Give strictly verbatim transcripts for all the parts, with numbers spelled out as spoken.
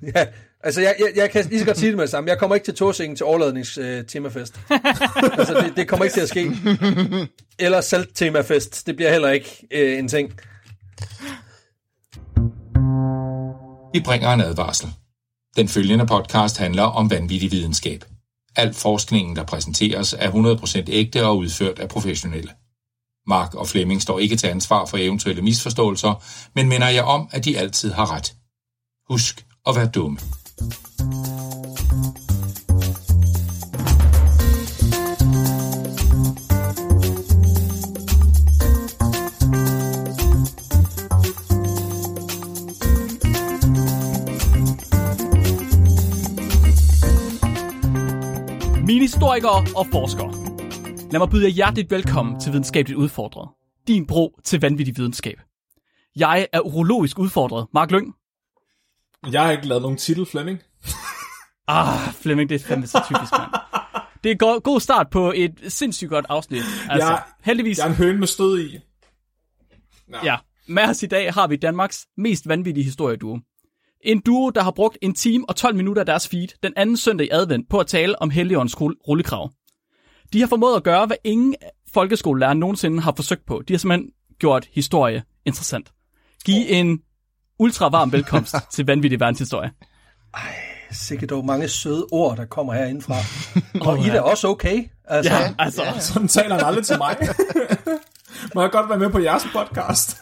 Ja, altså jeg, jeg, jeg kan lige så godt sige det med det samme. Jeg kommer ikke til Tåsinge til overladnings-temafest. Øh, altså det, det kommer ikke til at ske. Eller salt-temafest. Det bliver heller ikke øh, en ting. Vi bringer en advarsel. Den følgende podcast handler om vanvittig videnskab. Al forskningen, der præsenteres, er hundrede procent ægte og udført af professionelle. Mark og Flemming står ikke til ansvar for eventuelle misforståelser, men minder jer om, at de altid har ret. Husk at være dumme. Mine historikere og forskere. Lad mig byde jer hjerteligt velkommen til Videnskabeligt Udfordret. Din bro til vanvittig videnskab. Jeg er urologisk udfordret. Mark Lyng. Jeg har ikke lavet nogen titel, Flemming. Ah, Flemming, det er fandme så typisk, mand. Det er en go- god start på et sindssygt godt afsnit. Altså, jeg, heldigvis... Jeg er en høne med stød i. Nå. Ja, med os i dag har vi Danmarks mest vanvittige historieduo. En duo, der har brugt en time og tolv minutter af deres feed den anden søndag i advent på at tale om Helligåndens rullekrav. De har formået at gøre, hvad ingen folkeskolelærer nogensinde har forsøgt på. De har simpelthen gjort historie interessant. Giv en ultra varm velkomst til vanvittig verdenshistorie. Ej, sikkert dog mange søde ord, der kommer herindefra. Og I er da også okay. Altså, ja, altså. Ja, sådan taler han aldrig til mig. Må jeg godt være med på jeres podcast?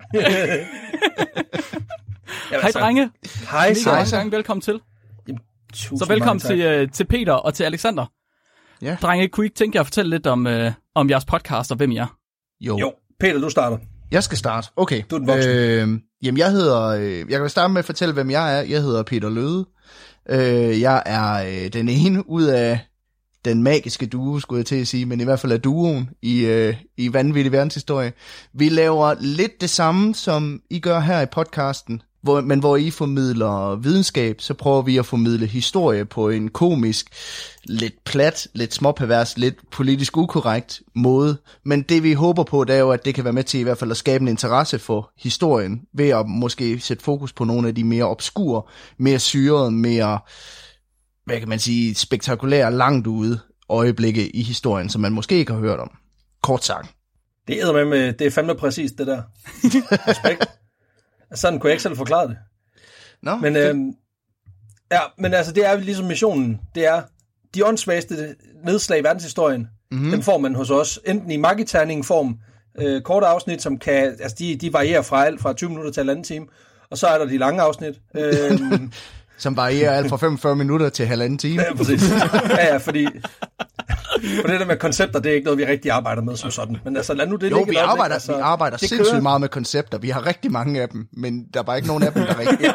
Hej drenge. Hej så. Velkommen til. Jamen, så velkommen til, uh, til Peter og til Alexander. Ja. Drenge, kunne I ikke tænke jer at fortælle lidt om, uh, om jeres podcast og hvem I er? Jo. Jo, Peter, du starter. Jeg skal starte. Okay. Du er den voksne. Øh, jamen, jeg hedder... Øh, jeg kan starte med at fortælle, hvem jeg er. Jeg hedder Peter Løde. Øh, jeg er øh, den ene ud af den magiske duo, skulle jeg til at sige, men i hvert fald er duoen i, øh, i vanvittig verdenshistorie. Vi laver lidt det samme, som I gør her i podcasten, hvor, men hvor I formidler videnskab, så prøver vi at formidle historie på en komisk, lidt plat, lidt småpervers, lidt politisk ukorrekt måde. Men det vi håber på, det er jo, at det kan være med til i hvert fald at skabe en interesse for historien, ved at måske sætte fokus på nogle af de mere obskure, mere syrede, mere, hvad kan man sige, spektakulære, langt ude øjeblikke i historien, som man måske ikke har hørt om. Kort sagt. Det er med med, det er fandme præcist, det der. Respekt. Sådan kunne jeg ikke selv forklare det. Nå, men, det... øhm, ja, men altså, det er ligesom missionen. Det er de åndssvageste nedslag i verdenshistorien. Mm-hmm. Dem får man hos os. Enten i magiterning-form, øh, korte afsnit, som kan, altså de, de varierer fra alt fra tyve minutter til halvanden time. Og så er der de lange afsnit. Øhm, som varierer alt fra femogfyrre minutter til halvanden time. Ja, præcis. Ja, ja, fordi... For det der med koncepter, det er ikke noget, vi rigtig arbejder med som sådan. Men altså, lad nu det jo, ligge. vi arbejder, altså, vi arbejder sindssygt kører. meget med koncepter. Vi har rigtig mange af dem, men der er bare ikke nogen af dem, der rigtig...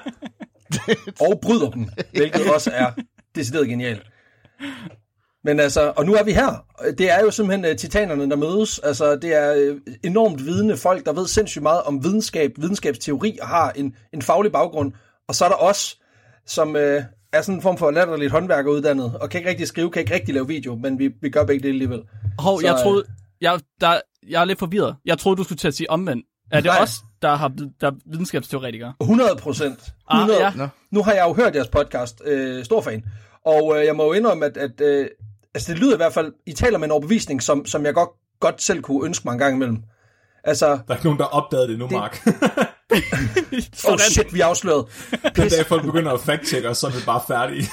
og bryder dem, hvilket også er decideret genialt. Men altså, og nu er vi her. Det er jo simpelthen uh, titanerne, der mødes. Altså, det er uh, enormt vidende folk, der ved sindssygt meget om videnskab, videnskabsteori og har en, en faglig baggrund. Og så er der os, som... Uh, er sådan en form for latterligt håndværkeruddannet, og kan ikke rigtig skrive, kan ikke rigtig lave video, men vi, vi gør begge det alligevel. Hov, jeg troede, jeg, der, jeg er lidt forvirret. Jeg troede, du skulle til at sige omvendt. Er det nej. os, der har der er videnskabsteoretikere? hundrede procent. Ah, ja. Nu har jeg jo hørt jeres podcast, øh, stor fan, og øh, jeg må jo indrømme, at, at øh, altså det lyder i hvert fald, I taler med en overbevisning, som, som jeg godt, godt selv kunne ønske mig en gang imellem. Altså, der er ikke nogen, der opdagede det nu, det... Mark. Åh oh shit, vi er afsløret. Den dag folk begynder at fact-checke os, så er vi bare færdige.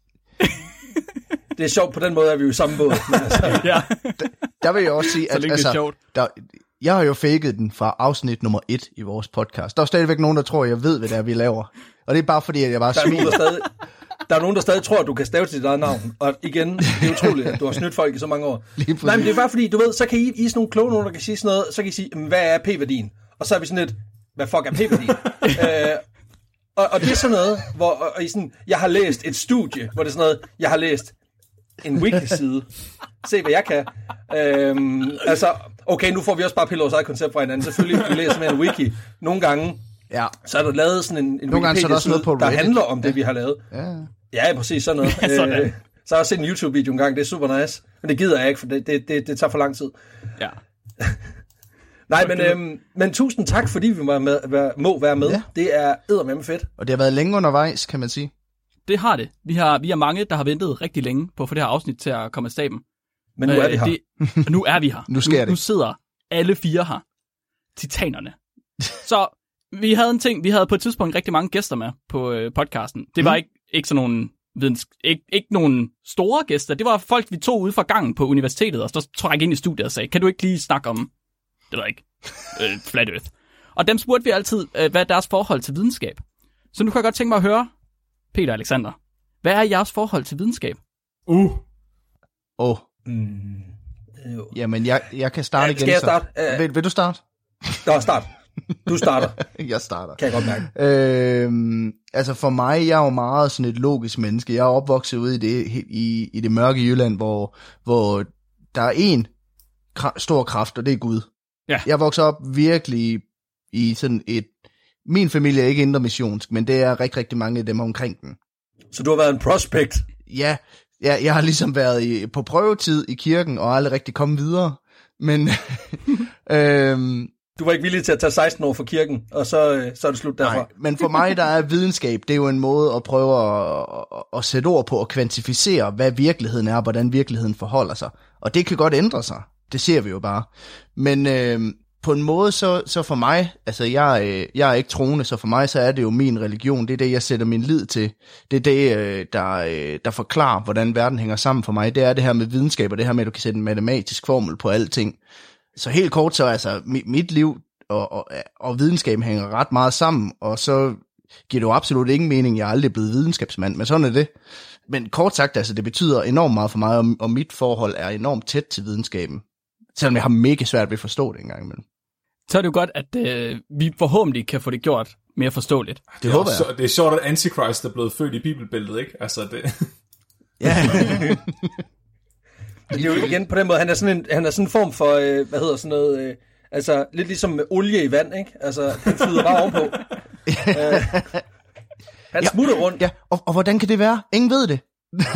Det er sjovt, på den måde er vi jo i samme båd. Altså. Ja. der, der vil jeg også sige, at altså, der, jeg har jo faked den fra afsnit nummer et i vores podcast. Der er stadigvæk nogen, der tror, jeg ved, hvad det er, vi laver. Og det er bare fordi, at jeg bare der er nogen, der stadig, der er nogen, der stadig tror, at du kan stave til dit eget navn. Og igen, det er utroligt, at du har snydt folk i så mange år. Nej, men det er bare fordi, du ved, så kan I, I sådan nogle kloge nogen, der kan sige sådan noget, så kan I sige, hvad er p-værdien? Og så er vi sådan lidt, hvad fuck er p-værdien? øh, og, og det er sådan noget, hvor og, og I sådan, jeg har læst et studie, hvor det er sådan noget, jeg har læst en wiki-side. Se, hvad jeg kan. Øhm, altså, okay, nu får vi også bare pillet vores eget koncept fra hinanden. Selvfølgelig, vi læser med en wiki. Nogle gange, ja. så er der lavet sådan en, en Wikipedia-side, der handler om det, ja. vi har lavet. Ja, ja præcis, sådan noget. sådan. Øh, så har jeg set en YouTube-video en gang, det er super nice. Men det gider jeg ikke, for det, det, det, det tager for lang tid. Ja. Nej, men, øhm, men tusind tak, fordi vi må, med, være, må være med. Ja. Det er eddermame fedt. Og det har været længe undervejs, kan man sige. Det har det. Vi har, vi er mange, der har ventet rigtig længe på at få det her afsnit til at komme af staben. Men nu er vi her. Det, nu er vi her. nu sker nu, det. Nu sidder alle fire her. Titanerne. Så vi havde en ting, vi havde på et tidspunkt rigtig mange gæster med på øh, podcasten. Det var mm. ikke, ikke sådan nogle, videns, ikke, ikke nogle store gæster. Det var folk, vi tog ude fra gangen på universitetet, og så træk ind i studiet og sagde, kan du ikke lige snakke om, det ved ikke, øh, Flat Earth. Og dem spurgte vi altid, øh, hvad er deres forhold til videnskab. Så nu kan jeg godt tænke mig at høre, Peter Alexander, hvad er jeres forhold til videnskab? Uh. Åh. Oh. Mm. Jamen, jeg, jeg kan starte ja, igen. Skal jeg starte? Så. Vil, vil du starte? Nå, start. Du starter. Jeg starter. Kan jeg godt mærke. Øhm, altså for mig, jeg er jo meget sådan et logisk menneske. Jeg er opvokset ude i det, i, i det mørke Jylland, hvor, hvor der er en kra- stor kraft, og det er Gud. Ja. Jeg voksede op virkelig i sådan et... Min familie er ikke indre missionsk, men det er rigtig, rigtig mange af dem omkring den. Så du har været en prospect? Ja, jeg, jeg har ligesom været i, på prøvetid i kirken, og aldrig rigtig kommet videre. Men... øhm, Du var ikke villig til at tage seksten år fra kirken, og så, så er det slut derfra. Nej, men for mig, der er videnskab, det er jo en måde at prøve at, at, at sætte ord på og kvantificere, hvad virkeligheden er, og hvordan virkeligheden forholder sig. Og det kan godt ændre sig. Det ser vi jo bare. Men øh, på en måde, så, så for mig, altså jeg, øh, jeg er ikke troende, så for mig, så er det jo min religion. Det er det, jeg sætter min lid til. Det er det, øh, der, øh, der forklarer, hvordan verden hænger sammen for mig. Det er det her med videnskab, og det her med, at du kan sætte en matematisk formel på alting. Så helt kort, så altså mit, mit liv og, og, og videnskab hænger ret meget sammen, og så giver det jo absolut ingen mening, jeg er aldrig blevet videnskabsmand, men sådan er det. Men kort sagt, altså det betyder enormt meget for mig, og, og mit forhold er enormt tæt til videnskaben, selvom jeg har mega svært ved at forstå det engang imellem. Så er det jo godt, at øh, vi forhåbentlig kan få det gjort mere forståeligt. Det, det håber jeg. Så, det er sjovt, at Antichrist er blevet født i bibelbæltet, ikke? Altså det... Ja. Det er jo igen på den måde, han er sådan en, han er sådan en form for, øh, hvad hedder sådan noget, øh, altså lidt ligesom med olie i vand, ikke? Altså, han flyder bare ovenpå. øh, han ja, smutter rundt. Ja, og, og hvordan kan det være? Ingen ved det.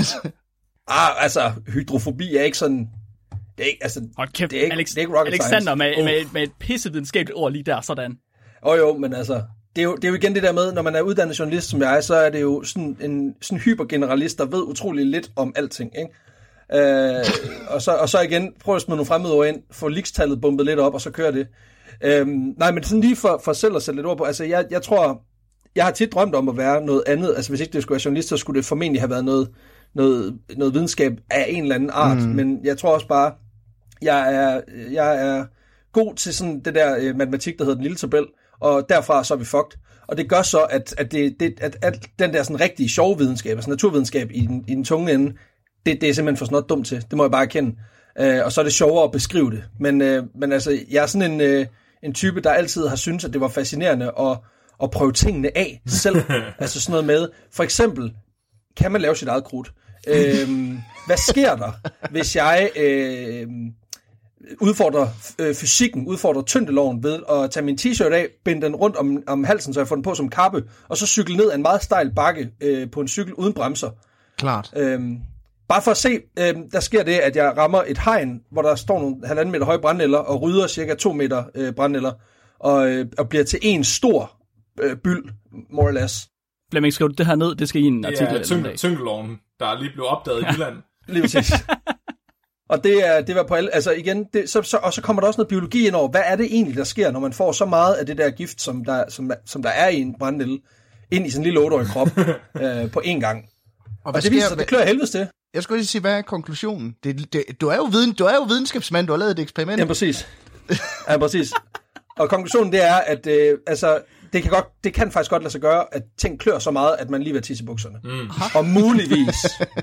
ah, altså, hydrofobi er ikke sådan, det er ikke, altså, Hold kæft, det er ikke, Alex, det er ikke rocket Alexander science. med, med, med et pissevidenskabeligt ord lige der, sådan. Åh oh, jo, men altså, det er jo, det er jo igen det der med, når man er uddannet journalist som jeg er, så er det jo sådan en sådan hypergeneralist, der ved utrolig lidt om alting, ikke? Øh, og, så, og så igen, prøv at smide nogle fremmede ord ind, få likstallet bumpet lidt op, og så kører det. Øh, nej, men sådan lige for, for selv at sætte lidt ord på, altså jeg, jeg tror, jeg har tit drømt om at være noget andet, altså hvis ikke det skulle være journalist, så skulle det formentlig have været noget, noget, noget videnskab af en eller anden art, mm. men jeg tror også bare, jeg er, jeg er god til sådan det der øh, matematik, der hedder den lille tabel, og derfra så er vi fucked. Og det gør så, at, at, det, det, at, at den der sådan rigtige sjove videnskab, altså naturvidenskab i den, i den tunge ende, det, det er simpelthen for sådan noget dumt til. Det må jeg bare erkende. Øh, og så er det sjovere at beskrive det. Men, øh, men altså, jeg er sådan en, øh, en type, der altid har syntes, at det var fascinerende at, at prøve tingene af selv. Altså sådan noget med, for eksempel, kan man lave sit eget krudt? Øh, hvad sker der, hvis jeg øh, udfordrer øh, fysikken, udfordrer tyngdeloven ved at tage min t-shirt af, binde den rundt om, om halsen, så jeg får den på som kappe, og så cykle ned ad en meget stejl bakke øh, på en cykel uden bremser. Klart. Øh, Bare for at se, øh, der sker det, at jeg rammer et hegn, hvor der står nogle halvanden meter høje brændenælder, og rydder cirka to meter øh, brændenælder, og, øh, og bliver til en stor øh, byld, more or less. Flemming, skriv det her ned, det skal i en artikel. Ja, tyngde, tyngdeloven, der er lige blevet opdaget i Jylland. Lige præcis. Og det, er, det var på alle, altså igen, det, så, så, og så kommer der også noget biologi ind over, hvad er det egentlig, der sker, når man får så meget af det der gift, som der, som, som der er i en brændenælde, ind i sådan en lille otteårig krop øh, på én gang. Og, og det viser sig, det klør helvedes til. Jeg skulle lige sige, hvad er konklusionen? Det, det, du, er jo viden, du er jo videnskabsmand, du har lavet et eksperiment. Ja, præcis. Ja, præcis. Og konklusionen det er, at øh, altså, det, kan godt, det kan faktisk godt lade sig gøre, at ting klør så meget, at man lige vil tisse i bukserne. Mm. Og muligvis.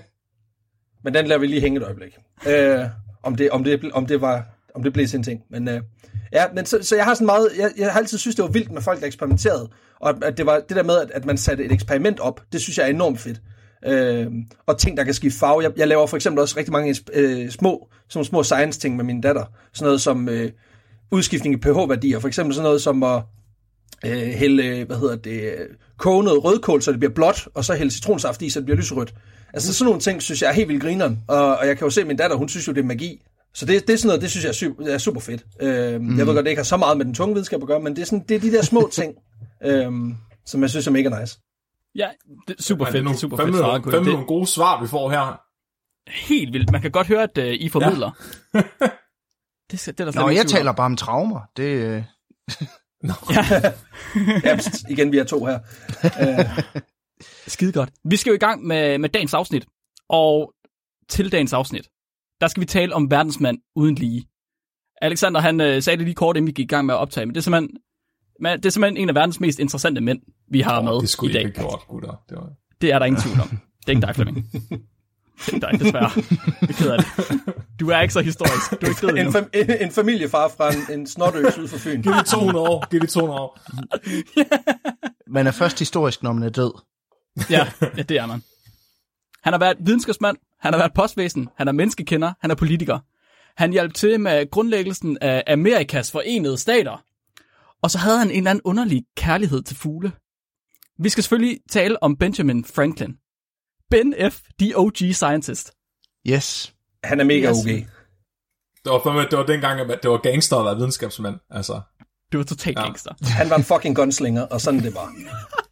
Men den lader vi lige hænge et øjeblik. Øh, om, det, om, det, om, det var, om det blev sin ting. Men, øh, ja, men så, så jeg har sådan meget, jeg, jeg har altid synes det var vildt med folk, der eksperimenterede. Og at det var det der med, at, at man satte et eksperiment op, det synes jeg er enormt fedt. Øh, og ting, der kan skifte farve. Jeg, jeg laver for eksempel også rigtig mange øh, små, sådan små science-ting med min datter. Sådan noget som øh, udskiftning af pH-værdier. For eksempel sådan noget som at øh, hælde, hvad hedder det, koge noget rødkål, så det bliver blåt, og så hælde citronsaft i, så det bliver lyserødt. Altså sådan nogle ting, synes jeg er helt vildt grineren. Og, og jeg kan jo se, at min datter, hun synes jo, det er magi. Så det, det er sådan noget, det synes jeg er super, er super fedt. Øh, mm. Jeg ved godt, det ikke har så meget med den tunge videnskab at gøre, men det er, sådan, det er de der små ting, øh, som jeg synes er mega nice. Ja, det er super fedt. Nogle, super fem fedt minutter, svar, fem det, nogle gode svar, vi får her. Helt vildt. Man kan godt høre, at uh, I formidler. Ja. det, det er der Nå, jeg taler bare om traumer. Det øh... Nå. Ja. Ja, igen, vi er to her. Uh. Skide godt. Vi skal jo i gang med, med dagens afsnit. Og til dagens afsnit, der skal vi tale om verdensmand uden lige. Alexander, han øh, sagde det lige kort, inden vi gik i gang med at optage, men det er simpelthen, man, det er simpelthen en af verdens mest interessante mænd, vi har oh, med det skulle i dag. I ikke have gjort, gutter. Det, var... det er der ingen tvivl om. Det er ikke dig, Flemming. Det er ikke dig, desværre. Det er ked af det. Du er ikke så historisk. Du er ikke en, fam- en, en familiefar fra en, en snotøs ud for Fyn. Giv det to hundrede år. Giv det to hundrede år. Man er først historisk, når man er død. Ja, ja, det er man. Han har været videnskabsmand, han har været postvæsen, han er menneskekender, han er politiker. Han hjalp til med grundlæggelsen af Amerikas Forenede Stater. Og så havde han en eller anden underlig kærlighed til fugle. Vi skal selvfølgelig tale om Benjamin Franklin. Ben F., the O G scientist. Yes. Han er mega yes. O G. Det var, det var dengang, at det var gangster at være videnskabsmand. Altså. Det var totalt ja. gangster. Han var en fucking gunslinger, og sådan det var.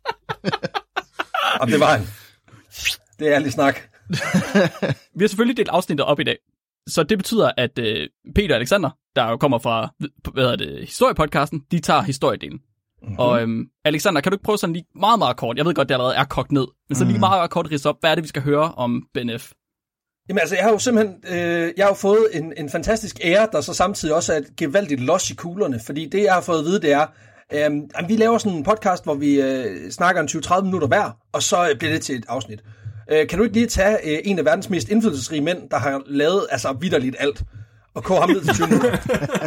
Og det var han. Det er ærlig snak. Vi har selvfølgelig delt afsnittet op i dag. Så det betyder, at øh, Peter og Alexander, der jo kommer fra hvad hedder det, historiepodcasten, de tager historiedelen. Mm-hmm. Og øhm, Alexander, kan du ikke prøve sådan lige meget, meget kort, jeg ved godt, det allerede er kogt ned, men så mm. lige meget, meget kort ridse op, hvad er det, vi skal høre om Ben F? Jamen altså, jeg har jo simpelthen, øh, jeg har jo fået en, en fantastisk ære, der så samtidig også er et gevaldigt los i kuglerne, fordi det, jeg har fået at vide, det er, øh, vi laver sådan en podcast, hvor vi øh, snakker en tyve til tredive minutter hver, og så bliver det til et afsnit. Øh, kan du ikke lige tage øh, en af verdens mest indflydelsesrige mænd, der har lavet altså vitterligt alt, og koge ham ned til tyve minutter?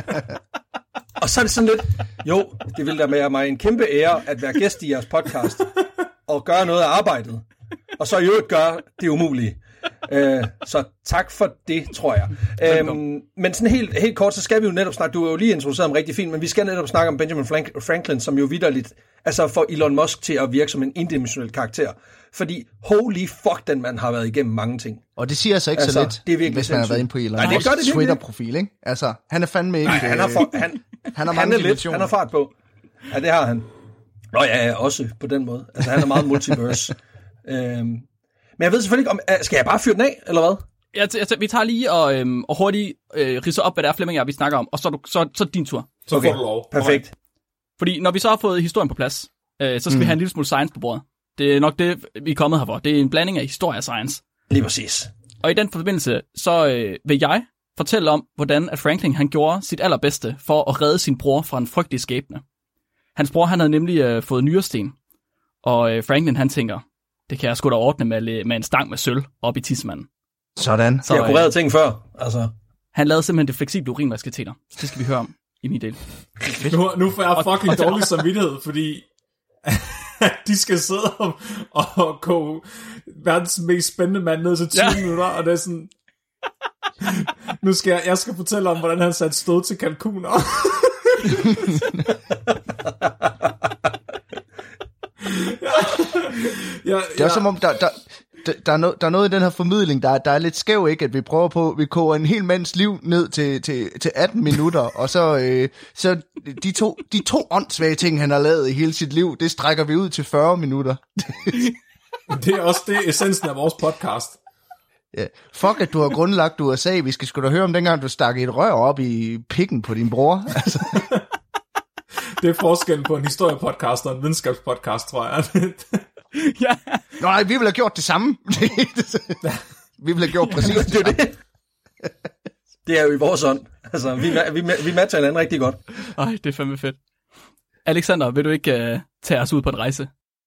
Og så er det sådan lidt, jo, det vil da være mig en kæmpe ære at være gæst i jeres podcast, og gøre noget af arbejdet, og så i øvrigt gøre det umulige. Øh, så tak for det, tror jeg. Øhm, men sådan helt, helt kort, så skal vi jo netop snakke, du er jo lige introduceret ham rigtig fint, men vi skal netop snakke om Benjamin Franklin, som jo vitterligt, altså får Elon Musk til at virke som en indimensionel karakter. Fordi holy fuck, den mand har været igennem mange ting. Og det siger altså ikke altså, så lidt, det er hvis man sindssygt. Har været inde på Elon Nej, Musk's Twitter-profil, ikke? Altså, han er fandme ikke... Nej, han har, for, han, han har han er lidt, han har fart på. Ja, det har han. Nå ja, også på den måde. Altså, han er meget multiverse. øhm, men jeg ved selvfølgelig ikke, om... Skal jeg bare fyre den af, eller hvad? Ja, altså, vi tager lige og, øhm, og hurtigt øh, ridser op, hvad det er, Flemming og jeg, vi snakker om, og så er, du, så, så er det din tur. Så okay, får du lov. Perfekt. Fordi når vi så har fået historien på plads, øh, så skal mm. vi have en lille smule science på bordet. Det er nok det, vi er kommet her for. Det er en blanding af historie og science. Lige præcis. Og i den forbindelse, så øh, vil jeg fortælle om, hvordan at Franklin han gjorde sit allerbedste for at redde sin bror fra en frygtelig skæbne. Hans bror han havde nemlig øh, fået nyresten, og øh, Franklin han tænker, det kan jeg sgu da ordne med, med en stang med sølv op i tissemanden. Sådan. Så, jeg kunne redde ting før. Altså. Han lavede simpelthen det fleksible urinvasketeter. Så det skal vi høre om i min del. Nu, nu får jeg fucking dårlig samvittighed, fordi de skal sidde og, og koge verdens mest spændende mand ned til tyve ja. minutter, og det er sådan... Nu skal jeg, jeg skal fortælle om, hvordan han satte stød til kalkuner. ja, ja, det er ja. som om, der, der, der, der, er no, der er noget i den her formidling, der, der er lidt skæv, ikke? At vi prøver på, vi koger en hel mands liv ned til, til, til atten minutter, og så, øh, så de, to, de to åndssvage ting, han har lavet i hele sit liv, det strækker vi ud til fyrre minutter. Det er også det essensen af vores podcast. Ja. Fuck, at du har grundlagt U S A. Vi skal sgu da høre om dengang, du stak et rør op i pikken på din bror. Altså. Det er forskellen på en historiepodcast og en videnskabspodcast, tror jeg. Ja. Nå, nej, vi ville have gjort det samme. Vi ville have gjort præcis det. Det er det. Det er jo i vores ånd. Altså, vi, vi, vi matcher hinanden rigtig godt. Ej, det er fandme fedt. Alexander, vil du ikke uh, tage os ud på en rejse?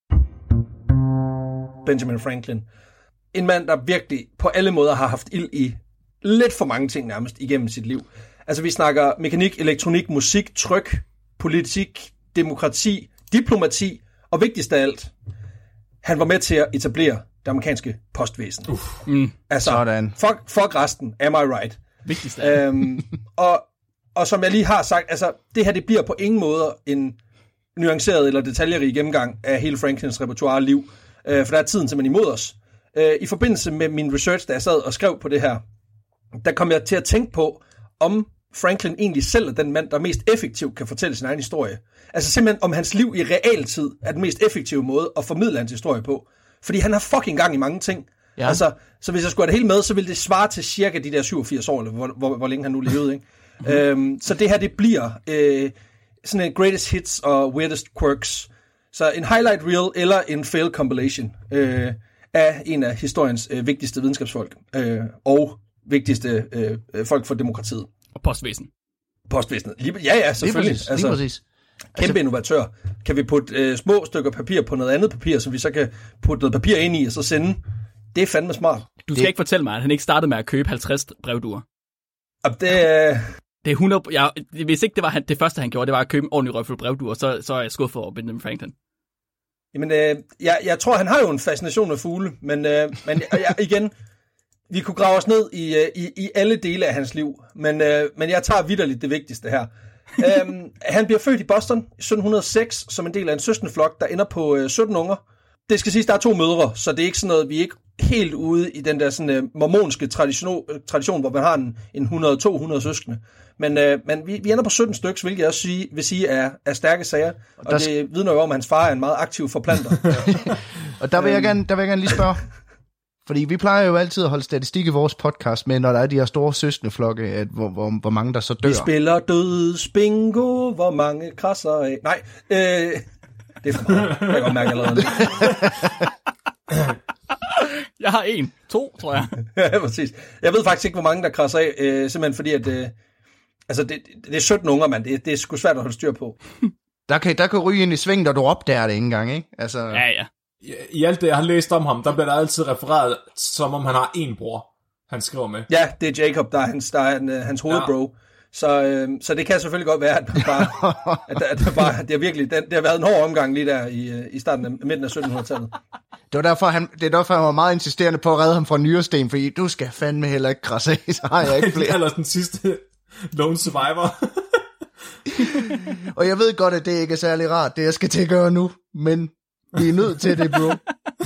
Benjamin Franklin. En mand, der virkelig på alle måder har haft ild i lidt for mange ting nærmest igennem sit liv. Altså, vi snakker mekanik, elektronik, musik, tryk, politik, demokrati, diplomati, og vigtigst af alt, han var med til at etablere det amerikanske postvæsen. Uff. Mm. Altså, sådan. Fuck, fuck resten, am I right? Vigtigst af alt. Øhm, og, og som jeg lige har sagt, altså, det her, det bliver på ingen måde en nuanceret eller detaljerig gennemgang af hele Franklins repertoire liv, øh, for der er tiden simpelthen imod os. Øh, I forbindelse med min research, da jeg sad og skrev på det her, der kom jeg til at tænke på, om Franklin egentlig selv er den mand, der mest effektivt kan fortælle sin egen historie. Altså simpelthen om hans liv i realtid er den mest effektive måde at formidle hans historie på. Fordi han har fucking gang i mange ting. Ja. Altså, så hvis jeg skulle have det hele med, så ville det svare til cirka de der syvogfirs år, eller hvor, hvor, hvor længe han nu levede. Ikke? Mm-hmm. Øhm, så det her, det bliver øh, sådan en greatest hits og weirdest quirks. Så en highlight reel eller en fail compilation øh, af en af historiens øh, vigtigste videnskabsfolk. Øh, og vigtigste øh, folk for demokratiet. Og postvæsen. Postvæsenet. Ja, ja, selvfølgelig. Lige præcis. Altså, lige præcis. Kæmpe altså, innovatør. Kan vi putte øh, små stykker papir på noget andet papir, så vi så kan putte noget papir ind i, og så sende? Det er fandme smart. Du skal det... ikke fortælle mig, at han ikke startede med at købe halvtreds brevduer. Og det... Øh... Det er hundrede... Jeg, hvis ikke det var det første, han gjorde, det var at købe en ordentlig røgfuld brevduer, så, så er jeg skuffet over Benjamin Franklin. Jamen, øh, jeg, jeg tror, han har jo en fascination af fugle, men, øh, men jeg, igen... Vi kunne grave os ned i, i, i alle dele af hans liv, men, øh, men jeg tager vitterligt det vigtigste her. øhm, han bliver født i Boston i sytten hundrede og seks som en del af en søskendeflok, der ender på øh, sytten unger. Det skal siges, der er to mødre, så det er ikke sådan noget, vi er ikke helt ude i den der sådan, øh, mormonske tradition, tradition, hvor man har en, en hundrede til to hundrede søskende. Men, øh, men vi, vi ender på sytten stykker, hvilket jeg også sige, vil sige er, er stærke sager, og, og det vidner jo om, at hans far er en meget aktiv forplanter. Og der vil, jeg gerne, der vil jeg gerne lige spørge... Fordi vi plejer jo altid at holde statistik i vores podcast med, når der er de her store søskendeflokke, at hvor, hvor, hvor mange der så dør. Vi spiller dødsbingo, hvor mange krasser af... Nej, øh, det er for meget. Jeg kan godt mærke allerede. Jeg har en, to, tror jeg. Ja, præcis. Jeg ved faktisk ikke, hvor mange der krasser af, øh, simpelthen fordi, at øh, altså det, det er sytten unger, mand. Det, det er sgu svært at holde styr på. Der kan, der kan ryge ind i sving, når du opdager det ikke engang, ikke? Altså... Ja, ja. I alt det, jeg har læst om ham, der bliver der altid refereret, som om han har en bror, han skriver med. Ja, det er Jacob, der er hans, der er en, hans hovedbro. Ja. Så, øh, så det kan selvfølgelig godt være, at, bare, at, der, at der bare, det, har virkelig, det, det har været en hård omgang lige der i, i starten af midten af sytten hundrede-tallet. Det var derfor, han, det er derfor, han var meget insisterende på at redde ham fra nyresten, fordi du skal fandme heller ikke krasse af, så har jeg ikke flere. Eller den sidste lone survivor. Og jeg ved godt, at det ikke er særlig rart, det jeg skal til at gøre nu, men... Vi er nødt til det, bro. Jeg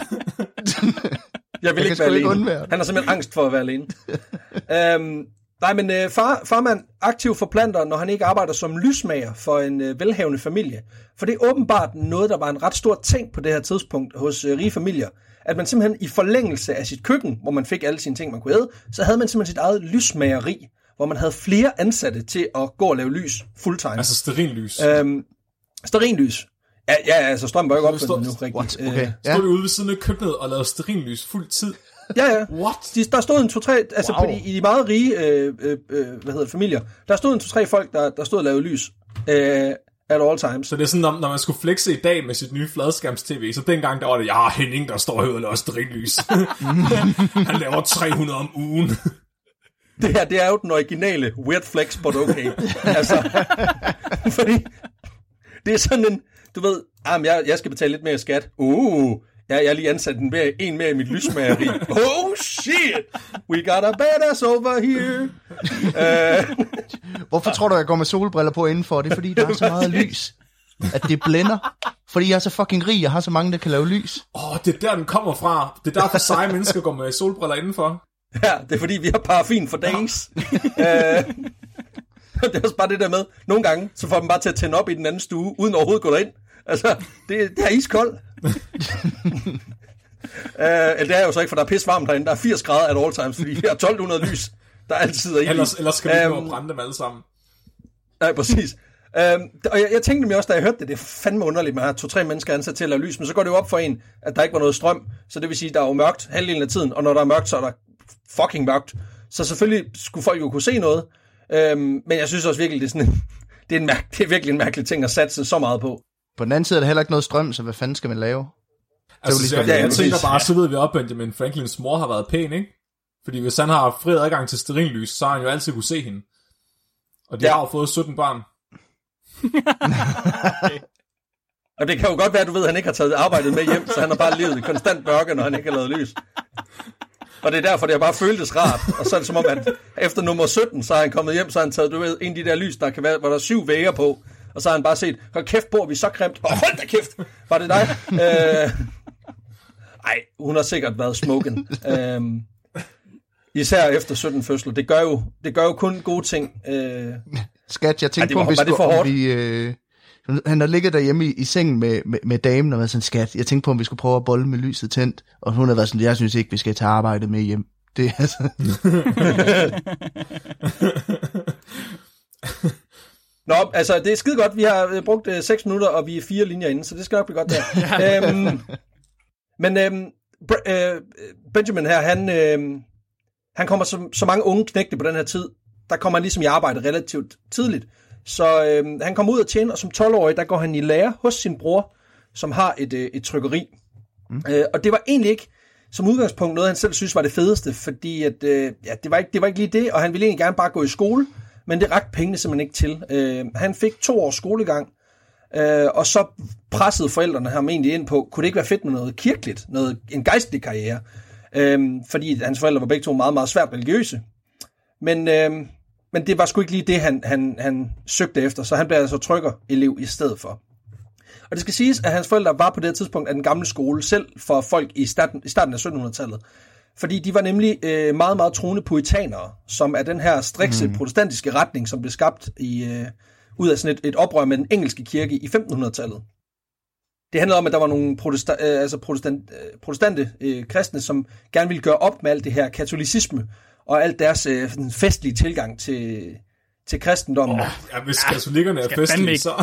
vil jeg ikke være alene. Undvære. Han har simpelthen angst for at være alene. øhm, nej, men øh, far, farmand aktiv forplanter, når han ikke arbejder som lysmager for en øh, velhavende familie. For det er åbenbart noget, der var en ret stor ting på det her tidspunkt hos øh, rige familier. At man simpelthen i forlængelse af sit køkken, hvor man fik alle sine ting, man kunne æde, så havde man simpelthen sit eget lysmageri, hvor man havde flere ansatte til at gå og lave lys fulltime. Altså stearinlys. Øhm, stearinlys. Ja, ja, altså strøm var jo ikke opfundet nu, rigtigt. Okay. Ja. Stod de ude ved siden af køkkenet og lavede stearinlys fuld tid? Ja, ja. What? De, der stod en to-tre, altså wow. på de, i de meget rige øh, øh, hvad hedder det, familier, der stod en to-tre folk, der, der stod og lavede lys øh, at all times. Så det er sådan, når, når man skulle flexe i dag med sit nye fladskærms-tv, så dengang der var det, ja, Henning, der står herude og laver stearinlys. Han laver tre hundrede om ugen. Det her, det er jo den originale weird flex, but okay. Altså, fordi det er sådan en, du ved, ah, jeg, jeg skal betale lidt mere skat. Uh, jeg, jeg har lige ansat en mere, en mere i mit lysmageri. Oh shit, we got a badass over here. Uh, Hvorfor tror du, jeg går med solbriller på indenfor? Det er fordi, der er så meget lys, at det blænder. Fordi jeg er så fucking rig, jeg har så mange, der kan lave lys. Åh, oh, det er der, den kommer fra. Det er derfor seje mennesker går med solbriller indenfor. Ja, det er fordi, vi har paraffin for days. uh, Det er også bare det der med, nogle gange, så får man bare til at tænde op i den anden stue, uden overhovedet gå derind. Altså, det, det er iskoldt. uh, det er jo så ikke, for der er pis varmt derinde. Der er firs grader at all times, fordi vi har tolv hundrede lys, der altid er i. Ellers, ellers skal vi um, gå og brænde dem alle sammen. Nej, præcis. Um, og jeg, jeg tænkte nemlig også, da jeg hørte det, det er fandme underligt, man har to-tre mennesker ansat til at lave lys, men så går det jo op for en, at der ikke var noget strøm, så det vil sige, der er jo mørkt halvdelen af tiden, og når der er mørkt, så er der fucking mørkt. Så selvfølgelig skulle folk jo kunne se noget. Øhm, men jeg synes også virkelig, det er, sådan en, det, er en mærke, det er virkelig en mærkelig ting at satse så meget på. På den anden side er der heller ikke noget strøm, så hvad fanden skal man lave? Altså, jeg, jeg, jeg tænker bare, så ved vi op, at Benjamin Franklins mor har været pæn, ikke? Fordi hvis han har fri adgang til stearinlys, så har han jo altid kunne se hende. Og de ja. har jo fået sytten børn. Okay. Og det kan jo godt være, at du ved, at han ikke har taget arbejdet med hjem, så han har bare levet i konstant mørke, når han ikke har lavet lys. Og det er derfor, det har bare føltes rart. Og så er det som om, at efter nummer sytten, så har han kommet hjem, så har han taget, du ved, en af de der lys, der kan være, hvor der er syv vægger på. Og så har han bare set, hold kæft, bor vi så grimt. Åh, hold da kæft, var det dig? øh... Ej, hun har sikkert været smoken. øh... Især efter sytten fødsler. Det gør jo, det gør jo kun gode ting. Øh... Skat, jeg tænkte på, om vi skulle... Om vi, øh... Han har ligget derhjemme i, i sengen med, med, med damen og været sådan, skat, jeg tænkte på, om vi skulle prøve at bolle med lyset tændt. Og hun har været sådan, jeg synes ikke, vi skal tage arbejdet med hjem. Det er altså... Nå, altså, det er skide godt. Vi har brugt øh, seks minutter, og vi er fire linjer inde, så det skal nok blive godt der. øhm, men øhm, øh, Benjamin her, han, øh, han kommer som så mange unge knægte på den her tid. Der kommer han ligesom i arbejde relativt tidligt. Så øh, han kommer ud og tjener, og som tolv-årig, der går han i lære hos sin bror, som har et, øh, et trykkeri. Mm. Øh, og det var egentlig ikke som udgangspunkt noget, han selv synes var det fedeste, fordi at, øh, ja, det, var ikke, det var ikke lige det, og han ville egentlig gerne bare gå i skole, men det rakte pengene simpelthen ikke til. Øh, han fik to års skolegang, øh, og så pressede forældrene ham egentlig ind på, kunne det ikke være fedt med noget kirkeligt, noget, en gejstlig karriere, øh, fordi hans forældre var begge to meget, meget svært religiøse. Men, øh, men det var sgu ikke lige det, han, han, han søgte efter, så han blev altså trykker-elev i stedet for. Og det skal siges, at hans forældre var på det tidspunkt af den gamle skole, selv for folk i starten, i starten af syttenhundredetallet. Fordi de var nemlig øh, meget, meget troende puritanere, som er den her strikse mm. protestantiske retning, som blev skabt i, øh, ud af sådan et, et oprør med den engelske kirke i femtenhundredetallet. Det handlede om, at der var nogle protesta- øh, altså protestant, øh, protestante øh, kristne, som gerne ville gøre op med alt det her katolicisme, og alt deres øh, festlige tilgang til, til kristendommen. Oh, ja, hvis katolikkerne er festlige, så...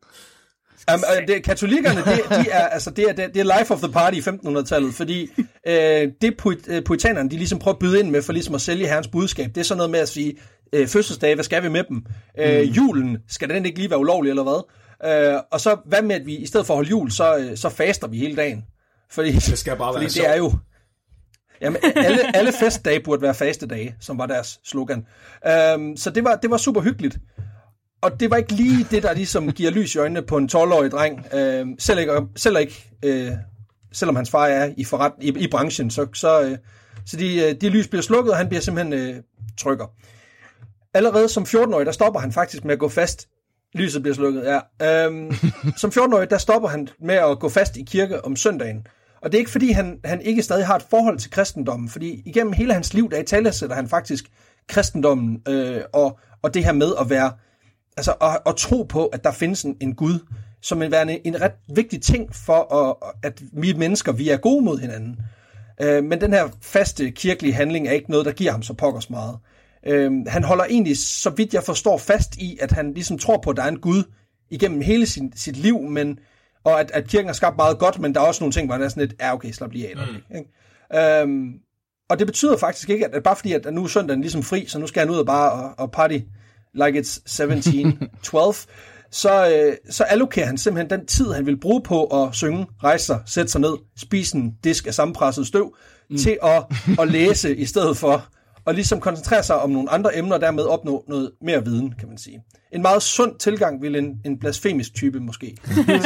Um, det, katolikkerne, det, de er, altså, det, er, det er life of the party i femtenhundredetallet, fordi øh, det puritanerne, de ligesom prøver at byde ind med, for ligesom at sælge herrens budskab, det er sådan noget med at sige, øh, fødselsdage, hvad skal vi med dem? Øh, mm. Julen, skal den ikke lige være ulovlig, eller hvad? Øh, og så, hvad med, at vi i stedet for at holde jul, så, så faster vi hele dagen? Fordi det skal bare være fordi det er jo... Jamen, alle, alle festdage burde være fastedage, som var deres slogan. Øh, så det var, det var super hyggeligt. Og det var ikke lige det, der ligesom giver lys i øjnene på en tolv-årig dreng. Øh, selv ikke, selv ikke øh, selvom hans far er i, forret, i, i branchen, så, så, øh, så de, de lys bliver slukket, og han bliver simpelthen øh, trykker. Allerede som fjorten-årig, der stopper han faktisk med at gå fast. Lyset bliver slukket, ja. Øh, som fjorten-årig, der stopper han med at gå fast i kirke om søndagen. Og det er ikke, fordi han, han ikke stadig har et forhold til kristendommen, fordi igennem hele hans liv, der i tale sætter han faktisk kristendommen øh, og, og det her med at være... Altså at, at tro på, at der findes en, en Gud, som vil være en, en ret vigtig ting for, at, at vi mennesker, vi er gode mod hinanden. Øh, men den her faste kirkelige handling er ikke noget, der giver ham så pokkers meget. Øh, han holder egentlig, så vidt jeg forstår, fast i, at han ligesom tror på, at der er en Gud igennem hele sin, sit liv, men, og at, at kirken har skabt meget godt, men der er også nogle ting, hvor han er sådan lidt, ja okay, slap lige af. Mm. Ikke? Øh, og det betyder faktisk ikke, at, at bare fordi, at nu er søndagen ligesom fri, så nu skal han ud og bare og, og party, like it's sytten tolv, så, øh, så allokerer han simpelthen den tid, han vil bruge på at synge, rejse sig, sætte sig ned, spise en disk af sammenpresset støv, mm. til at, at læse i stedet for, og ligesom koncentrere sig om nogle andre emner, og dermed opnå noget mere viden, kan man sige. En meget sund tilgang vil en, en blasfemisk type måske.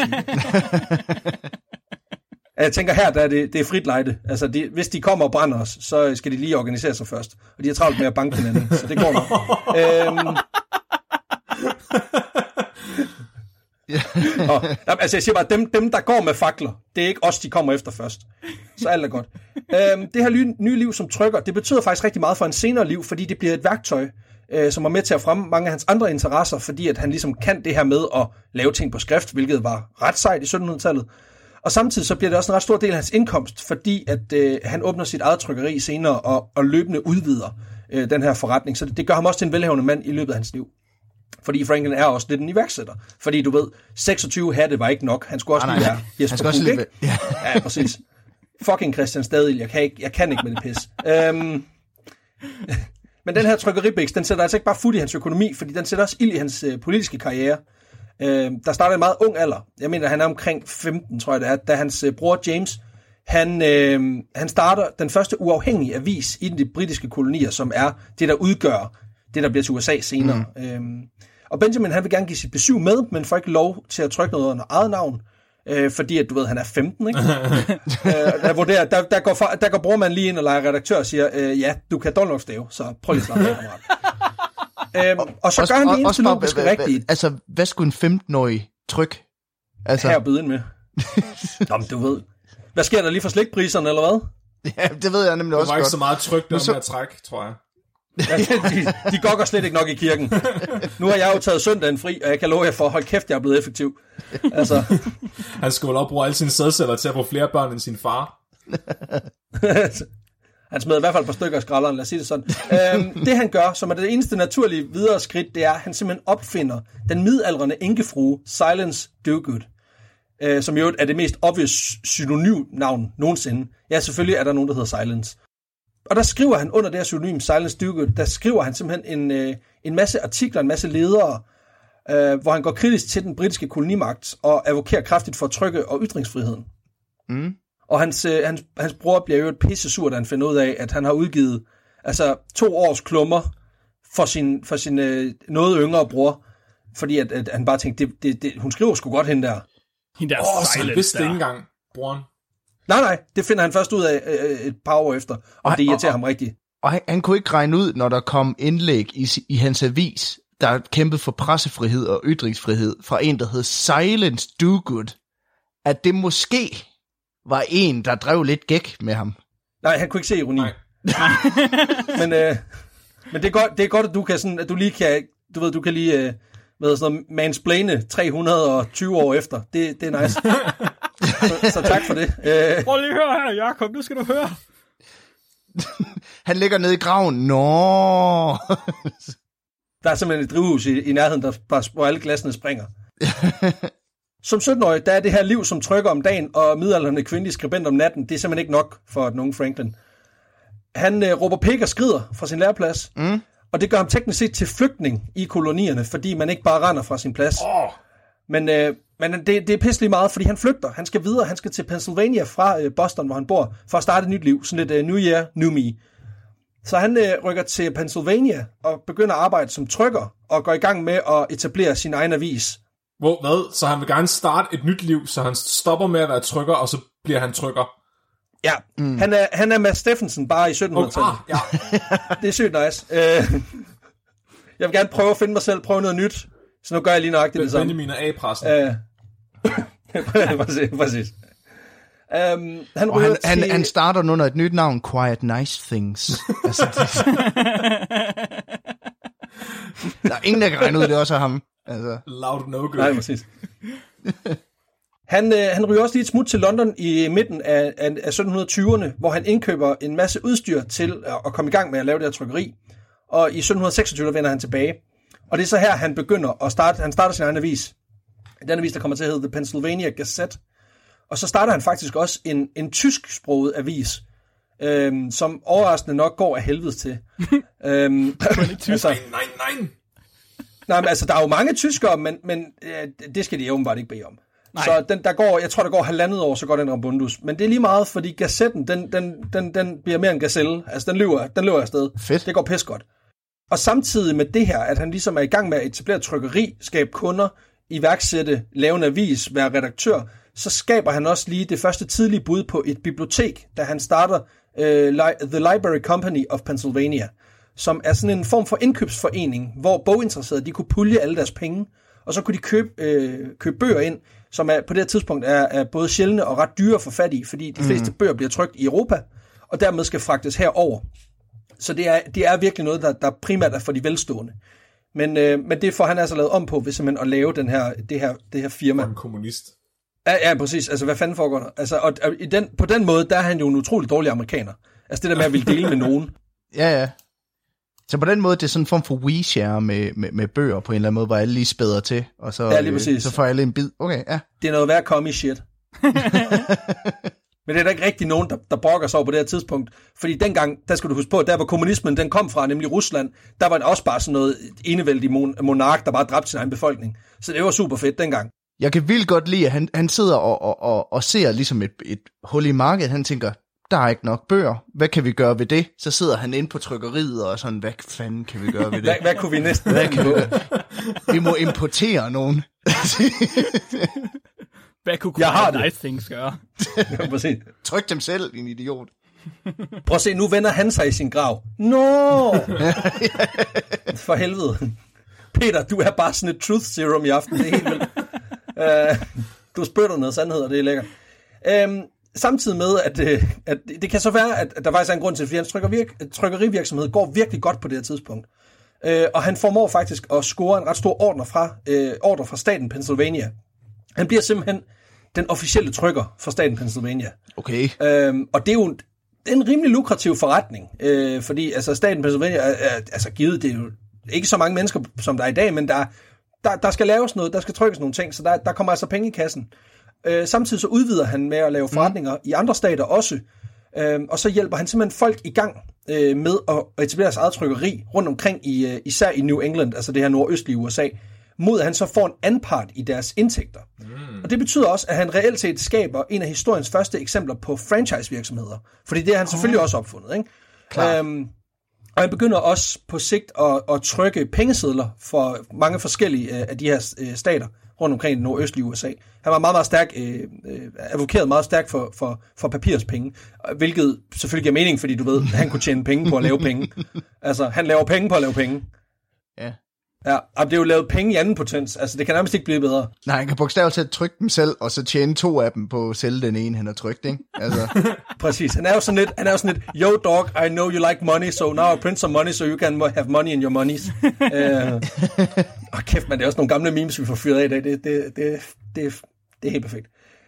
Jeg tænker her, der er det, det er frit lejde. Altså, de, hvis de kommer og brænder os, så skal de lige organisere sig først. Og de har travlt med at banke hinanden, så det går nok. øhm. og, altså, jeg siger bare, dem, dem, der går med fakler, det er ikke os, de kommer efter først. Så alt er godt. Øhm, det her nye, nye liv som trykker, det betyder faktisk rigtig meget for en senere liv, fordi det bliver et værktøj, øh, som er med til at fremme mange af hans andre interesser, fordi at han ligesom kan det her med at lave ting på skrift, hvilket var ret sejt i syttenhundredetallet. Og samtidig så bliver det også en ret stor del af hans indkomst, fordi at øh, han åbner sit eget trykkeri senere og, og løbende udvider øh, den her forretning. Så det, det gør ham også til en velhavende mand i løbet af hans liv. Fordi Franklin er også lidt en iværksætter. Fordi du ved, seksogtyve hatte var ikke nok. Han skulle også ah, lige være Jesper Buch, ikke? Ja. ja, præcis. Fucking Christian Stadil, jeg kan ikke, jeg kan ikke med det pis. øhm, men den her trykkeribiks, den sætter altså ikke bare fod i hans økonomi, fordi den sætter også ild i hans øh, politiske karriere. Øh, der starter en meget ung alder. Jeg mener, han er omkring femten, tror jeg det er, da hans øh, bror James, han, øh, han starter den første uafhængige avis i de britiske kolonier, som er det, der udgør det, der bliver til U S A senere. Mm. Øh, og Benjamin, han vil gerne give sit besyv med, men får ikke lov til at trykke noget under eget navn, øh, fordi at, du ved, han er femten, ikke? øh, der, vurderer, der, der, går fra, der går brormand lige ind og leger redaktør og siger, øh, ja, du kan dårligt nok stave, så prøv lige at slappe af, kammerat. Øhm, og, og så også, gør han det eneste logiske rigtigt. Altså, hvad skulle en femten-årig tryk? Altså... Her byde ind med. Nå, men du ved. Hvad sker der lige for slikpriserne, eller hvad? Ja, det ved jeg nemlig det også godt. Det var ikke så meget trygt så... med at trække, tror jeg. Ja, de, de gokker slet ikke nok i kirken. Nu har jeg jo taget søndagen fri, og jeg kan love jer for, hold kæft, jeg er blevet effektiv. Altså. Han skulle vel også bruge alle sine sædceller til at få flere børn end sin far. Han smed i hvert fald et par stykker af skralderen, lad os sige det sådan. øhm, det han gør, som er det eneste naturlige videre skridt, det er, at han simpelthen opfinder den midaldrende enkefrue Silence Dogood, øh, som jo er det mest obvious synonym-navn nogensinde. Ja, selvfølgelig er der nogen, der hedder Silence. Og der skriver han under det her synonym Silence Dogood, der skriver han simpelthen en, øh, en masse artikler, en masse ledere, øh, hvor han går kritisk til den britiske kolonimagt og advokerer kraftigt for trygge og ytringsfriheden. Mm. Og hans, øh, hans, hans bror bliver jo et pisse sur, da han finder ud af, at han har udgivet altså, to års klummer for sin, for sin øh, noget yngre bror, fordi at, at han bare tænkte, det, det, det, hun skriver sgu godt hende der. Hende der Åh, oh, så han vidste der. ikke engang, broren. Nej, nej, det finder han først ud af øh, et par år efter, og, og det irriterer og, ham rigtigt. Og han, han kunne ikke regne ud, når der kom indlæg i, i hans avis, der kæmpede for pressefrihed og ytringsfrihed fra en, der hed Silence Dogood, at det måske var en, der drev lidt gæk med ham. Nej, han kunne ikke se ironi. men øh, men det, er godt, det er godt, at du kan sådan, at du lige kan, du ved, du kan lige øh, med sådan noget mansplaine tre hundrede og tyve år efter. Det, det er nice. så, så tak for det. Øh, Prøv lige at høre her, Jacob, nu skal du høre. Han ligger nede i graven. Nå. Der er simpelthen et drivhus i, i nærheden, der bare, hvor alle glasene springer. Som sytten-årig, der er det her liv som trykker om dagen, og midaldrende kvindelig skribent om natten, det er simpelthen ikke nok for den unge Franklin. Han øh, råber pik og skrider fra sin læreplads, mm. og det gør ham teknisk set til flygtning i kolonierne, fordi man ikke bare render fra sin plads. Oh. Men, øh, men det, det er pisselig meget, fordi han flygter. Han skal videre, han skal til Pennsylvania fra øh, Boston, hvor han bor, for at starte et nyt liv. Sådan lidt øh, New Year, New Me. Så han øh, rykker til Pennsylvania og begynder at arbejde som trykker, og går i gang med at etablere sin egen avis. Hvor, hvad? Så han vil gerne starte et nyt liv, så han stopper med at være trykker, og så bliver han trykker. Ja, mm. han, er, han er Mads Steffensen bare i syttenhundredetallet. Okay, ah, ja. Det er sygt nice. Øh, jeg vil gerne prøve at finde mig selv, prøve noget nyt, så nu gør jeg lige nøjagtigt det samme. Benjamin og A-pressen. Øh, præcis, præcis. Um, han, og han, til... han, han starter nu under et nyt navn, Quiet Nice Things. Altså, det... Der er ingen, der kan regne ud, det også er ham. Altså. Loud no good. Nej, præcis. han, øh, han ryger også lige et smut til London i midten af, af, af sytten tyverne, hvor han indkøber en masse udstyr til at, at komme i gang med at lave det her trykkeri. Og i sytten seksogtyve vender han tilbage. Og det er så her, han begynder at starte, han starter sin egen avis. Den avis, der kommer til at hedde The Pennsylvania Gazette. Og så starter han faktisk også en, en tysksproget avis, øhm, som overraskende nok går af helvede til. øhm, altså, nej, nej, nej. Nej, men altså, der er jo mange tyskere, men, men øh, det skal de åbenbart ikke bede om. Nej. Så den, der går, jeg tror, der går halvandet år, så går den Rambundus. Men det er lige meget, fordi gazetten, den, den, den, den bliver mere en gazelle. Altså, den løber, den løber afsted. Fedt. Det går pis godt. Og samtidig med det her, at han ligesom er i gang med at etablere trykkeri, skabe kunder, iværksætte, lave en avis, være redaktør, så skaber han også lige det første tidlige bud på et bibliotek, da han starter uh, The Library Company of Pennsylvania, som er sådan en form for indkøbsforening, hvor boginteresserede de kunne pulje alle deres penge, og så kunne de købe, øh, købe bøger ind, som er, på det her tidspunkt er, er både sjældne og ret dyre for fattige, fordi de fleste mm. bøger bliver trykt i Europa, og dermed skal fragtes herover. Så det er, det er virkelig noget, der, der primært er for de velstående. Men, øh, men det får han altså lavet om på, ved simpelthen at lave den her, det, her, det her firma. En kommunist. Ja, ja, præcis. Altså, hvad fanden foregår der? Altså, og, og i den, på den måde, der er han jo en utrolig dårlig amerikaner. Altså, det der med at ville dele med nogen. Ja, ja. Så på den måde, det er sådan en form for WeShare med, med, med bøger på en eller anden måde, hvor alle lige spæder til, og så, ja, lige præcis. så får alle en bid. Okay, ja. Det er noget værd commie shit. Men det er der ikke rigtig nogen, der, der brokker sig over på det her tidspunkt. Fordi dengang, der skal du huske på, at der hvor kommunismen den kom fra, nemlig Rusland, der var det også bare sådan noget enevældig monark, der bare dræbte sin egen befolkning. Så det var super fedt dengang. Jeg kan vildt godt lide, at han, han sidder og, og, og, og ser ligesom et, et hul i markedet. Han tænker, der er ikke nok bøger. Hvad kan vi gøre ved det? Så sidder han inde på trykkeriet og sådan, hvad fanden kan vi gøre ved det? hvad, hvad kunne vi næsten hvad kan vi, vi må importere nogen. Hvad kunne jeg har det. Nice Things gøre? Ja, tryk dem selv, din idiot. Prøv at se, nu vender han sig i sin grav. Nå! For helvede. Peter, du er bare sådan et truth serum i aften. Det er helt vildt. Uh, du spytter noget sandhed, og det er lækkert. Um, samtidig med, at, at det kan så være, at der faktisk er en grund til, at hans trykkeri- trykkerivirksomhed går virkelig godt på det her tidspunkt. Øh, og han formår faktisk at score en ret stor ordre fra, øh, ordre fra staten Pennsylvania. Han bliver simpelthen den officielle trykker for staten Pennsylvania. Okay. Øhm, og det er jo en, det er en rimelig lukrativ forretning, øh, fordi altså, staten Pennsylvania er, er altså givet, det er jo ikke så mange mennesker, som der er i dag, men der, der, der skal laves noget, der skal trykkes nogle ting, så der, der kommer altså penge i kassen. Øh, samtidig så udvider han med at lave forretninger mm. i andre stater også, øh, og så hjælper han simpelthen folk i gang øh, med at etablere deres eget trykkeri rundt omkring, i, øh, især i New England, altså det her nordøstlige U S A, mod at han så får en anpart i deres indtægter. Mm. Og det betyder også, at han reelt set skaber en af historiens første eksempler på franchise-virksomheder. Fordi det har han selvfølgelig oh. også opfundet, ikke? Klar. Øhm, og han begynder også på sigt at, at trykke pengesedler for mange forskellige af de her stater rundt omkring det nordøstlige U S A. Han var meget, meget stærk, øh, advokeret meget stærkt for, for, for papirspenge, hvilket selvfølgelig giver mening, fordi du ved, han kunne tjene penge på at lave penge. Altså, han laver penge på at lave penge. Ja. Ja, og det er jo lavet penge i anden potens. Altså, det kan nærmest ikke blive bedre. Nej, han kan bogstaveligt talt trykke dem selv, og så tjene to af dem på at sælge den ene, han har trykt, ikke? Altså. Præcis. Han er jo sådan lidt, han er jo sådan lidt, yo dog, I know you like money, so now I print some money, so you can have money in your monies. uh, og kæft, man, det er også nogle gamle memes, vi får fyret af i dag. Det, det, det, det, det er helt perfekt.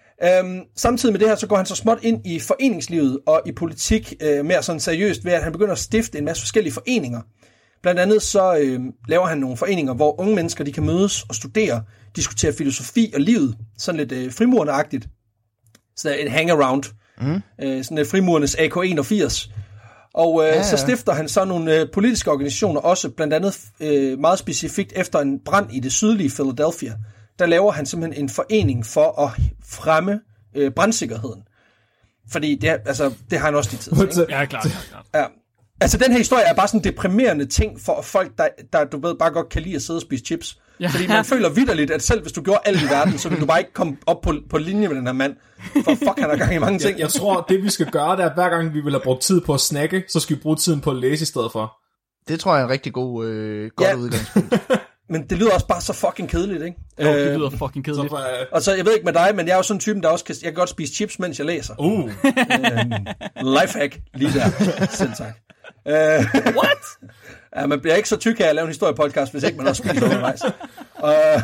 Um, samtidig med det her, så går han så småt ind i foreningslivet og i politik uh, mere sådan seriøst, ved at han begynder at stifte en masse forskellige foreninger. Blandt andet så øh, laver han nogle foreninger, hvor unge mennesker de kan mødes og studere, diskutere filosofi og livet, sådan lidt øh, frimurende-agtigt. Så et hangaround, mm. øh, sådan et frimurernes A K enogfirs. Og øh, ja, ja. så stifter han så nogle øh, politiske organisationer også, blandt andet øh, meget specifikt efter en brand i det sydlige Philadelphia. Der laver han simpelthen en forening for at fremme øh, brandsikkerheden. Fordi det, altså, det har han også i tid. Ja, klart. Ja. Altså, den her historie er bare sådan en deprimerende ting for folk, der, der du ved, bare godt kan lide at sidde og spise chips. Ja. Fordi man føler vitterligt, at selv hvis du gjorde alt i verden, så vil du bare ikke komme op på, på linje med den her mand. For fuck, han har gang i mange ting. Jeg, jeg tror, det vi skal gøre, det er, at hver gang vi vil have brugt tid på at snakke, så skal vi bruge tiden på at læse i stedet for. Det tror jeg er en rigtig god, øh, godt ja. udgangspunkt. Men det lyder også bare så fucking kedeligt, ikke? Jo, øh, det lyder fucking kedeligt. Så, uh... Og så, jeg ved ikke med dig, men jeg er jo sådan en typen, der også kan, jeg kan godt spise chips, mens jeg læser. Uh. øhm, lifehack, lige der. Selv tak. Uh, What? Ja, man bliver ikke så tyk af at lave en historiepodcast, hvis ikke man også spiser undervejs. Uh,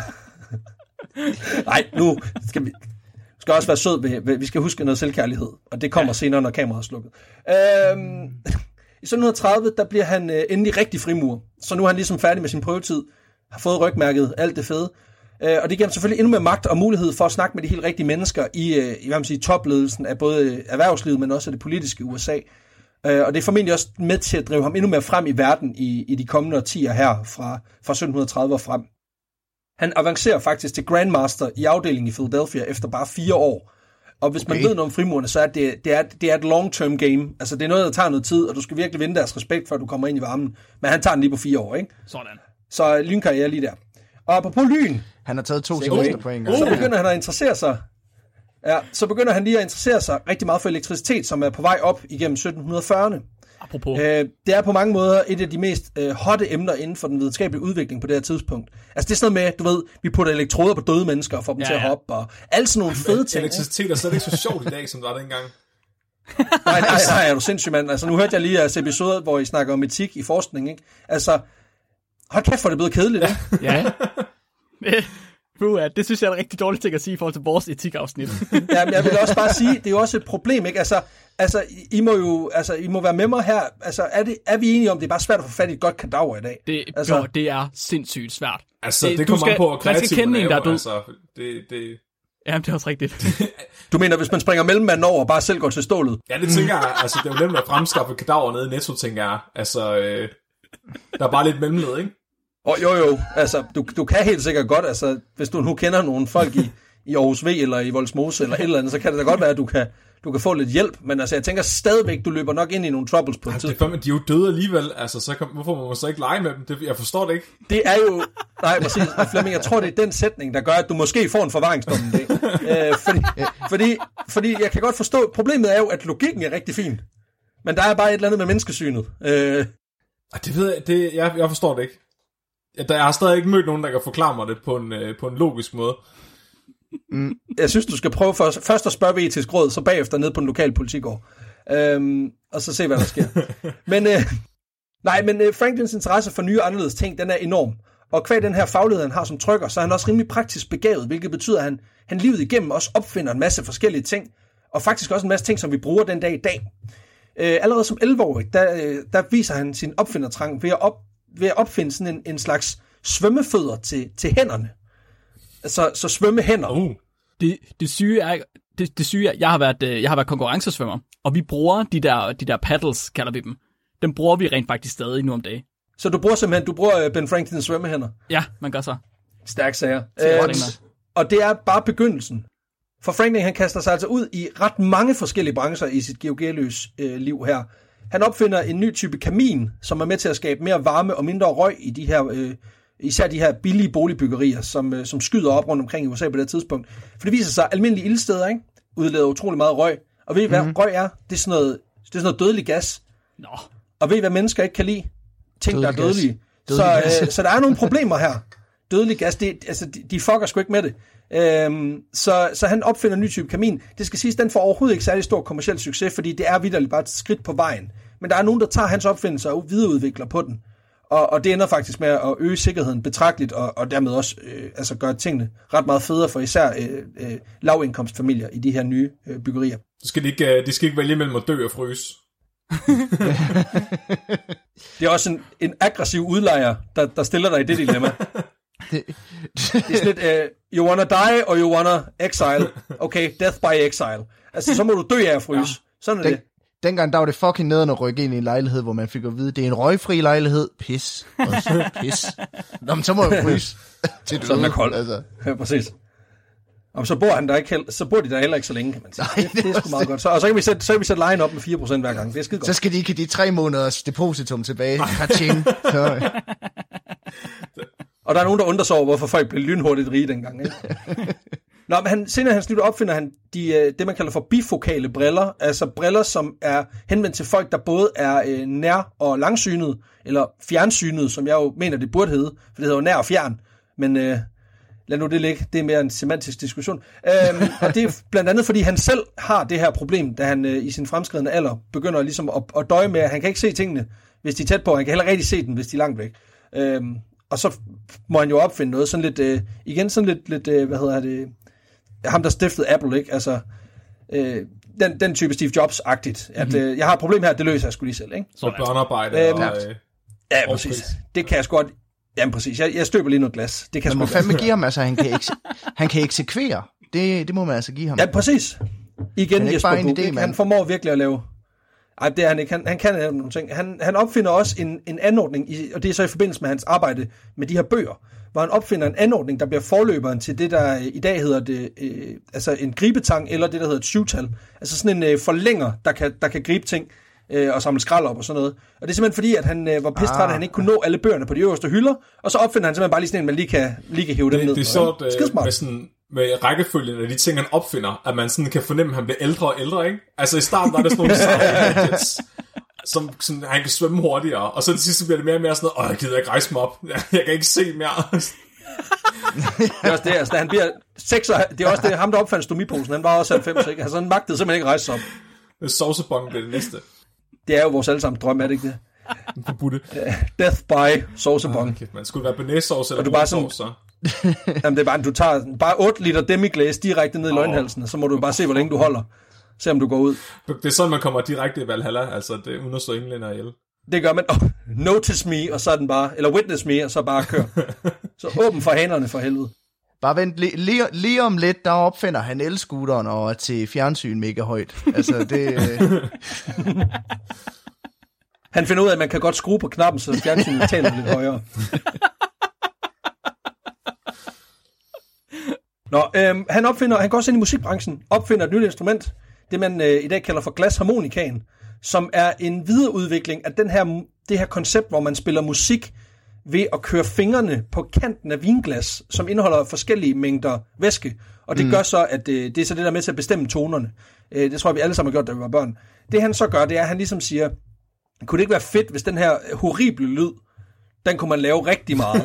nej, nu skal vi skal også være sød ved, ved, vi skal huske noget selvkærlighed, og det kommer ja. senere, når kameraet er slukket. Uh, I sytten tredive, der bliver han uh, endelig rigtig frimur, så nu er han ligesom færdig med sin prøvetid, har fået rygmærket, alt det fede. Uh, og det giver ham selvfølgelig endnu mere magt og mulighed for at snakke med de helt rigtige mennesker i, uh, i hvad man siger, topledelsen af både erhvervslivet, men også af det politiske U S A. Uh, og det er formentlig også med til at drive ham endnu mere frem i verden i, i de kommende årtier her fra, fra sytten tredive og frem. Han avancerer faktisk til Grandmaster i afdelingen i Philadelphia efter bare fire år. Og hvis okay. man ved noget om frimurerne, så er det, det, er, det er et long-term game. Altså det er noget, der tager noget tid, og du skal virkelig vinde deres respekt, før du kommer ind i varmen. Men han tager den lige på fire år, ikke? Sådan. Så lynkarriere lige der. Og apropos lyn. Han har taget to semester på en gang. Så begynder han at interessere sig. Ja, så begynder han lige at interessere sig rigtig meget for elektricitet, som er på vej op igennem sytten fyrrerne. Apropos. Øh, det er på mange måder et af de mest øh, hotte emner inden for den videnskabelige udvikling på det her tidspunkt. Altså det er sådan noget med, du ved, vi putter elektroder på døde mennesker og får dem ja, til at hoppe, og alle sådan nogle fede ting. Elektricitet er slet ikke så sjovt i dag, som det var dengang. nej, nej, nej, er du sindssyg, mand. Altså nu hørte jeg lige jeres episode, hvor I snakker om etik i forskning, ikke? Altså, hold kæft, hvor det er blevet kedeligt, ikke? Ja. Det synes jeg er en rigtig dårlig ting at sige i forhold til vores etikafsnit. Ja, men jeg vil også bare sige, det er jo også et problem, ikke? Altså, altså I må jo, altså, I må være med mig her. Altså, er, det, er vi enige om, det er bare svært at få fat i et godt kadaver i dag? Det, altså, jo, det er sindssygt svært. Altså, det, det kommer an på, at kreativt man lave, altså, det, det... Jamen, det er også rigtigt. Du mener, hvis man springer mellemmanden over og bare selv går til stålet? Ja, det tænker jeg. Altså, det er jo nemt at fremskaffe kadaver nede i Netto, tænker jeg. Altså, øh, der er bare lidt mellemled, ikke? Oh, jo, jo, altså, du, du kan helt sikkert godt, altså, hvis du nu kender nogle folk i, i Aarhus V, eller i Vollsmose, eller et eller andet, så kan det da godt være, at du kan, du kan få lidt hjælp, men altså, jeg tænker stadigvæk, du løber nok ind i nogle troubles på et tidspunkt. Det er, de er jo døde alligevel, altså, så kan, hvorfor må man så ikke lege med dem? Det, jeg forstår det ikke. Det er jo, nej, præcis, Flemming, jeg tror, det er den sætning, der gør, at du måske får en forvaringsdom en dag. øh, fordi, fordi, fordi jeg kan godt forstå, problemet er jo, at logikken er rigtig fin, men der er bare et eller andet med menneskesynet. Øh. Det ved jeg, det, jeg, jeg forstår det ikke. Jeg har stadig ikke mødt nogen, der kan forklare mig det på en, på en logisk måde. Mm. Jeg synes, du skal prøve først, først at spørge ved etisk råd, så bagefter ned på den lokale politikår. Øhm, og så se, hvad der sker. men øh, nej, men øh, Franklins interesse for nye og anderledes ting, den er enorm. Og hver den her faglighed, han har som trykker, så er han også rimelig praktisk begavet, hvilket betyder, at han, han livet igennem også opfinder en masse forskellige ting, og faktisk også en masse ting, som vi bruger den dag i dag. Øh, allerede som elleve-årig, der, der viser han sin opfindertrang ved at, op, ved at opfinde sådan en, en slags svømmefødder til, til hænderne. Så, så svømmehænder. Uh. Det, det syge er, det, det syge er, jeg har været, jeg har været konkurrencesvømmer, og vi bruger de der, de der paddles, kalder vi dem. Dem bruger vi rent faktisk stadig nu om dagen. Så du bruger simpelthen, du bruger Ben Franklins svømmehænder? Ja, man gør så. Stærk sager. Øh, og det er bare begyndelsen. For Franklin, han kaster sig altså ud i ret mange forskellige brancher i sit geogeløse øh, liv her. Han opfinder en ny type kamin, som er med til at skabe mere varme og mindre røg i de her, øh, især de her billige boligbyggerier, som, øh, som skyder op rundt omkring i U S A på det tidspunkt. For det viser sig, at almindelige ildsteder, ikke, udleder utrolig meget røg. Og ved I, hvad mm-hmm. røg er? Det er sådan noget, det er sådan noget dødelig gas. Nå. Og ved I, hvad mennesker ikke kan lide? Ting, Dødelig der er dødelige. Så, øh, så der er nogle problemer her. Dødelig gas, det, altså, de, de fucker sgu ikke med det. Øhm, så, så han opfinder en ny type kamin. Det skal siges, den får overhovedet ikke særlig stor kommerciel succes, fordi det er vitterligt bare et skridt på vejen. Men der er nogen, der tager hans opfindelse og videreudvikler på den. Og, og det ender faktisk med at øge sikkerheden betragteligt, og, og dermed også øh, altså gøre tingene ret meget federe for især øh, øh, lavindkomstfamilier i de her nye øh, byggerier. Det skal de, ikke, de skal ikke vælge mellem at dø og fryse. Det er også en, en aggressiv udlejer, der, der stiller dig i det dilemma. Det, det er sådan lidt, uh, you wanna die, or you wanna exile? Okay, death by exile. Altså, så må du dø af at fryse. Ja. Sådan er Den, det. Dengang der var det fucking nederen at rykke ind i en lejlighed, hvor man fik at vide, det er en røgfri lejlighed. Pis. Også pis. Nå, men så må jeg fryse. Til så er man kold. Altså. Ja, præcis. Og så bor, han der ikke, så bor de der heller ikke så længe, kan man sige. Nej, det, det er sgu meget det. Godt. Så, og så kan vi sætte, så kan vi sætte lejen op med fire procent hver gang. Det er skide godt. Så skal de ikke have de tre måneders depositum tilbage. Og der er nogen, der undrer sig over, hvorfor folk blev lynhurtigt rige dengang. Ikke? Nå, men han, senere hans liv opfinder han de, det, man kalder for bifokale briller. Altså briller, som er henvendt til folk, der både er øh, nær- og langsynede, eller fjernsynet, som jeg jo mener, det burde hedde, for det hedder jo nær og fjern. Men øh, lad nu det ligge. Det er mere en semantisk diskussion. Øhm, og det er blandt andet, fordi han selv har det her problem, da han øh, i sin fremskridende alder begynder ligesom at, at døje med, at han kan ikke se tingene, hvis de er tæt på. Han kan heller rigtig se den, hvis de er langt væk. Øhm, og så må han jo opfinde noget sådan lidt, øh, igen sådan lidt, lidt øh, hvad hedder det, ham der stiftede Apple, ikke? Altså, øh, den, den type Steve Jobs-agtigt, at mm-hmm. øh, jeg har et problem her, det løser jeg sgu lige selv, ikke? Så børnearbejde øhm, og... Øh, ja, præcis. Det kan jeg sgu godt... Jamen præcis, jeg, jeg støber lige noget glas. Det kan man må fandme give ham, altså han kan, ekse- han kan eksekvere. Det, det må man altså give ham. Ja, præcis. Igen Jesper Buch, idé, han formår virkelig at lave... Ej, det er han ikke. Han, han kan lave nogle ting. Han, han opfinder også en, en anordning, i, og det er så i forbindelse med hans arbejde med de her bøger, hvor han opfinder en anordning, der bliver forløberen til det, der i dag hedder det, øh, altså en gribetang, eller det, der hedder et syvtal. Altså sådan en øh, forlænger, der kan, der kan gribe ting øh, og samle skrald op og sådan noget. Og det er simpelthen fordi, at han øh, var pistret, ah. at han ikke kunne nå alle bøgerne på de øverste hylder, og så opfinder han simpelthen bare lige sådan en, man lige kan, lige kan hive dem det, ned. Det er så øh, med, sådan, med rækkefølgen af de ting, han opfinder, at man sådan kan fornemme, at han bliver ældre og ældre, ikke? Altså i starten var der sådan nogle som sådan, han kan svømme hurtigere, og så til sidst bliver det mere og mere sådan noget, åh, jeg gider ikke rejse mig op, jeg, jeg kan ikke se mere. Det er også det, altså, da han bliver seks, det er også det, ham der opfandt stomiposen, han var også halvfems, ikke? Altså han magtede simpelthen ikke rejse sig op. Sovsebong bliver det næste. Det er jo vores allesammen drøm, er det ikke det? Forbudte. Uh, death by sovsebong. Okay, man skulle være benæssauce eller brunssauce, så. Jamen det er bare, du tager bare otte liter demiglace direkte ned i oh. løgnhalsen, og så må du bare se, hvor længe du holder. Se om du går ud. Det er sådan, man kommer direkte i Valhalla, altså det er uden at slå englænder ihjel. Det gør man. Oh, notice me, og så er den bare, eller witness me, og så bare kør. Så åben for hanerne for helvede. Bare vent, lige, lige, lige om lidt, der opfinder han elscooteren og er til fjernsyn mega højt. Altså det... Han finder ud af, at man kan godt skrue på knappen, så fjernsynet taler lidt højere. Nå, øhm, han opfinder, han går også ind i musikbranchen, opfinder et nyt instrument, det man øh, i dag kalder for glasharmonikaen, som er en videreudvikling af den her, det her koncept, hvor man spiller musik ved at køre fingrene på kanten af vinglas, som indeholder forskellige mængder væske. Og det mm. gør så, at øh, det er så det, der er med til at bestemme tonerne. Øh, det tror jeg, vi alle sammen har gjort, da vi var børn. Det han så gør, det er, at han ligesom siger, kunne det ikke være fedt, hvis den her horrible lyd, den kunne man lave rigtig meget.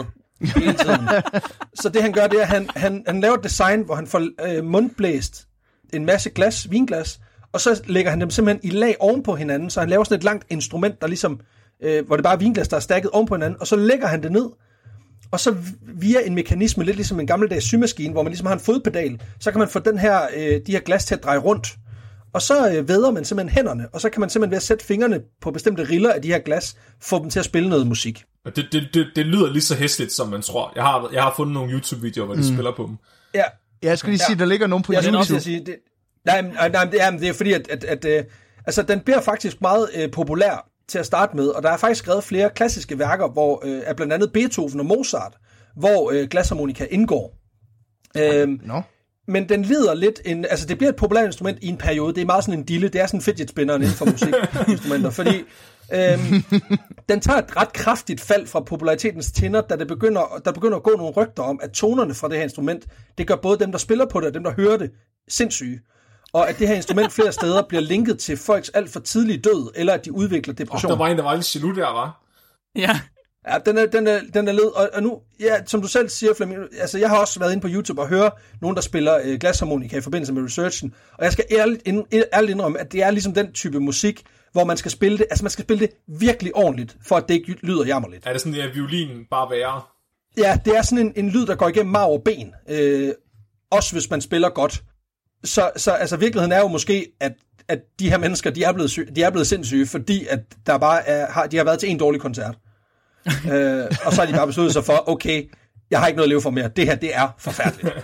hele tiden. Så det han gør, det er, at han, han, han laver et design, hvor han får øh, mundblæst en masse glas, vinglas, og så lægger han dem simpelthen i lag oven på hinanden, så han laver sådan et langt instrument, der ligesom, øh, hvor det bare er vinglas, der er stakket oven på hinanden, og så lægger han det ned, og så via en mekanisme, lidt ligesom en gammeldags symaskine, hvor man ligesom har en fodpedal, så kan man få den her, øh, de her glas til at dreje rundt. Og så øh, væder man simpelthen hænderne, og så kan man simpelthen ved at sætte fingrene på bestemte riller af de her glas, få dem til at spille noget musik. Det, det, det, det lyder lige så hæsligt, som man tror. Jeg har, jeg har fundet nogle YouTube-videoer, hvor de mm. spiller på dem. Ja. Jeg skal lige sige, ja. Der ligger nogen på jeg YouTube. Sige, det, nej, nej, nej, det er, det er fordi, at, at, at, at altså, den bliver faktisk meget øh, populær til at starte med, og der er faktisk skrevet flere klassiske værker, hvor øh, er blandt andet Beethoven og Mozart, hvor øh, glasharmonika indgår. Øhm, no. Men den lider lidt, en, altså det bliver et populært instrument i en periode, det er meget sådan en dille, det er sådan en fidget spinner inden for musikinstrumenter, fordi øhm, den tager et ret kraftigt fald fra popularitetens tinder, da det begynder, der begynder at gå nogle rygter om, at tonerne fra det her instrument, det gør både dem, der spiller på det, og dem, der hører det, sindssyge. Og at det her instrument flere steder bliver linket til folks alt for tidlige død, eller at de udvikler depression. Oh, der var en, der var lidt jaloux der, var. Ja. Ja, den er, den er, den er led, og, og nu, ja, som du selv siger, Flemming, altså jeg har også været inde på YouTube og høre nogen, der spiller øh, glasharmonika i forbindelse med researchen, og jeg skal ærligt, ind, ærligt indrømme, at det er ligesom den type musik, hvor man skal spille det, altså man skal spille det virkelig ordentligt, for at det ikke lyder jammerligt. Er det sådan, at violinen bare værre? Ja, det er sådan en, en lyd, der går igennem marv og ben, øh, også hvis man spiller godt. Så, så altså virkeligheden er jo måske, at, at de her mennesker, de er blevet, syge, de er blevet sindssyge, fordi at der bare er, har, de har været til en dårlig koncert. øh, og så har de bare besluttet sig for, okay, jeg har ikke noget at leve for mere. Det her, det er forfærdeligt.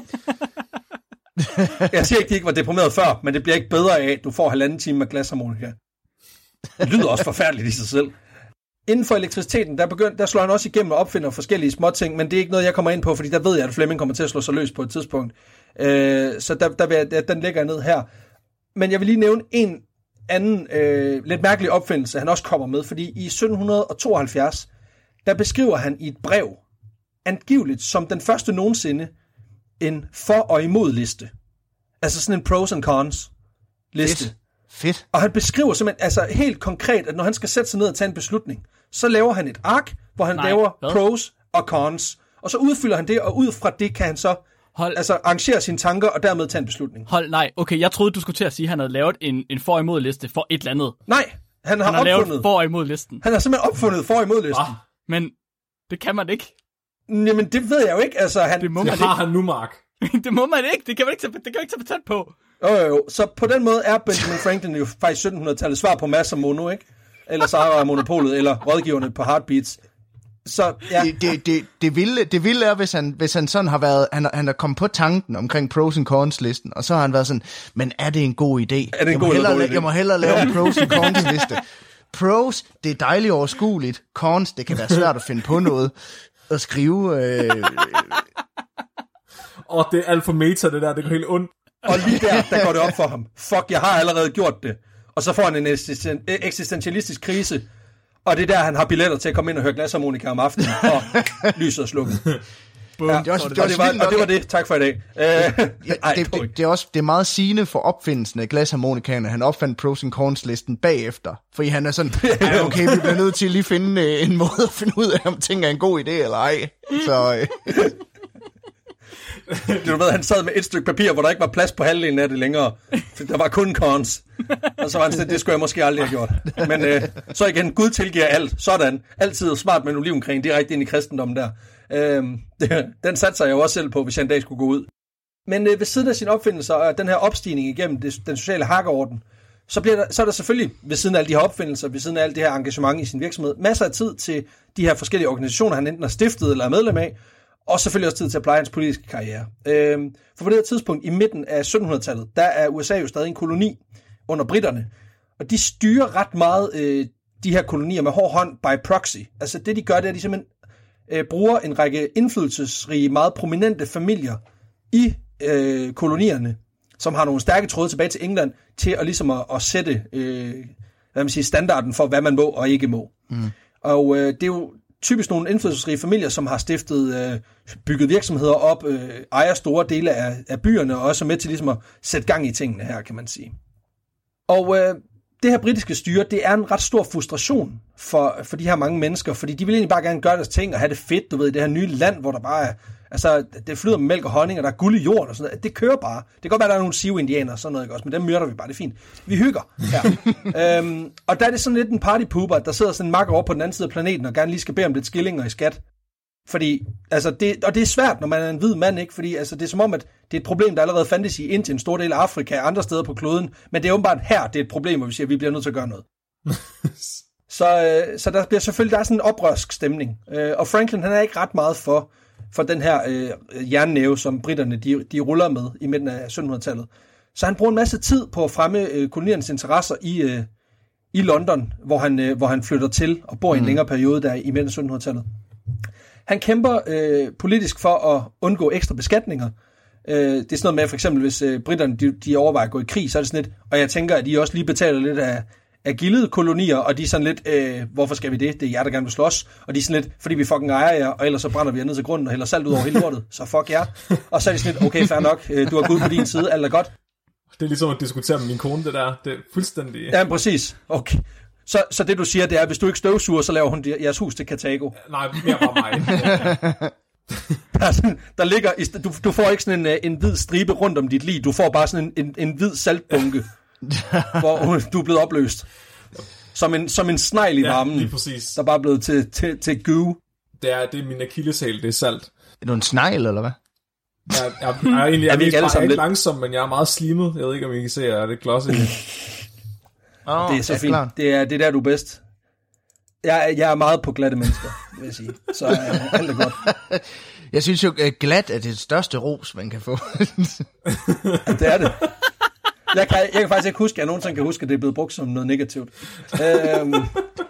Jeg siger ikke, de ikke var deprimeret før, men det bliver ikke bedre af, at du får halvanden time med glasharmonika. Det lyder også forfærdeligt i sig selv. Inden for elektriciteten, der, begynd, der slår han også igennem og opfinder forskellige småting, men det er ikke noget, jeg kommer ind på, fordi der ved jeg, at Flemming kommer til at slå sig løs på et tidspunkt. Øh, så der, der vil jeg, den ligger jeg ned her. Men jeg vil lige nævne en anden øh, lidt mærkelig opfindelse, han også kommer med, fordi i sytten tooghalvfjerds, der beskriver han i et brev, angiveligt som den første nogensinde, en for- og imod-liste. Altså sådan en pros and cons liste. Fedt. Fedt. Og han beskriver simpelthen altså helt konkret, at når han skal sætte sig ned og tage en beslutning, så laver han et ark, hvor han Nej, laver hvad? pros og cons, og så udfylder han det, og ud fra det kan han så Hold. altså arrangere sine tanker, og dermed tage en beslutning. Hold, nej, okay, jeg troede, du skulle til at sige, at han havde lavet en, en for- og imod-liste for et eller andet. Nej, han har, han har opfundet... lavet for- og imod-listen. Han har simpelthen opfundet for- og imod-listen. Ah, men det kan man ikke. Jamen, det ved jeg jo ikke, altså... Han... Det må man det har ikke. han nu, Mark. Det må man ikke, det kan man ikke tage, det kan man ikke tage patent på. Jo, jo, jo. Så på den måde er Benjamin Franklin jo faktisk syttenhundredetallet svar på masser af mono, ikke? Eller Sara og Monopolet, eller rådgiverne på Heartbeats. Så, ja. Det, det, det, det, vilde, det vilde er, hvis han, hvis han sådan har været, han, han er kommet på tanken omkring pros and cons listen, og så har han været sådan, men er det en god idé? Er det en god, hellere, god idé? Jeg må hellere lave en pros and cons liste. Pros, det er dejligt overskueligt. Cons, det kan være svært at finde på noget at skrive. Øh... Og det er alt for meta, det der, det går helt ondt. Og lige der, der går det op for ham. Fuck, jeg har allerede gjort det. Og så får han en eksistentialistisk krise, og det er der, han har billetter til at komme ind og høre glasharmonika om aftenen, og lyset er slukket. Ja, det, også, det, og, det var, og det var det. Tak for i dag. Uh, ja, ej, det, det, det, er også, det er meget sigende for opfindelsen af glasharmonikaerne. Han opfandt pros and cons listen bagefter. Fordi han er sådan, okay, vi bliver nødt til at lige finde en måde at finde ud af, om ting er en god idé eller ej. Så... Øh. Du ved, han sad med et stykke papir, hvor der ikke var plads på halvdelen af det længere. Der var kun cons. Og så var han sådan, det skulle jeg måske aldrig have gjort. Men øh, så igen, Gud tilgiver alt. Sådan. Altid smart med en olivencreme direkte ind i kristendommen der. Øh, den satte sig jeg jo også selv på, hvis jeg en dag skulle gå ud. Men øh, ved siden af sin opfindelse og den her opstigning igennem det, den sociale hakkeorden, så, bliver der, så er der selvfølgelig ved siden af alle de her opfindelser, ved siden af alt det her engagement i sin virksomhed, masser af tid til de her forskellige organisationer, han enten har stiftet eller er medlem af, og selvfølgelig også tid til at pleje hans politiske karriere. Øhm, for på det her tidspunkt, i midten af syttenhundredetallet, der er U S A jo stadig en koloni under britterne, og de styrer ret meget øh, de her kolonier med hård hånd by proxy. Altså det de gør, det er, at de simpelthen øh, bruger en række indflydelsesrige, meget prominente familier i øh, kolonierne, som har nogle stærke tråde tilbage til England, til at ligesom at, at sætte øh, hvad man siger, standarden for, hvad man må og ikke må. Mm. Og øh, det er jo typisk nogle indflydelsesrige familier, som har stiftet, øh, bygget virksomheder op, øh, ejer store dele af, af byerne, og også er med til ligesom at sætte gang i tingene her, kan man sige. Og øh, det her britiske styre, det er en ret stor frustration for, for de her mange mennesker, fordi de vil egentlig bare gerne gøre deres ting og have det fedt, du ved, i det her nye land, hvor der bare er, altså, det flyder med mælk og honning, og der er guld i jorden og sådan noget. Det kører bare. Det kan godt være, der er nogle Sioux-indianer og sådan noget, ikke også, men dem myrder vi bare, det er fint. Vi hygger her. øhm, og der er det sådan lidt en partypooper, der sidder sådan en makker over på den anden side af planeten, og gerne lige skal bede om lidt skillinger i skat. Fordi, altså, det, og det er svært, når man er en hvid mand, ikke? Fordi, altså, det er som om, at det er et problem, der allerede fandtes i Indien, en stor del af Afrika og andre steder på kloden, men det er åbenbart her, det er et problem, hvor vi siger, at vi bliver nødt til at gøre noget. så, øh, så der bliver selvfølgelig, der er sådan en oprørsk stemning. Øh, og Franklin, han er ikke ret meget for, for den her øh, jernnæve, som britterne, de, de ruller med i midten af syttenhundredetallet. Så han bruger en masse tid på at fremme øh, koloniernes interesser i, øh, i London, hvor han, øh, hvor han flytter til og bor i en mm. længere periode der i midten af syttenhundredetallet. Han kæmper øh, politisk for at undgå ekstra beskatninger. Øh, det er sådan noget med, for eksempel, hvis øh, britterne de, de overvejer at gå i krig, så er det sådan lidt, og jeg tænker, at de også lige betaler lidt af, af gildede kolonier, og de er sådan lidt, øh, hvorfor skal vi det? Det er jer, der gerne vil slås. Og de er sådan lidt, fordi vi fucking ejer jer, og ellers så brænder vi jer ned til grunden og hælder salt ud over hele lortet, så fuck jer. Og så er de sådan lidt, okay, fair nok, øh, du har Gud på din side, alt er godt. Det er ligesom at diskutere med min kone, det der. Det er fuldstændig... Ja, præcis. Okay. Så, så det du siger, det er, at hvis du ikke støvsuger, så laver hun jeres hus til Kartago. Nej, mere bare mig. der, sådan, der ligger, du, du får ikke sådan en, en hvid stribe rundt om dit lig, du får bare sådan en, en, en hvid saltbunke, hvor du er blevet opløst. Som en, som en snegl i varmen, ja, der er bare blevet til, til, til goo. Det er, det er min akilleshæl, det er salt. Er du en snegl, eller hvad? Jeg, jeg, jeg, jeg er egentlig jeg er ikke, bare, jeg er ikke langsom, men jeg er meget slimet. Jeg ved ikke, om I kan se, at det er glossy. Oh, det er så fint. Det er, det er der, du er bedst. Jeg, jeg er meget på glatte mennesker, vil jeg sige. Så uh, alt er godt. Jeg synes jo, at glat er det største ros, man kan få. Ja, det er det. Jeg kan, jeg kan faktisk ikke huske, at jeg nogensinde kan huske, at det er blevet brugt som noget negativt. Øhm,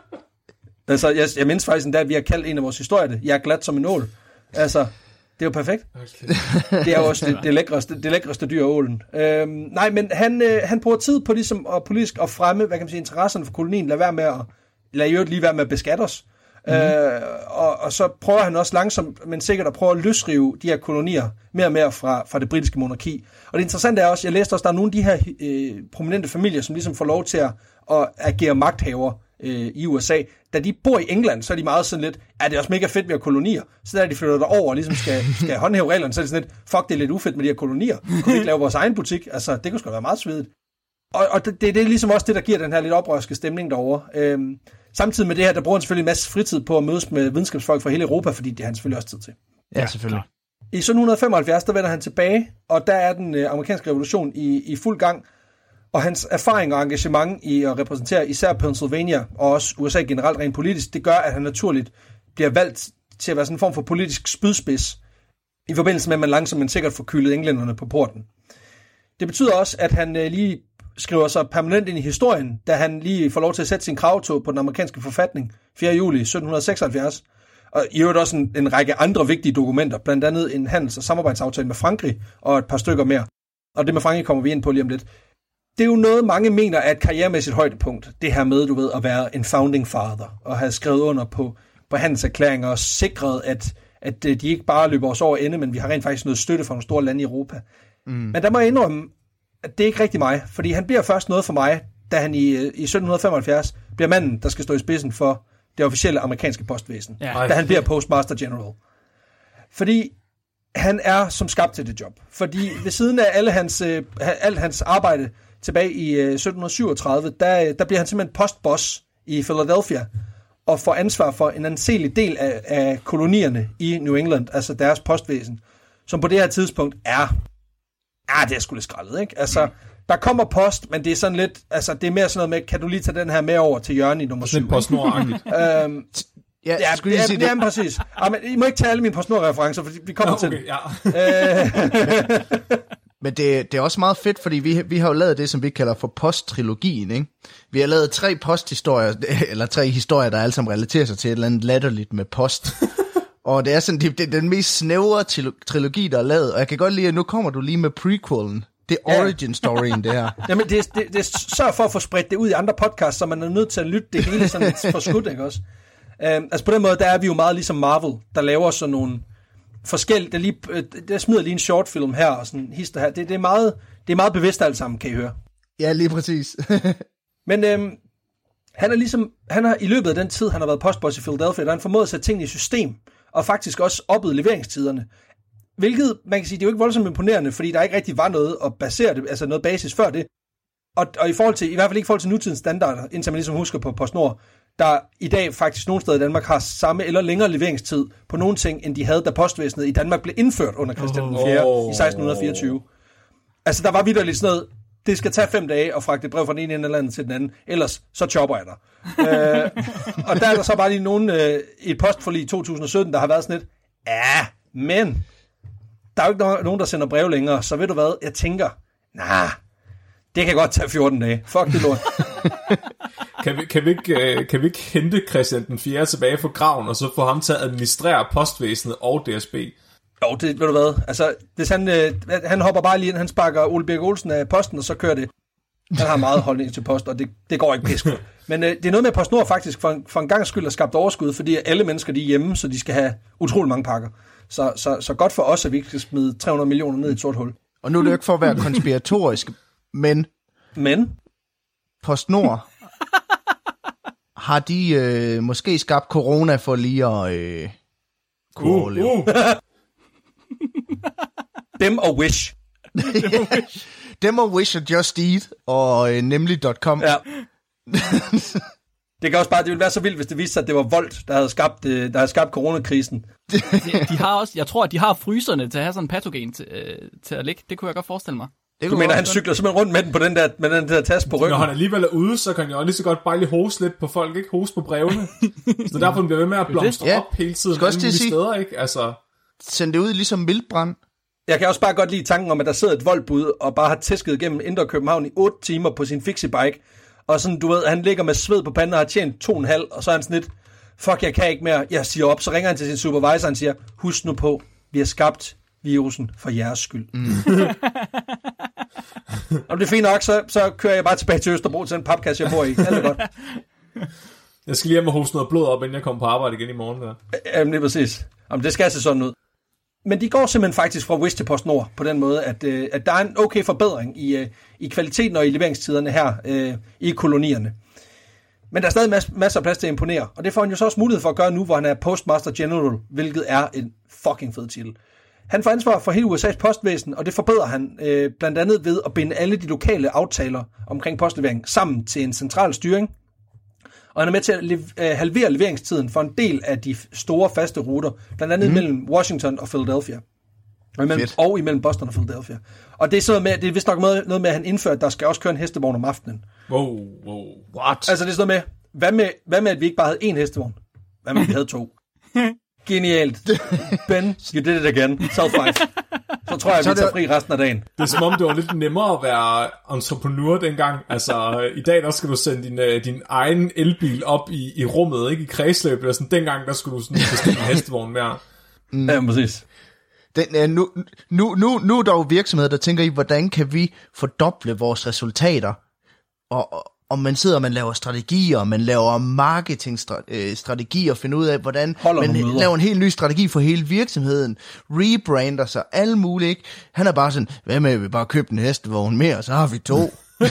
altså, jeg, jeg mindst faktisk endda, at vi har kaldt en af vores historier det. Jeg er glat som en ål. Altså, det er jo perfekt. Okay. Det er jo også det, det, lækreste, det lækreste dyr af ålen. Øhm, nej, men han, øh, han bruger tid på ligesom at politisk at fremme, hvad kan man sige, interesserne for kolonien. Lad være med at, lad i øvrigt lige være med at beskatte os. Mm-hmm. Øh, og, og så prøver han også langsomt, men sikkert at prøve at løsrive de her kolonier mere og mere fra, fra det britiske monarki. Og det interessante er også, jeg læste også, der er nogle af de her øh, prominente familier, som ligesom får lov til at, at agere magthaver øh, i U S A. Da de bor i England, så er de meget sådan lidt, ja, det er også mega fedt med at kolonier. Så da de flytter derover og ligesom skal, skal håndhæve reglerne, så er det sådan lidt, fuck, det er lidt ufedt med de her kolonier. Kunne vi ikke lave vores egen butik? Altså, det kunne sgu da være meget svedigt. Og, og det, det er ligesom også det, der giver den her lidt oprørske stemning derovre. Øhm, samtidig med det her, der bruger han selvfølgelig en masse fritid på at mødes med videnskabsfolk fra hele Europa, fordi det har han selvfølgelig også tid til. Ja, selvfølgelig. I sytten femoghalvfjerds, der vender han tilbage, og der er den øh, amerikanske revolution i, i fuld gang, og hans erfaring og engagement i at repræsentere især Pennsylvania, og også U S A generelt rent politisk, det gør, at han naturligt bliver valgt til at være sådan en form for politisk spydspids, i forbindelse med, at man langsomt men sikkert får kyldet englænderne på porten. Det betyder også, at han øh, lige skriver sig permanent ind i historien, da han lige får lov til at sætte sin kravtog på den amerikanske forfatning fjerde juli sytten seksoghalvfjerds, og i øvrigt også en, en række andre vigtige dokumenter, blandt andet en handels- og samarbejdsaftale med Frankrig, og et par stykker mere. Og det med Frankrig kommer vi ind på lige om lidt. Det er jo noget, mange mener er et karrieremæssigt højdepunkt, det her med, du ved, at være en founding father, og have skrevet under på, på handelserklæringer, og sikret, at, at de ikke bare løber os over ende, men vi har rent faktisk noget støtte fra nogle store lande i Europa. Mm. Men der må jeg indrømme, at det er ikke rigtig mig, fordi han bliver først noget for mig, da han i, i sytten femoghalvfjerds bliver manden, der skal stå i spidsen for det officielle amerikanske postvæsen, ja. Da han bliver Postmaster General. Fordi han er som skabt til det job. Fordi ved siden af alle hans, øh, alt hans arbejde tilbage i øh, sytten syvogtredive, der, der bliver han simpelthen postboss i Philadelphia, og får ansvar for en anselig del af, af kolonierne i New England, altså deres postvæsen, som på det her tidspunkt er Ja, det er sgu lidt skrællet, ikke? Altså, der kommer post, men det er sådan lidt, altså, det er mere sådan noget med, kan du lige tage den her med over til hjørnet i nummer syv? Det er PostNord-agtigt. øhm, ja, ja, skulle jeg sige det? Jamen, præcis. Ja, men I må ikke tage alle mine PostNord-referencer, for vi kommer ja, okay, til ja. Men det, det er også meget fedt, fordi vi, vi har jo lavet det, som vi kalder for posttrilogien, ikke? Vi har lavet tre posthistorier, eller tre historier, der alle sammen relaterer sig til et eller andet latterligt med post. Og det er sådan, det, det er den mest snævre trilogi, der er lavet, og jeg kan godt lide, at nu kommer du lige med prequelen. Det er ja. Origin storyen, det her. Jamen, det, det, det sørger for at få spredt det ud i andre podcasts, så man er nødt til at lytte det hele sådan lidt forskudt, ikke også? Uh, altså på den måde, der er vi jo meget ligesom Marvel, der laver sådan nogle forskellige, der, lige, der smider lige en shortfilm her, og sådan hister her. Det, det, er meget, det er meget bevidst alt sammen, kan I høre. Ja, lige præcis. Men øhm, han er ligesom, han har i løbet af den tid, han har været postboss i Philadelphia, der han formået at sætte tingene i system, og faktisk også oppede leveringstiderne. Hvilket, man kan sige, det er jo ikke voldsomt imponerende, fordi der ikke rigtig var noget at basere det, altså noget basis før det. Og, og i forhold til, i hvert fald ikke i forhold til nutidens standarder, indtil man ligesom husker på PostNord, der i dag faktisk nogle steder i Danmark har samme eller længere leveringstid på nogle ting, end de havde, da postvæsenet i Danmark blev indført under Christian den fjerde oh. i seksten fireogtyve. Altså der var vitterligt sådan noget, det skal tage fem dage at fragte et brev fra den ene ende eller anden til den anden, ellers så chopper jeg dig. øh, og der er der så bare lige nogen øh, i et postforlig i to tusind og sytten, der har været sådan lidt, ja, men der er jo ikke nogen, der sender brev længere, så ved du hvad, jeg tænker, nah, det kan godt tage fjorten dage. Fuck det lort. kan, vi, kan, vi ikke, kan vi ikke hente Christian den fjerde tilbage fra graven, og så få ham til at administrere postvæsenet og D S B? Jo, det ved du hvad. Altså, hvis han, øh, han hopper bare lige ind, han sparker Ole Birk Olsen af posten, og så kører det. Han har meget holdning til post, og det, det går ikke pisk. Men øh, det er noget med, at PostNord faktisk for en, for en gang skyld har skabt overskud, fordi alle mennesker de er hjemme, så de skal have utrolig mange pakker. Så, så, så godt for os, at vi ikke skal smide tre hundrede millioner ned i et sort hul. Og nu er det jo ikke for at være konspiratorisk, men... Men? PostNord... har de øh, måske skabt corona for lige at øh, kunne uh, overleve? Uh. Dem og Wish. Dem og Wish og Just Eat og øh, nemlig punktum com. Ja. Det kan også bare, det ville være så vildt, hvis det viste sig, at det var Volt, der havde skabt, der havde skabt coronakrisen. de, de har også, jeg tror, at de har fryserne til at have sådan en patogen til, øh, til at ligge. Det kunne jeg godt forestille mig. Det du mener, han cykler simpelthen rundt med den på den der, med den der taske på ryggen? Når han alligevel er ude, så kan jeg jo lige så godt bare lige hoste lidt på folk, ikke? Hoste på brevene. Så derfor bliver ved med at blomstre ja. op hele tiden. Skal også til at sige, steder, ikke? Altså... send det ud ligesom mildbrand. Jeg kan også bare godt lide tanken om, at der sidder et voldbud og bare har tæsket gennem Indre København i otte timer på sin fixie-bike. Og sådan, du ved, han ligger med sved på panden og har tjent to og en halv, og så er han sådan lidt, fuck, jeg kan ikke mere, jeg siger op. Så ringer han til sin supervisor, og siger, husk nu på, vi har skabt virusen for jeres skyld. Mm. Om det er fint nok, så, så kører jeg bare tilbage til Østerbro til den papkasse, jeg bor i. Alt er godt. Jeg skal lige hjem og hoste noget blod op, inden jeg kommer på arbejde igen i morgen. Der. Jamen, det er præcis. Jamen, det skal se sådan ud. Men de går simpelthen faktisk fra Wish til PostNord på den måde, at, øh, at der er en okay forbedring i, øh, i kvaliteten og i leveringstiderne her øh, i kolonierne. Men der er stadig mas- masser af plads til at imponere, og det får han jo så også mulighed for at gøre nu, hvor han er Postmaster General, hvilket er en fucking fed titel. Han får ansvar for hele U S A's postvæsen, og det forbedrer han øh, blandt andet ved at binde alle de lokale aftaler omkring postlevering sammen til en central styring. Og han er med til at lev- øh, halvere leveringstiden for en del af de store faste ruter, blandt andet mm. mellem Washington og Philadelphia. Og imellem, og imellem Boston og Philadelphia. Og det er sådan med, det er vist nok noget, noget med, at han indfører, at der skal også køre en hestevogn om aftenen. Wow, wow. What? Altså det er sådan noget med, hvad med, hvad med, at vi ikke bare havde én hestevogn? Hvad med, at vi havde to? Genialt. Ben, you did it again. Self-five. Så tror jeg, at vi tager fri resten af dagen. Det er som om, det var lidt nemmere at være entreprenør dengang. Altså, i dag der skal du sende din, din egen elbil op i, i rummet, ikke i kredsløbet. Og sådan, dengang der skulle du sådan bestille en hestevogn mere. Mm. Ja, præcis. Den, nu, nu, nu, nu er der jo virksomheder, der tænker i, hvordan kan vi fordoble vores resultater? Og, og, og man sidder og man laver strategier, man laver marketingstrategier, og finder ud af, hvordan Holder man laver en helt ny strategi for hele virksomheden, rebrander sig, alle muligt, ikke? Han er bare sådan, hvad med, vi bare købe en hestevogn mere, så har vi to.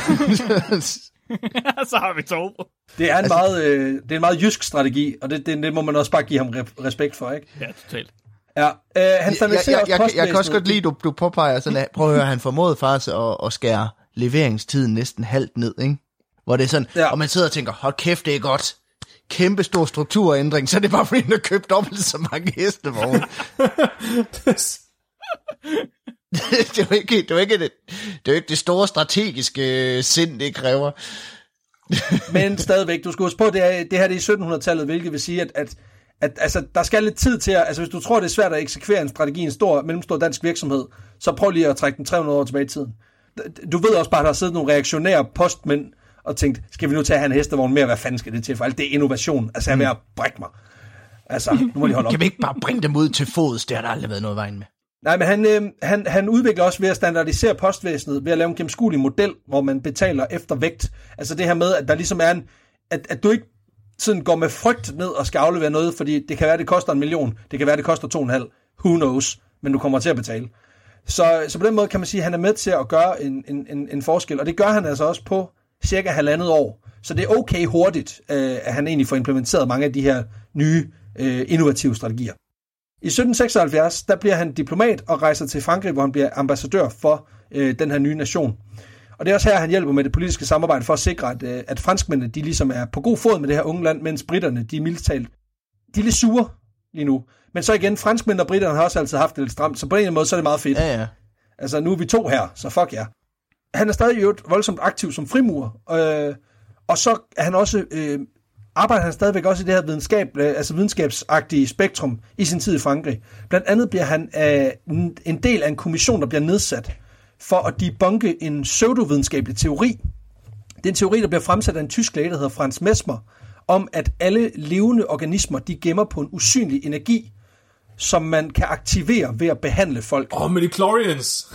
Så har vi to. Det er en, altså, meget, øh, det er en meget jysk strategi, og det, det, det må man også bare give ham respekt for, ikke? Ja, totalt. Ja, øh, han jeg, jeg, jeg, jeg, jeg kan også godt lide, du, du påpeger sådan, at, prøv at høre, han formåede faktisk at, at skære leveringstiden næsten halvt ned, ikke? Hvor det er sådan, ja. Og man sidder og tænker, hold kæft, det er godt. Kæmpe stor strukturændring, så er det bare fordi, han har købt dobbelt så mange hestevogne. det er jo ikke, det er jo ikke det, det, er jo ikke det store strategiske sind, det kræver. Men stadigvæk, du skal huske på, det, er, det her det er i syttenhundredetallet, hvilket vil sige, at, at, at altså, der skal lidt tid til at, altså hvis du tror, det er svært at eksekvere en strategi i en stor, mellemstor dansk virksomhed, så prøv lige at trække den tre hundrede år tilbage i tiden. Du ved også bare, at der har siddet nogle reaktionære postmænd og tænkt, skal vi nu tage en hestevogn mere, hvad fanden skal det til for alt? Det er innovation, altså jeg er ved at brække mig. Altså, nu må de holde op. Kan vi ikke bare bringe dem ud til fods? Det har der aldrig været noget vejen med. Nej, men han, øh, han, han udvikler også ved at standardisere postvæsenet, ved at lave en gennemskuelig model, hvor man betaler efter vægt. Altså det her med, at der ligesom er en, at, at du ikke sådan går med frygt ned og skal aflevere noget, fordi det kan være, det koster en million, det kan være, det koster to og en halv, who knows, men du kommer til at betale. Så, så på den måde kan man sige, at han er med til at gøre en, en, en, en forskel, og det gør han altså også på cirka halvandet år. Så det er okay hurtigt, øh, at han egentlig får implementeret mange af de her nye øh, innovative strategier. I sytten seksoghalvfjerds, der bliver han diplomat og rejser til Frankrig, hvor han bliver ambassadør for øh, den her nye nation. Og det er også her, han hjælper med det politiske samarbejde for at sikre, at, øh, at franskmændene, de ligesom er på god fod med det her unge land, mens britterne, de er mildt talt, de er lidt sure lige nu. Men så igen, franskmændene og britterne har også altid haft det lidt stramt, så på en eller anden måde, så er det meget fedt. Ja, ja. Altså, nu er vi to her, så fuck ja. Han er stadig jo voldsomt aktiv som frimurer, øh, og så er han også, øh, arbejder han stadigvæk også i det her videnskab, øh, altså videnskabsagtige spektrum i sin tid i Frankrig. Blandt andet bliver han øh, en del af en kommission, der bliver nedsat for at debunke en pseudovidenskabelig teori. Det er en teori, der bliver fremsat af en tysk læge, der hedder Franz Mesmer, om at alle levende organismer, de gemmer på en usynlig energi, som man kan aktivere ved at behandle folk. Åh, oh, midichlorians!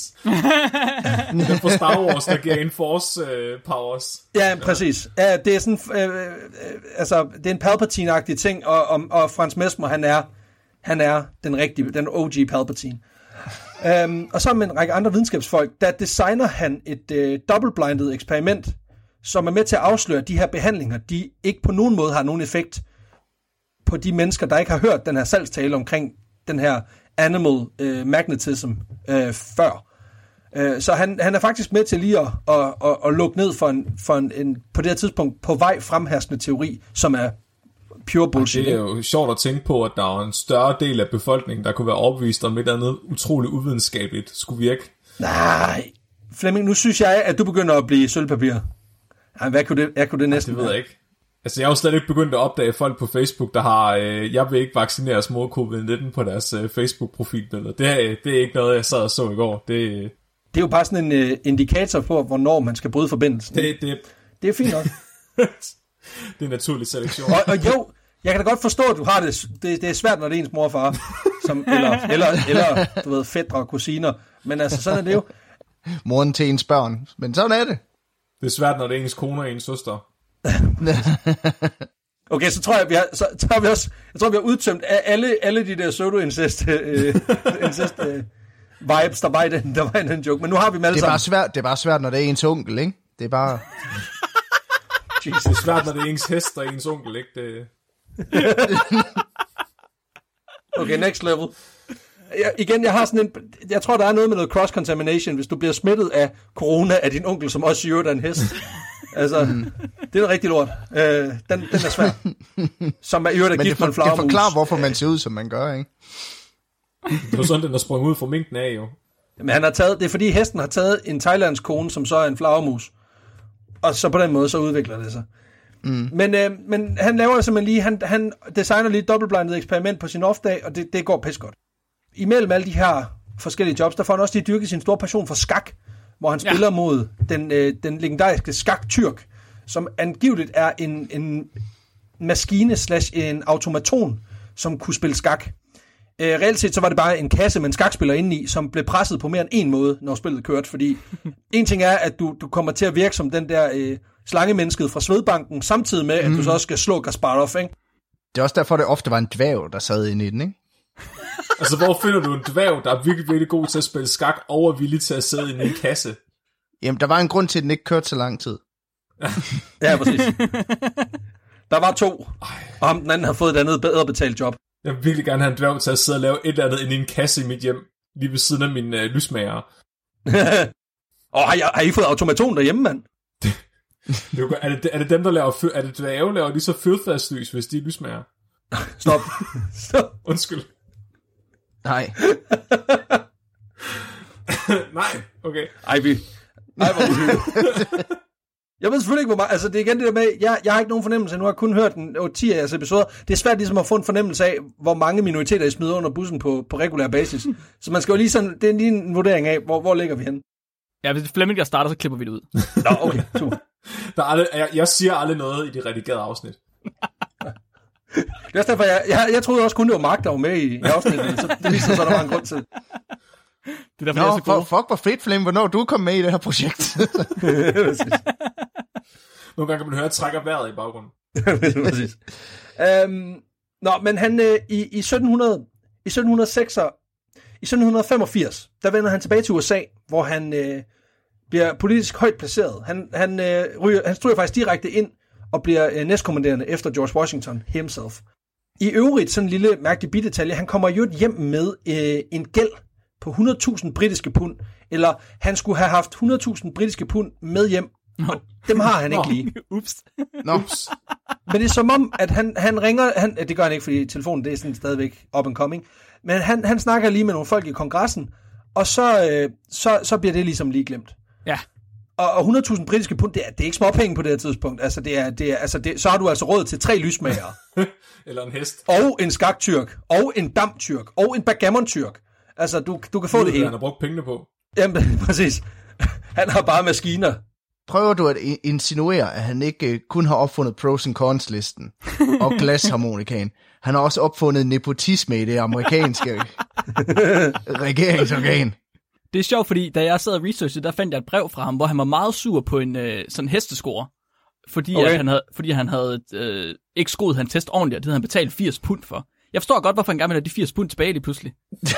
Det er på Star Wars, der giver en force uh, powers. Ja, præcis. Ja, det er sådan, øh, øh, altså, det er en Palpatine-agtig ting, og, og, og Franz Mesmer, han er, han er den rigtige, den O G Palpatine. um, og sammen med en række andre videnskabsfolk, der designer han et øh, double-blinded eksperiment, som er med til at afsløre, at de her behandlinger, de ikke på nogen måde har nogen effekt på de mennesker, der ikke har hørt den her salgstale omkring den her animal øh, magnetism øh, før. Øh, så han, han er faktisk med til lige at, at, at, at lukke ned for, en, for en, en, på det her tidspunkt, på vej fremherskende teori, som er pure bullshit. Det er jo sjovt at tænke på, at der er en større del af befolkningen, der kunne være overbevist om et eller andet utroligt uvidenskabeligt skulle virke. Nej, Flemming, nu synes jeg, at du begynder at blive sølvpapir. Ej, hvad kunne det, hvad kunne det næsten Ej, det ved jeg ikke. Altså, jeg har jo slet ikke begyndt at opdage folk på Facebook, der har, øh, jeg vil ikke vaccineres mod covid nitten på deres øh, Facebook-profilbilleder. Det er, det er ikke noget, jeg sad og så i går. Det, øh... det er jo bare sådan en uh, indikator på, hvornår man skal bryde forbindelsen. Det, det... det er fint nok. Det er naturlig selektion. og, og jo, jeg kan da godt forstå, at du har det. Det, det er svært, når det er ens mor og far. Som, eller, eller, eller, du ved, fætre og kusiner. Men altså, sådan er det jo. Moren til ens børn. Men sådan er det. Det er svært, når det er ens kone og ens søster. Okay, så tror jeg, vi har, så, så har vi også, jeg tror, vi har udtømt alle, alle de der pseudo-incest øh, incest, øh, vibes, der var, i den, der var i den joke. Men nu har vi dem alle det er sammen. Bare svært, det er bare svært, når det er ens onkel, ikke? Det er bare... Jesus. Det er svært, når det er ens hest og ens onkel, ikke? Det... Okay, next level. Jeg, igen, jeg har sådan en... Jeg tror, der er noget med noget cross-contamination, hvis du bliver smittet af corona af din onkel, som også syrer en hest. Altså, mm. det er en rigtig lort. Øh, den, den er svær. Som er i øvrigt er gift med en flagermus. Det forklarer, hvorfor man ser ud, som man gør, ikke? Det var sådan, den der sprang ud fra minken af, jo. Men han har taget... Det er fordi, hesten har taget en thailandsk kone, som så er en flagermus. Og så på den måde, så udvikler det sig. Mm. Men, øh, men han laver simpelthen lige... Han, han designer lige et dobbeltblindet eksperiment på sin off-dag, og det, det går pis godt. Imellem alle de her forskellige jobs, der får han også lige dyrket sin store passion for skak, hvor han spiller ja. mod den, øh, den legendariske skak-tyrk, som angiveligt er en, en maskine slash en automaton, som kunne spille skak. Øh, reelt set så var det bare en kasse med en skakspiller indeni, som blev presset på mere end en måde, når spillet kørte, fordi en ting er, at du, du kommer til at virke som den der øh, slangemennesket fra Svedbanken, samtidig med, at mm. du så også skal slå Kasparov, ikke? Det er også derfor, det ofte var en dværg, der sad inde i den, ikke? Altså, hvor finder du en dværg, der er virkelig, virkelig god til at spille skak, og er villig til at sidde i en kasse? Jamen, der var en grund til, at den ikke kørte så lang tid. Ja, præcis. Der var to, og ham den anden har fået et andet bedre betalt job. Jeg vil virkelig gerne have en dværg til at sidde og lave et eller andet ind i en kasse i mit hjem, lige ved siden af min øh, lysmager. Åh, har, har I fået automaton derhjemme, mand? Det, er, det, er det dem, der laver, er det dværge, laver de så fyrfadslys, hvis de er lysmager? Stop. Stop. Undskyld. Nej. Nej, okay. Ej, vi... Ej, hvor uhyggeligt. Jeg ved selvfølgelig ikke, hvor meget... Altså, det er igen det der med... Jeg, jeg har ikke nogen fornemmelse. Nu har jeg kun hørt en, ti af jeres episoder. Det er svært ligesom at få en fornemmelse af, hvor mange minoriteter I smider under bussen på, på regulær basis. Så man skal jo lige sådan... Det er lige en vurdering af, hvor, hvor ligger vi henne. Ja, hvis Flemming der starter, så klipper vi det ud. Nå, okay. Super. Der er aldrig, jeg, jeg siger aldrig noget i de redigerede afsnit. Det er også derfor, jeg, jeg, jeg troede også kun, det var Mark, der var med i, i afsnittet. Så det viste sig, så der var en grund til. Det er derfor, Nå, jeg er så god. fuck, hvor fedt, Flemming. Hvornår du kom med i det her projekt? Nogle gange kan man høre, at jeg trækker vejret i baggrunden. Præcis. Um, nå, men han øh, i, i, sytten hundrede, i sytten hundrede og seks, i sytten femogfirs, der vender han tilbage til U S A, hvor han øh, bliver politisk højt placeret. Han, han, øh, ryger, han stryger faktisk direkte ind og bliver øh, næstkommanderende efter George Washington himself. I øvrigt, sådan en lille mærkelig bidetalje, han kommer jo hjem med øh, en gæld på hundrede tusind britiske pund, eller han skulle have haft hundrede tusind britiske pund med hjem, og dem har han ikke lige. Ups. Nå. Ups. Men det er som om, at han, han ringer, han, det gør han ikke, fordi telefonen det er sådan stadigvæk up and coming, men han, han snakker lige med nogle folk i kongressen, og så, øh, så, så bliver det ligesom lige glemt. Ja. Og, og hundrede tusind britiske pund, det er, det er ikke småpenge på det her tidspunkt. Altså, det er, det er, altså det, så har du altså råd til tre lysmagere. Eller en hest. Og en skaktyrk, og en damtyrk, og en backgammon-tyrk. Altså, du, du kan få Ude, det hele. Han har brugt pengene på. Jamen, præcis. Han har bare maskiner. Prøver du at insinuere, at han ikke kun har opfundet pros and cons listen og glasharmonikaen? Han har også opfundet nepotisme i det amerikanske regeringsorgan. Det er sjovt, fordi da jeg sad og researchede, der fandt jeg et brev fra ham, hvor han var meget sur på en øh, sådan hesteskore. Fordi, okay. at han havde, fordi han havde øh, ikke skoet hans test ordentligt, og det havde han betalt firs pund for. Jeg forstår godt, hvorfor han gerne vil have de firs pund tilbage lige pludselig.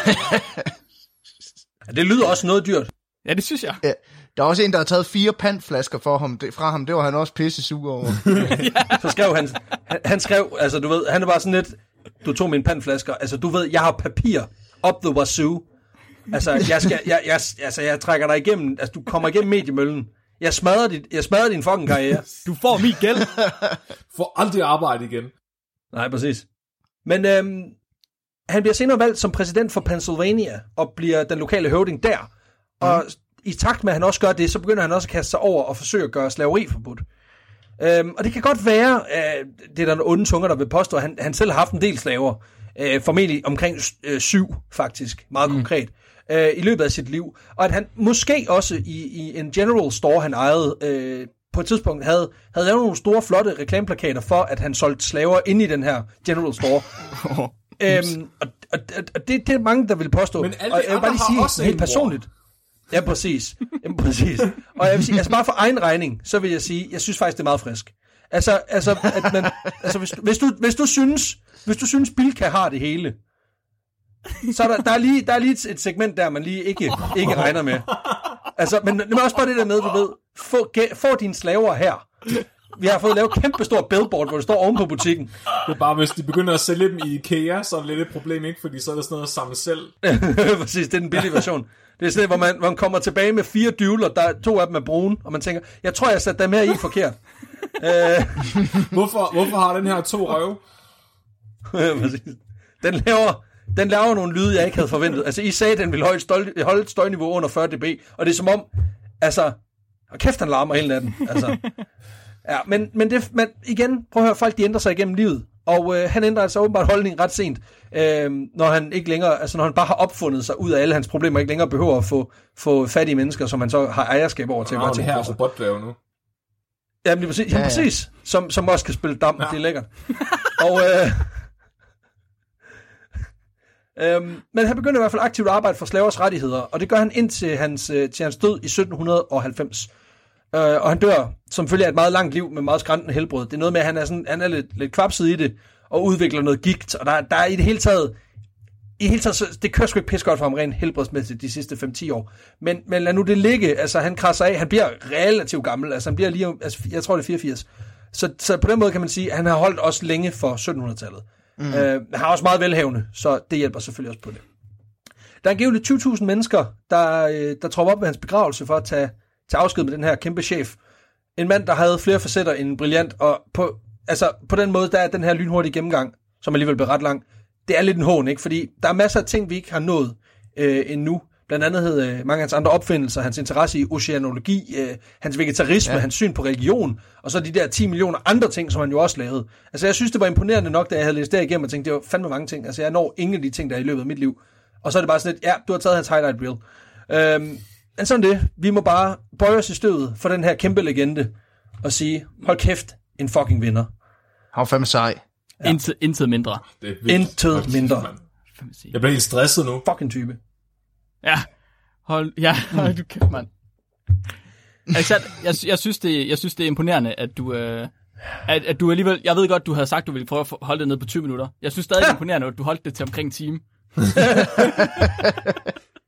Det lyder også noget dyrt. Ja, det synes jeg. Ja, der er også en, der har taget fire pantflasker for ham, det, fra ham. Det var han også pisse sur over. Ja. Så skrev han, han, han skrev, altså du ved, han er bare sådan lidt, du tog mine pantflasker, altså du ved, jeg har papir up the wazoo. Altså, jeg, skal, jeg, jeg, altså, jeg trækker dig igennem, altså du kommer igennem mediemøllen. Jeg smadrer, dit, jeg smadrer din fucking karriere. Du får min gæld. Får aldrig arbejde igen. Nej, præcis. Men øhm, han bliver senere valgt som præsident for Pennsylvania, og bliver den lokale høvding der. Og mm. i takt med, at han også gør det, så begynder han også at kaste sig over og forsøge at gøre slaveri forbudt. Øhm, og det kan godt være, øh, det er der nogle onde tunger, der vil påstå, at han, han selv har haft en del slaver. Øh, formentlig omkring øh, syv, faktisk. Meget mm. konkret. Øh, I løbet af sit liv. Og at han måske også i, i en general store, han ejede, øh, på et tidspunkt havde, havde lavet nogle store, flotte reklameplakater for, at han solgte slaver inde i den her general store. Oh, øhm, og og, og det, det er mange, der vil påstå. Men alle og jeg vil bare lige sige helt personligt. Ja, præcis. Jamen, præcis. Og jeg vil sige, altså bare for egen regning, så vil jeg sige, jeg synes faktisk, det er meget frisk. Altså, altså, at man, altså hvis, hvis, du, hvis du synes, hvis du synes, Bilka har det hele, så er der, der er lige, der er lige et, et segment der, man lige ikke, ikke regner med. Altså, men det er også bare det der med, du ved, få, få dine slaver her. Vi har fået lavet kæmpe stor billboard, hvor det står oven på butikken. Det er bare, hvis de begynder at sælge dem i IKEA, så er det lidt et problem, ikke? Fordi så er der sådan noget at samle selv. Præcis, det er den billige version. Det er sådan, hvor man, hvor man kommer tilbage med fire dyvler, der to af dem er brune, og man tænker, jeg tror, jeg satte dem her i forkert. hvorfor, hvorfor har den her to røve? Præcis. Den laver, den laver nogle lyde, jeg ikke havde forventet. Altså, I sagde, at den ville holde et, støj, holde et støjniveau under fyrre decibel, og det er som om, altså, og kæft, han larmer hele natten. Altså. Ja, men, men, det, men igen, prøv at høre, folk de ændrer sig igennem livet, og øh, han ændrer altså åbenbart holdning ret sent, øh, når han ikke længere, altså når han bare har opfundet sig ud af alle hans problemer, ikke længere behøver at få, få fattige mennesker, som han så har ejerskab over til. Han har det her robotdvæv nu. Jamen, det er præcis, ja, ja. præcis som, som også kan spille dam, ja. Det er lækkert. Og, øh, øhm, men han begynder i hvert fald aktivt at arbejde for slavers rettigheder, og det gør han indtil hans, øh, til hans død i sytten halvfems. Uh, og han dør som følge af et meget langt liv med meget skrantende helbred. Det er noget med, at han er, sådan, han er lidt, lidt kvapset i det, og udvikler noget gigt, og der, der er i det hele taget, i det hele taget, så, det kører sgu ikke pisse godt for ham rent helbredsmæssigt de sidste fem til ti år. Men, men lad nu det ligge, altså han krasser af, han bliver relativt gammel, altså han bliver lige, altså, jeg tror det er fireogfirs. Så, så på den måde kan man sige, at han har holdt også længe for syttenhundredetallet. Mm. Uh, han har også meget velhavende, så det hjælper selvfølgelig også på det. Der er angiveligt tyve tusind mennesker, der, der tropper op ved hans begravelse for at tage til afsked med den her kæmpe chef. En mand, der havde flere facetter end brilliant, og på, altså, på den måde, der er den her lynhurtige gennemgang, som alligevel blev ret lang, det er lidt en hån, ikke? Fordi der er masser af ting, vi ikke har nået øh, endnu. Blandt andet hed øh, mange af hans andre opfindelser, hans interesse i oceanologi, øh, hans vegetarisme, ja. Hans syn på religion, og så de der ti millioner andre ting, som han jo også lavede. Altså jeg synes, det var imponerende nok, da jeg havde læst det igennem, og tænkte, det var fandme mange ting. Altså jeg når ingen af de ting, der er i løbet af mit liv. Og så er det bare sådan lidt, ja, du har taget hans highlight reel. Øhm, Men sådan det. Vi må bare bøje os i støvet for den her kæmpe legende og sige, hold kæft, en fucking vinder. Han var fandme sej. Ja. Intet, intet mindre. Det er vildt. Intet mindre. Jeg bliver helt stresset nu. Fucking type. Ja. Hold, ja, hold du kæft, mand. Altså, jeg, jeg, synes det, jeg synes, det er imponerende, at du... Øh, at, at du alligevel... Jeg ved godt, du havde sagt, du ville prøve at holde det ned på tyve minutter. Jeg synes stadig, det er imponerende, at du holdt det til omkring en time.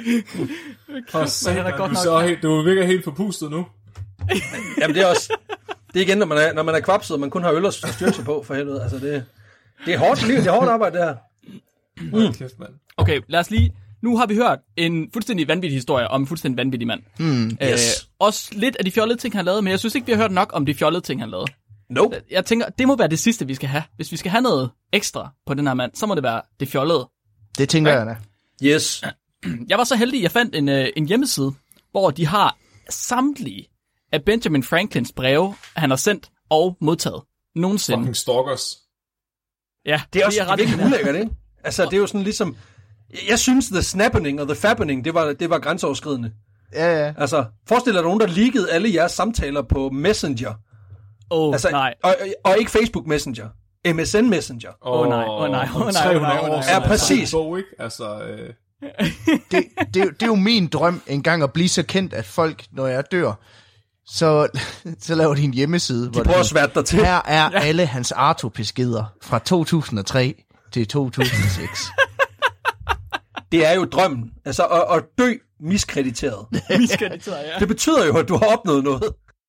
Okay, man, er godt du, så helt, du virker helt forpustet nu. Jamen det er også... Det er igen, når man er, når man er kvapset, og man kun har øl og styrke på, for helvede. Altså det, det er hårdt liv, det er hårdt arbejde, det her. Mm. Okay, lad os lige... Nu har vi hørt en fuldstændig vanvittig historie om en fuldstændig vanvittig mand. Mm, øh, yes. Også lidt af de fjollede ting, han lavede, men jeg synes ikke, vi har hørt nok om de fjollede ting, han lavede. Nope. Jeg tænker, det må være det sidste, vi skal have. Hvis vi skal have noget ekstra på den her mand, så må det være det fjollede. Det tænker okay. jeg da. Yes. Jeg var så heldig, at jeg fandt en, en hjemmeside, hvor de har samtlige af Benjamin Franklins breve, han har sendt og modtaget nogensinde. Fucking stalkers. Ja, det er også det er virkelig ulækkert, ikke? Altså, det er jo sådan ligesom... Jeg synes, the snappening og the fappening, det var, det var grænseoverskridende. Ja, ja. Altså, forestil dig nogen, der leakede alle jeres samtaler på Messenger. Åh, oh, altså, nej. Og, og ikke Facebook Messenger. M S N Messenger. Åh, oh, nej, åh, oh, nej, åh, oh, nej, åh, oh, nej, oh, nej. Ja, præcis. Bog, ikke? Altså, øh... det, det, det er jo min drøm engang at blive så kendt, at folk, når jeg dør, så, så laver de en hjemmeside, de prøver at sværte dig til. Her er ja. alle hans Arto-beskeder fra to tusind og tre til to tusind og seks. Det er jo drømmen. Altså at, at dø miskrediteret. Miskrediteret, ja. Det betyder jo, at du har opnået noget.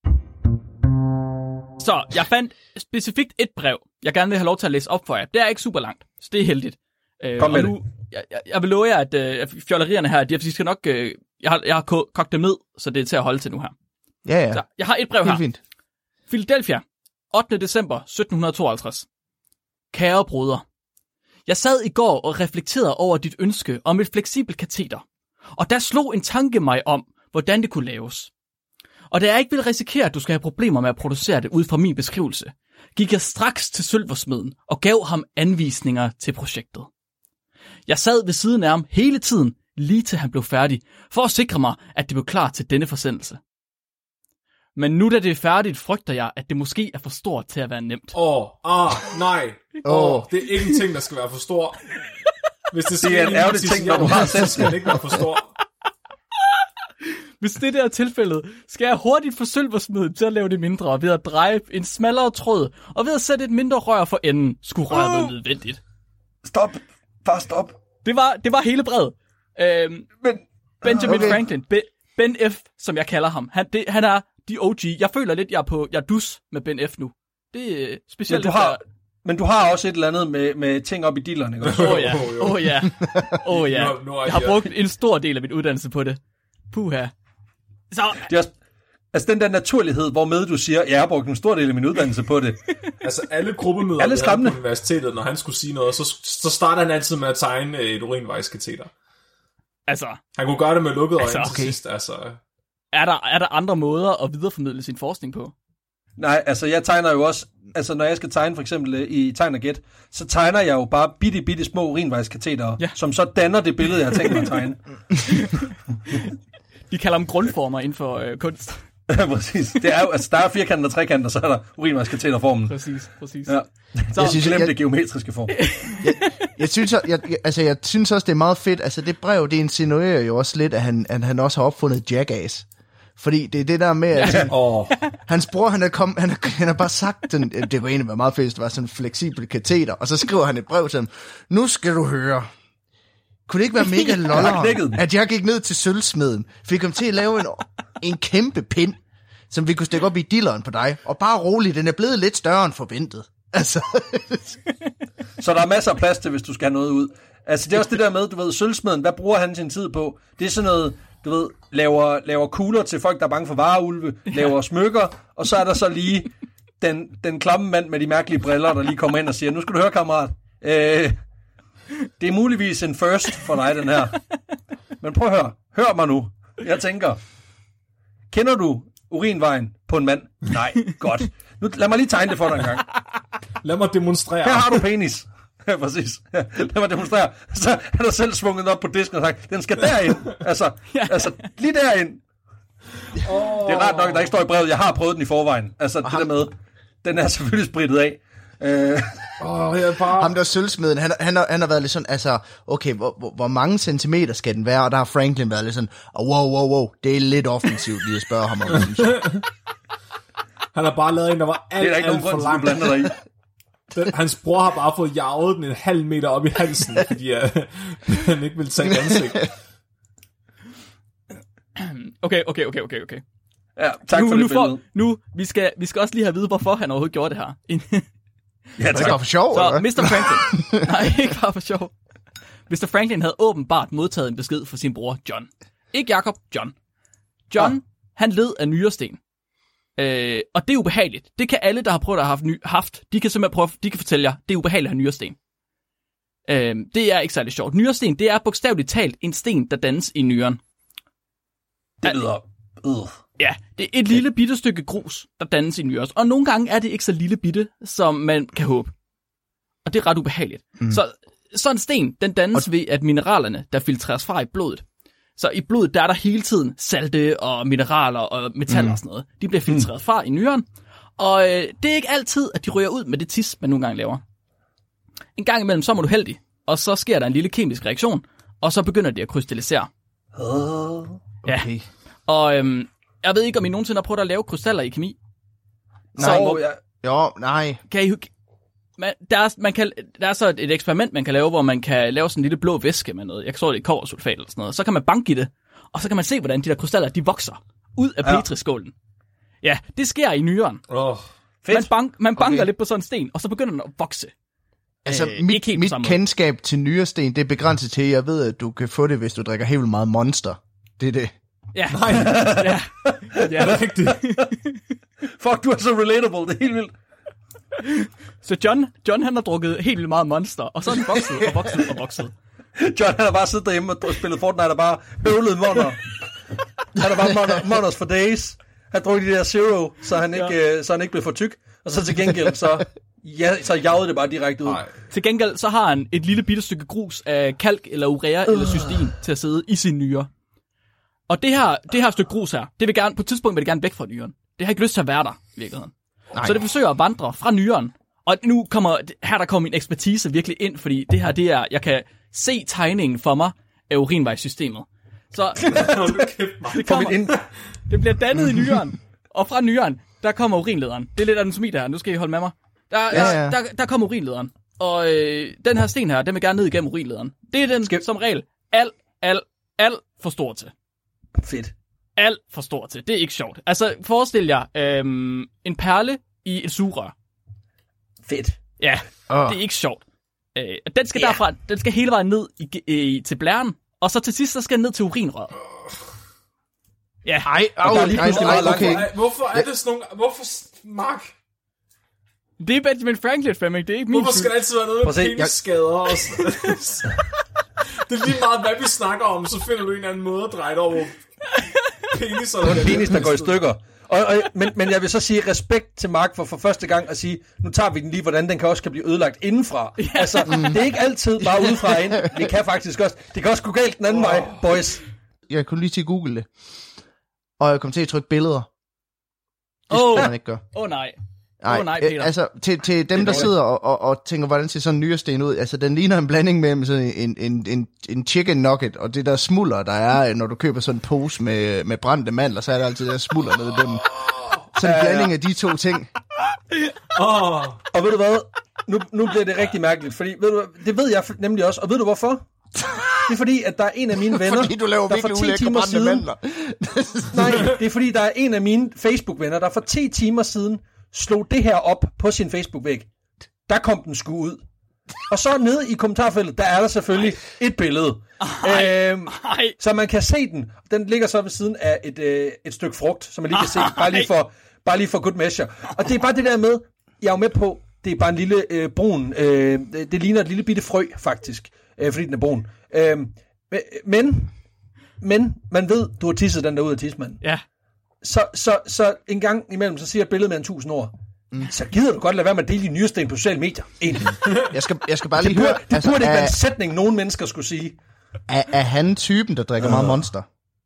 Så jeg fandt specifikt et brev, jeg gerne vil have lov til at læse op for jer. Det er ikke super langt, så det er heldigt. Kom med og nu, jeg, jeg, jeg vil love jer, at uh, fjollerierne her, de skal nok... Uh, jeg, har, jeg har kogt dem ned, så det er til at holde til nu her. Ja, ja. Så jeg har et brev helt her. Fint. Philadelphia, ottende december sytten tooghalvtreds. Kære broder, jeg sad i går og reflekterede over dit ønske om et fleksibelt kateter, og der slog en tanke mig om, hvordan det kunne laves. Og da jeg ikke ville risikere, at du skal have problemer med at producere det ud fra min beskrivelse, gik jeg straks til sølversmeden og gav ham anvisninger til projektet. Jeg sad ved siden af ham hele tiden, lige til han blev færdig, for at sikre mig, at det blev klar til denne forsendelse. Men nu da det er færdigt, frygter jeg, at det måske er for stort til at være nemt. Åh, oh, ah, nej. Åh, oh, det er ikke en ting, der skal være for stor. Hvis det, det er en ærgerlig ting, når du har selv, skal det ikke være for stor. Hvis det der er tilfældet, skal jeg hurtigt få sølversmeden til at lave det mindre, ved at dreje en smallere tråd, og ved at sætte et mindre rør for enden, skulle røret være nødvendigt. Stop. Bare stop. Det var, det var hele brevet. Øhm, Men, Benjamin okay. Franklin, Be, Ben F., som jeg kalder ham, han, det, han er de O G. Jeg føler lidt, jeg er på jeg er dus med Ben F. nu. Det er specielt. Men du har, men du har også et eller andet med, med ting op i dilleren, ikke? Åh oh, ja, åh oh, ja, åh oh, ja. Jeg har brugt en stor del af min uddannelse på det. Puha. Så... Det er også, altså den der naturlighed, hvormed du siger, jeg har brugt en stor del af min uddannelse på det. Altså alle gruppemøder alle på universitetet, når han skulle sige noget, så, så starter han altid med at tegne et urinvejskateter. Altså... Han kunne gøre det med lukkede altså, øjne okay. til sidst, altså... Er der, er der andre måder at videreformidle sin forskning på? Nej, altså jeg tegner jo også, altså når jeg skal tegne for eksempel i Tegn og Gæt, så tegner jeg jo bare bitte, bitte små urinvejskatetere, ja. som så danner det billede, jeg har tænkt mig at tegne. De kalder dem grundformer inden for øh, kunst. Ja, præcis. Det er jo, altså der er firkanter og trekanter, så er der urinvejskateterformen. Præcis, præcis. Ja. Så jeg synes, glem jeg, det geometriske form. jeg, jeg, synes, jeg, jeg, altså, jeg synes også, det er meget fedt. Altså det brev, det insinuerer jo også lidt, at han, at han også har opfundet Jackass. Fordi det er det der med, at ja. han, oh. hans bror, han har, kom, han, har, han har bare sagt, den, det kunne egentlig være meget fedt, hvis det var sådan en fleksibel kateter, og så skriver han et brev til ham, nu skal du høre, kunne det ikke være mega lolleren, at jeg gik ned til sølvsmeden, fik ham til at lave en, en kæmpe pind, som vi kunne stikke op i dilleren på dig, og bare roligt, den er blevet lidt større end forventet. Altså. Så der er masser af plads til, hvis du skal have noget ud. Altså det er også det der med, du ved, sølvsmeden, hvad bruger han sin tid på? Det er sådan noget, du ved, laver, laver kugler til folk, der er bange for vareulve, laver smykker, og så er der så lige den, den klamme mand med de mærkelige briller, der lige kommer ind og siger, nu skal du høre, kammerat, øh, det er muligvis en first for dig, den her. Men prøv at høre, hør mig nu. Jeg tænker, kender du urinvejen på en mand? Nej, godt. Nu, lad mig lige tegne det for dig en gang. Lad mig demonstrere. Her har du penis. Ja, præcis. Ja, lad mig demonstrere. Så er der selv svunget op på disken og sagt, den skal derind. Altså, altså lige derind. Oh. Det er rart nok, der ikke står i brevet. Jeg har prøvet den i forvejen. Altså, det der med, den er selvfølgelig sprittet af. Øh. Oh, jeg bare... Ham der sølvsmeden, han, han, har, han har været lidt sådan, altså, okay, hvor, hvor, hvor mange centimeter skal den være? Og der har Franklin været lidt sådan, oh, wow, wow, wow, det er lidt offensivt lige at spørge ham om det, synes jeg. Han har bare lavet en, der var alt, alt, alt for langt. Det er der ikke nogen grund til, Den, hans bror har bare fået jaget den en halv meter op i halsen, fordi uh, han ikke ville tage et ansigt. Okay, okay, okay, okay, okay. Ja, tak nu, for nu det billede. Nu, vi skal, vi skal også lige have at vide, hvorfor han overhovedet gjorde det her. Ja, tak. Det er bare for sjov, Så eller? mister Franklin... Nej, ikke bare for sjov. mister Franklin havde åbenbart modtaget en besked fra sin bror, John. Ikke Jacob, John. John, ah. han led af nyresten. Øh, og det er ubehageligt. Det kan alle, der har prøvet at have haft, ny, haft de kan simpelthen prøve, de kan fortælle jer, det er ubehageligt at have nyresten. Øh, det er ikke særlig sjovt. Nyresten, det er bogstaveligt talt en sten, der dannes i nyren. Det lyder... Øh. Ja, det er et lille bitte stykke grus, der dannes i nyren. Og nogle gange er det ikke så lille bitte, som man kan håbe. Og det er ret ubehageligt. Mm. Så sådan en sten, den dannes ved, at mineralerne, der filtreres fra i blodet. Så i blodet, der er der hele tiden salte og mineraler og metaller mm. og sådan noget. De bliver filtreret mm. fra i nyren. Og øh, det er ikke altid, at de ryger ud med det tis, man nogle gange laver. En gang imellem, så er du heldig. Og så sker der en lille kemisk reaktion. Og så begynder de at krystallisere. Oh, okay. Ja. Og øhm, jeg ved ikke, om I nogensinde har prøvet at lave krystaller i kemi. Nej, så, hvor, ja. Jo, nej. Kan I, man, der, er, man kan, der er så et, et eksperiment, man kan lave, hvor man kan lave sådan en lille blå væske med noget. Jeg tror, det er kobbersulfat eller sådan noget. Så kan man banke i det, og så kan man se, hvordan de der krystaller, de vokser ud af ja. petriskålen. Ja, det sker i nyren. Oh, man, bank, man banker okay. lidt på sådan en sten, og så begynder den at vokse. Altså, øh, mit, mit kendskab til nyresten, det er begrænset til, jeg ved, at du kan få det, hvis du drikker helt meget Monster. Det er det. Ja. Nej. ja. Ja, det er rigtigt. Fuck, du er så relatable, det er helt vildt. Så John, John han har drukket helt vildt meget Monster, og så er den vokset og vokset og vokset. John han har bare siddet derhjemme og spillet Fortnite og bare høvlet monster. Han har bare monsters for days. Han drukket de der Zero, så han ikke, ja. så han ikke blev for tyk. Og så til gengæld, så, ja, så jagede det bare direkte ud. Nej. Til gengæld, så har han et lille bitte stykke grus af kalk eller urea uh. eller cystin til at sidde i sin nyre. Og det her, det her stykke grus her, det vil gerne, på et tidspunkt vil det gerne væk fra nyren. Det har ikke lyst til at være der, i virkeligheden. Nej. Så det forsøger at vandre fra nyren. Og nu kommer, her der kommer min ekspertise virkelig ind, fordi det her, det er, jeg kan se tegningen for mig af urinvejssystemet. Så det, kommer, det bliver dannet i nyren, og fra nyren, der kommer urinlederen. Det er lidt anatomi der her, nu skal I holde med mig. Der, ja, ja. der, der kommer urinlederen, og øh, den her sten her, den vil gerne ned igennem urinlederen. Det er den skal... som regel alt, alt, alt for stor til. Fedt. Alt for stor til. Det er ikke sjovt. Altså, forestil jer øhm, en perle i et sugerør. Fedt. Ja, oh. Det er ikke sjovt. Øh, den skal yeah. derfra, den skal hele vejen ned i, i, til blæren, og så til sidst, så skal den ned til urinrøret. Ja. Ej, okay, okay, okay. okay. Hvorfor er det sådan nogle... Hvorfor... Mark? Det er Benjamin Franklin, Femming. Det er ikke min. Hvorfor skal det altid være noget med penisskader og sådan? Det er lige meget, hvad vi snakker om, så finder du en eller anden måde at dreje det over penis. Det er en penis, der går i stykker. Og, og, men, men jeg vil så sige respekt til Mark for for første gang at sige, nu tager vi den lige, hvordan den kan også kan blive ødelagt indenfra. Ja. Altså, det er ikke altid bare udefra og ind. Det kan faktisk også. Det kan også gå galt den anden oh. vej, boys. Jeg kunne lige til Google det. Og jeg kom til at trykke billeder. Det skal oh. man ikke gøre. Åh oh, nej. Nej, oh, nej Peter. Altså, til, til dem, der sidder og, og, og tænker, hvordan ser sådan en nyresten ud, altså, den ligner en blanding mellem sådan en, en, en, en chicken nugget, og det der smulder, der er, når du køber sådan en pose med, med brændte mandler, så er der altid der smulder nede i bunden. Sådan en blanding af de to ting. Oh. Og ved du hvad? Nu, nu bliver det rigtig mærkeligt, fordi ved du, det ved jeg nemlig også, og ved du hvorfor? Det er fordi, at der er en af mine venner, fordi du laver der for ti timer siden... Nej, det er fordi, der er en af mine Facebook-venner, der for ti timer siden slog det her op på sin Facebook-væg. Der kom den sgu ud. Og så nede i kommentarfeltet, der er der selvfølgelig Ej. et billede. Ej. Øhm, Ej. Så man kan se den. Den ligger så ved siden af et, øh, et stykke frugt, som man lige kan se. Bare lige, for, bare lige for good measure. Og det er bare det der med, jeg er jo med på, det er bare en lille øh, brun, øh, det ligner et lille bitte frø, faktisk. Øh, fordi den er brun. Øh, men, men, man ved, du har tisset den der ud af tidsmanden. Ja. Så, så, så en gang imellem, så siger jeg billedet med en tusind ord. Mm. Så gider du godt lade være med at dele de nyresten på sociale medier. jeg, skal, jeg skal bare lige det burde, høre... Det altså, burde ikke er, være en sætning, nogen mennesker skulle sige. Er, er han typen, der drikker uh. meget Monster?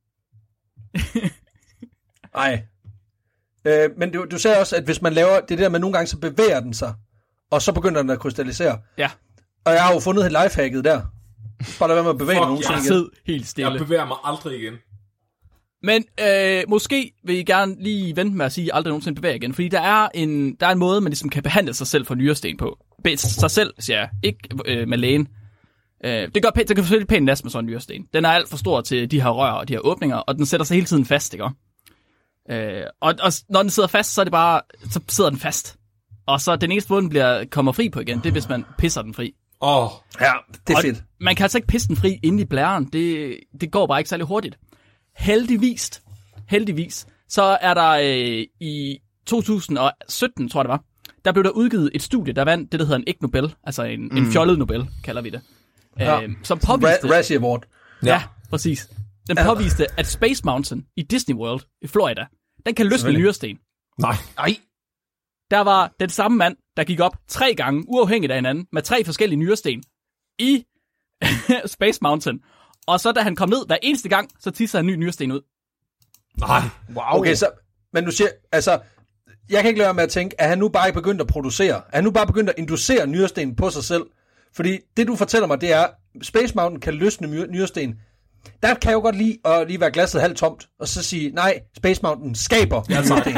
Nej. Øh, men du, du sagde også, at hvis man laver det der med, nogle gange så bevæger den sig, og så begynder den at krystallisere. Ja. Og jeg har jo fundet et lifehacket der. Bare lade være med at bevæge nogen ting igen. Helt stille. Jeg bevæger mig aldrig igen. Men øh, måske vil I gerne lige vente med at sige, at I aldrig nogensinde bevæger igen. Fordi der er en, der er en måde, man ligesom kan behandle sig selv for nyresten på. Be- sig selv, siger jeg. Ikke øh, med lægen. Øh, det gør pænt, det kan selvfølgelig pænt næsten med sådan en nyresten. Den er alt for stor til de her rør og de her åbninger, og den sætter sig hele tiden fast, ikke? Øh, og, og når den sidder fast, så er det bare, så sidder den fast. Og så den eneste måde, den bliver, kommer fri på igen, det er, hvis man pisser den fri. Åh, oh. Ja, det er og fedt. Man kan altså ikke pisse den fri inde i blæren. Det, det går bare ikke særlig hurtigt. Heldigvis, heldigvis, så er der øh, i to tusind og sytten, tror jeg det var, der blev der udgivet et studie, der vandt det, der hedder en Ig Nobel, altså en, mm. en fjollet Nobel, kalder vi det. Ja. Øh, som påviste... Ra- Razzie Award. Ja, ja, præcis. Den påviste, at Space Mountain i Disney World i Florida, den kan løsne nyresten. Nej. Nej. Der var den samme mand, der gik op tre gange, uafhængigt af hinanden, med tre forskellige nyresten i Space Mountain. Og så da han kom ned hver eneste gang, så tissede han en ny nyresten ud. Nej. Wow. Okay, så... Men du siger... Altså... Jeg kan ikke lade være med at tænke, at han nu bare ikke begyndt at producere. Er han nu bare begyndt at inducere nyresten på sig selv? Fordi det, du fortæller mig, det er, Space Mountain kan løsne nyresten. Der kan jeg jo godt lide at lige være glasset halvt tomt, og så sige, nej, Space Mountain skaber nyresten.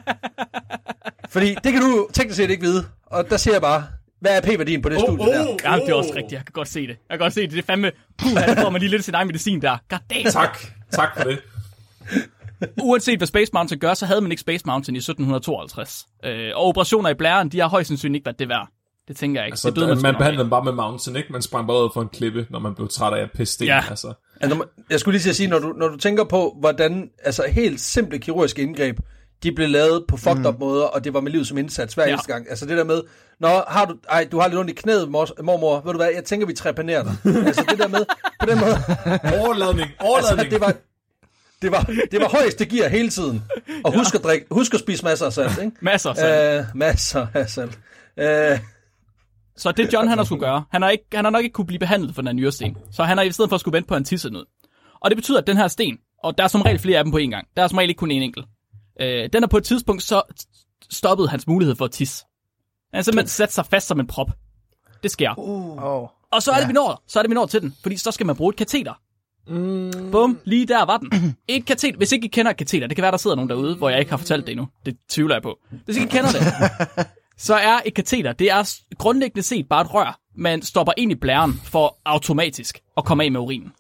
Fordi det kan du teknisk set ikke vide. Og der siger jeg bare, hvad er P-værdien på det oh, studie der? Oh, oh. Ja, det er også rigtigt. Jeg kan godt se det. Jeg kan godt se det. Det er fandme... Puh, der får man lige lidt sin egen medicin der. God damn. Tak. Tak for det. Uanset hvad Space Mountain gør, så havde man ikke Space Mountain i sytten tooghalvtreds. Øh, og operationer i blæren, de har højst sandsynligt ikke været det værd. Det tænker jeg ikke. Altså, det døde, man, man behandlede dem bare med Mountain, ikke? Man sprang bare ud for en klippe, når man blev træt af at pisse sten. Ja. Altså. Altså, jeg skulle lige sige, når du, når du tænker på, hvordan altså, helt simple kirurgiske indgreb, de blev lavet på fucked up mm. måder, og det var med livet som indsats hver ja. eneste gang. Altså det der med, når har du, ej, du har lidt ondt i knæet, mor, mormor, ved du hvad, jeg tænker, vi trepanerer dig. Altså det der med, på den måde. Overladning, overladning. Altså, det var... Det var, det var højeste gear hele tiden. Og husk at, drikke, husk at spise masser af salt, ikke? Masser af salt. Uh, masser af salt. Uh, så det John, han har skulle gøre, han har, ikke, han har nok ikke kunne blive behandlet for den her nyresten. Så han har i stedet for at skulle vente på en tisse ud. Og det betyder, at den her sten, og der er som regel flere af dem på en gang, der er som regel ikke kun en enkelt. Uh, den er på et tidspunkt så stoppet hans mulighed for at tisse. Han har simpelthen sat sig fast som en prop. Det sker. Uh. Og så er det, ja. vi når, så er det, vi når til den, fordi så skal man bruge et kateter. Mm. Bum, lige der var den. Et kateter. Hvis ikke I kender et kateter, det kan være, der sidder nogen derude, hvor jeg ikke har fortalt det endnu. Det tvivler jeg på. Hvis ikke I kender det, så er et kateter, det er grundlæggende set bare et rør, man stopper ind i blæren for automatisk at komme af med urinen.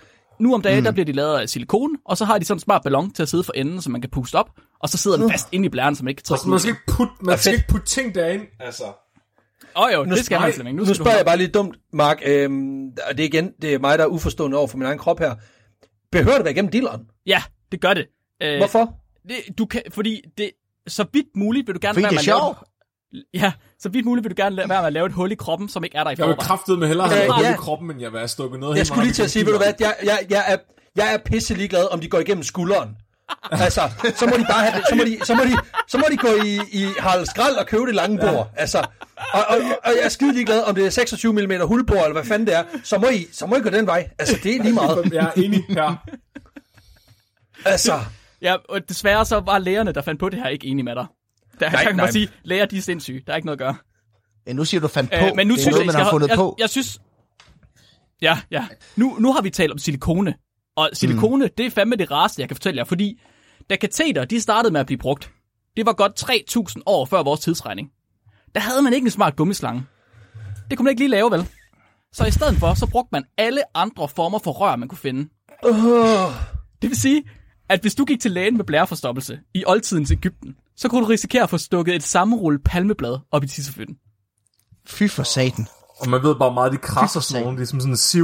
Nu om dagen, mm. der bliver de lavet af silikone, og så har de sådan en smart ballon til at sidde for enden, så man kan puste op, og så sidder den fast inde i blæren, så man ikke kan trække ud. Man skal ikke putte, man skal ikke putte ting derind, altså. Åh oh, jo, nu, det skal man, Flemming. Nu, nu spørger jeg bare lidt dumt, Mark, øhm, og det er igen, det er mig, der er uforstående over for min egen krop her. Behøver det være igennem dilleren? Ja, det gør det. Øh, Hvorfor? Det, du kan, fordi det, så vidt muligt vil du gerne fordi være med at lave... Ja, så vidt muligt vil du gerne være med at lave et hul i kroppen, som ikke er der i forvejen. forvejen. Jeg vil kraftedeme hellere have et hul ja. i kroppen, end jeg vil have stukket noget. Jeg skulle lige til at sige, ved du hvad, jeg, jeg, jeg, er, jeg er pisse ligeglad, om de går igennem skulderen. Altså, så må de bare have det, så må de, så må de, så må de gå i, i Harald Skrald og købe det lange bord. Altså, og, og, og jeg er skide ligeglad, om det er seksogtyve millimeter hulbord, eller hvad fanden det er, så må I, så må I gå den vej. Altså, det er lige meget. Jeg er enig her. Altså. Ja, og desværre så var lægerne, der fandt på det her, ikke enige med dig. Der nej, kan man nej. sige, læger, de er sindssyge. Der er ikke noget at gøre. Ja, nu siger du fandt på. Øh, men nu det synes er noget, man jeg, har fundet jeg, på. Jeg, jeg synes... Ja, ja. Nu, nu har vi talt om silikone. Og silikone, mm. det er fandme det rareste, jeg kan fortælle jer. Fordi da kateter, de startede med at blive brugt, det var godt tre tusind år før vores tidsregning. Der havde man ikke en smart gummislange. Det kunne man ikke lige lave, vel? Så i stedet for, så brugte man alle andre former for rør, man kunne finde. Uh. Det vil sige, at hvis du gik til lægen med blæreforstoppelse i oldtidens Egypten, så kunne du risikere at få stukket et sammenrullet palmeblad op i tissefytten. Fy for satan. Og man ved bare meget, de krasser sådan nogle, det er som sådan en siv.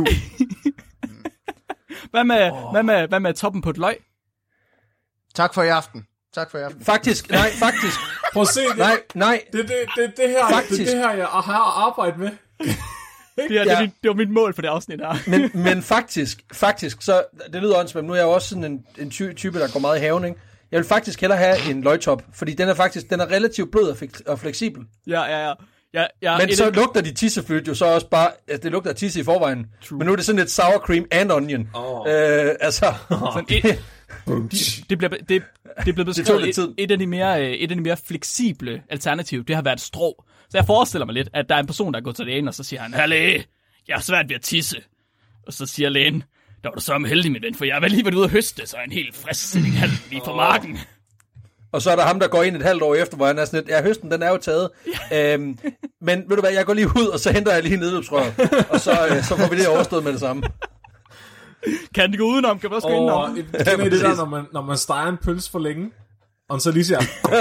hvad, med, oh. hvad, med, hvad med toppen på et løg? Tak for i aften. Tak for i aften. Faktisk, nej, faktisk. Prøv at se det. Nej, nej. Det er det, det, det, her, det, det her, jeg har arbejdet med. det, her, ja. det, det, det var mit mål for det afsnit her. men, men faktisk, faktisk, så det lyder åndssvagt. Nu er jeg jo også sådan en, en ty- type, der går meget i haven, ikke? Jeg vil faktisk hellere have en løgtop, fordi den er faktisk, den er relativt blød og, fik- og fleksibel. Ja, ja, ja. Ja, ja, men så det... lugter de tisseflyt jo så også bare, altså det lugter af tisse i forvejen. True. Men nu er det sådan lidt sour cream and onion. Oh. Øh, altså... Sådan et, det, det, bliver, det, det er blevet beskrevet et, et, af de mere, et af de mere fleksible alternativ, det har været strå. Så jeg forestiller mig lidt, at der er en person, der går til lægen, og så siger han, "Herre læge, jeg er svært ved at tisse." Og så siger lægen, "Der var du så heldig, min ven, for jeg var lige været ude at høste, så en helt frisk stilling halv lige på marken." Og så er der ham, der går ind et halvt år efter, hvor han er sådan lidt, ja, høsten, den er jo taget. øhm, men ved du hvad, jeg går lige ud, og så henter jeg lige nedløbsrøret. Og så, øh, så får vi det overstået med det samme. Kan det gå udenom? Kan vi også gå indenom? Og det er det der, når man, når man steger en pølse for længe, og så lige siger...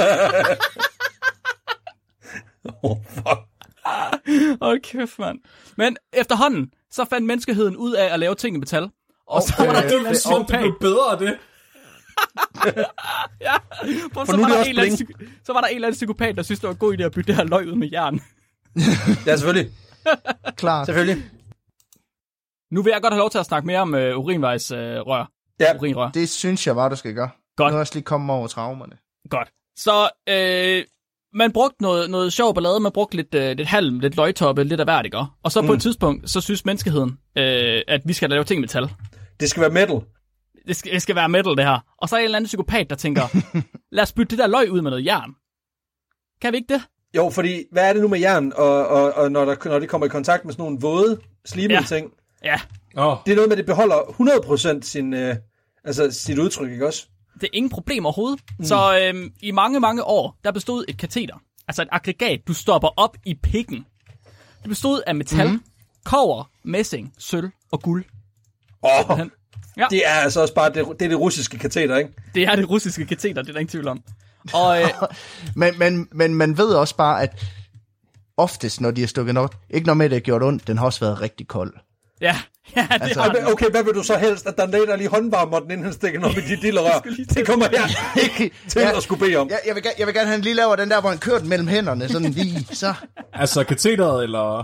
oh, fuck. Åh, oh, kæft, mand. Men efterhånden, så fandt menneskeheden ud af at lave ting i metal. Og oh, så var der en eller anden psykopat. Det blev bedre af det. Ja, for så, var der en eller anden, så var der en eller anden psykopat, der synes, det var en god idé at bytte det her løg ud med jern. Ja, selvfølgelig. Klar. Selvfølgelig. Nu vil jeg godt have lov til at snakke mere om øh, urinvejsrør. Øh, ja, urinrør. Det synes jeg bare, du skal gøre. Godt. Nu er jeg også lige kommet over traumerne. Godt. Så øh, man brugte noget, noget sjov ballade, man brugte lidt, øh, lidt halm, lidt løgtoppe, lidt af hvert, ikke? Og så på mm. et tidspunkt, så synes menneskeheden, øh, at vi skal lave ting i metal. Det skal være metal. Det skal, det skal være metal, det her. Og så er der en eller anden psykopat, der tænker, lad os bytte det der løg ud med noget jern. Kan vi ikke det? Jo, fordi hvad er det nu med jern, og, og, og når, der, når det kommer i kontakt med sådan nogle våde, slimede ja. ting? Ja. Oh. Det er noget med, at det beholder hundrede procent sin, øh, altså sit udtryk, ikke også? Det er ingen problem overhovedet. Mm. Så øhm, i mange, mange år, der bestod et kateter, altså et aggregat, du stopper op i pikken. Det bestod af metal, mm. kobber, messing, sølv og guld. Åh, oh, ja. Det er altså også bare det, det, er det russiske kateter, ikke? Det er det russiske kateter, det er der ingen tvivl om. Og, øh, men, men, men man ved også bare, at oftest, når de har stukket nok, ikke noget med, det har gjort ondt, den har også været rigtig kold. Ja, ja, det altså, har okay, hvad vil du så helst? At der er en der lige håndvarmer den, inden han stikker noget med de dillerør. Det kommer jeg ikke til ja, at skulle bede om. Ja, jeg, vil, jeg vil gerne have, han lige laver den der, hvor han kører den mellem hænderne, sådan lige, så. Altså katheteret, eller?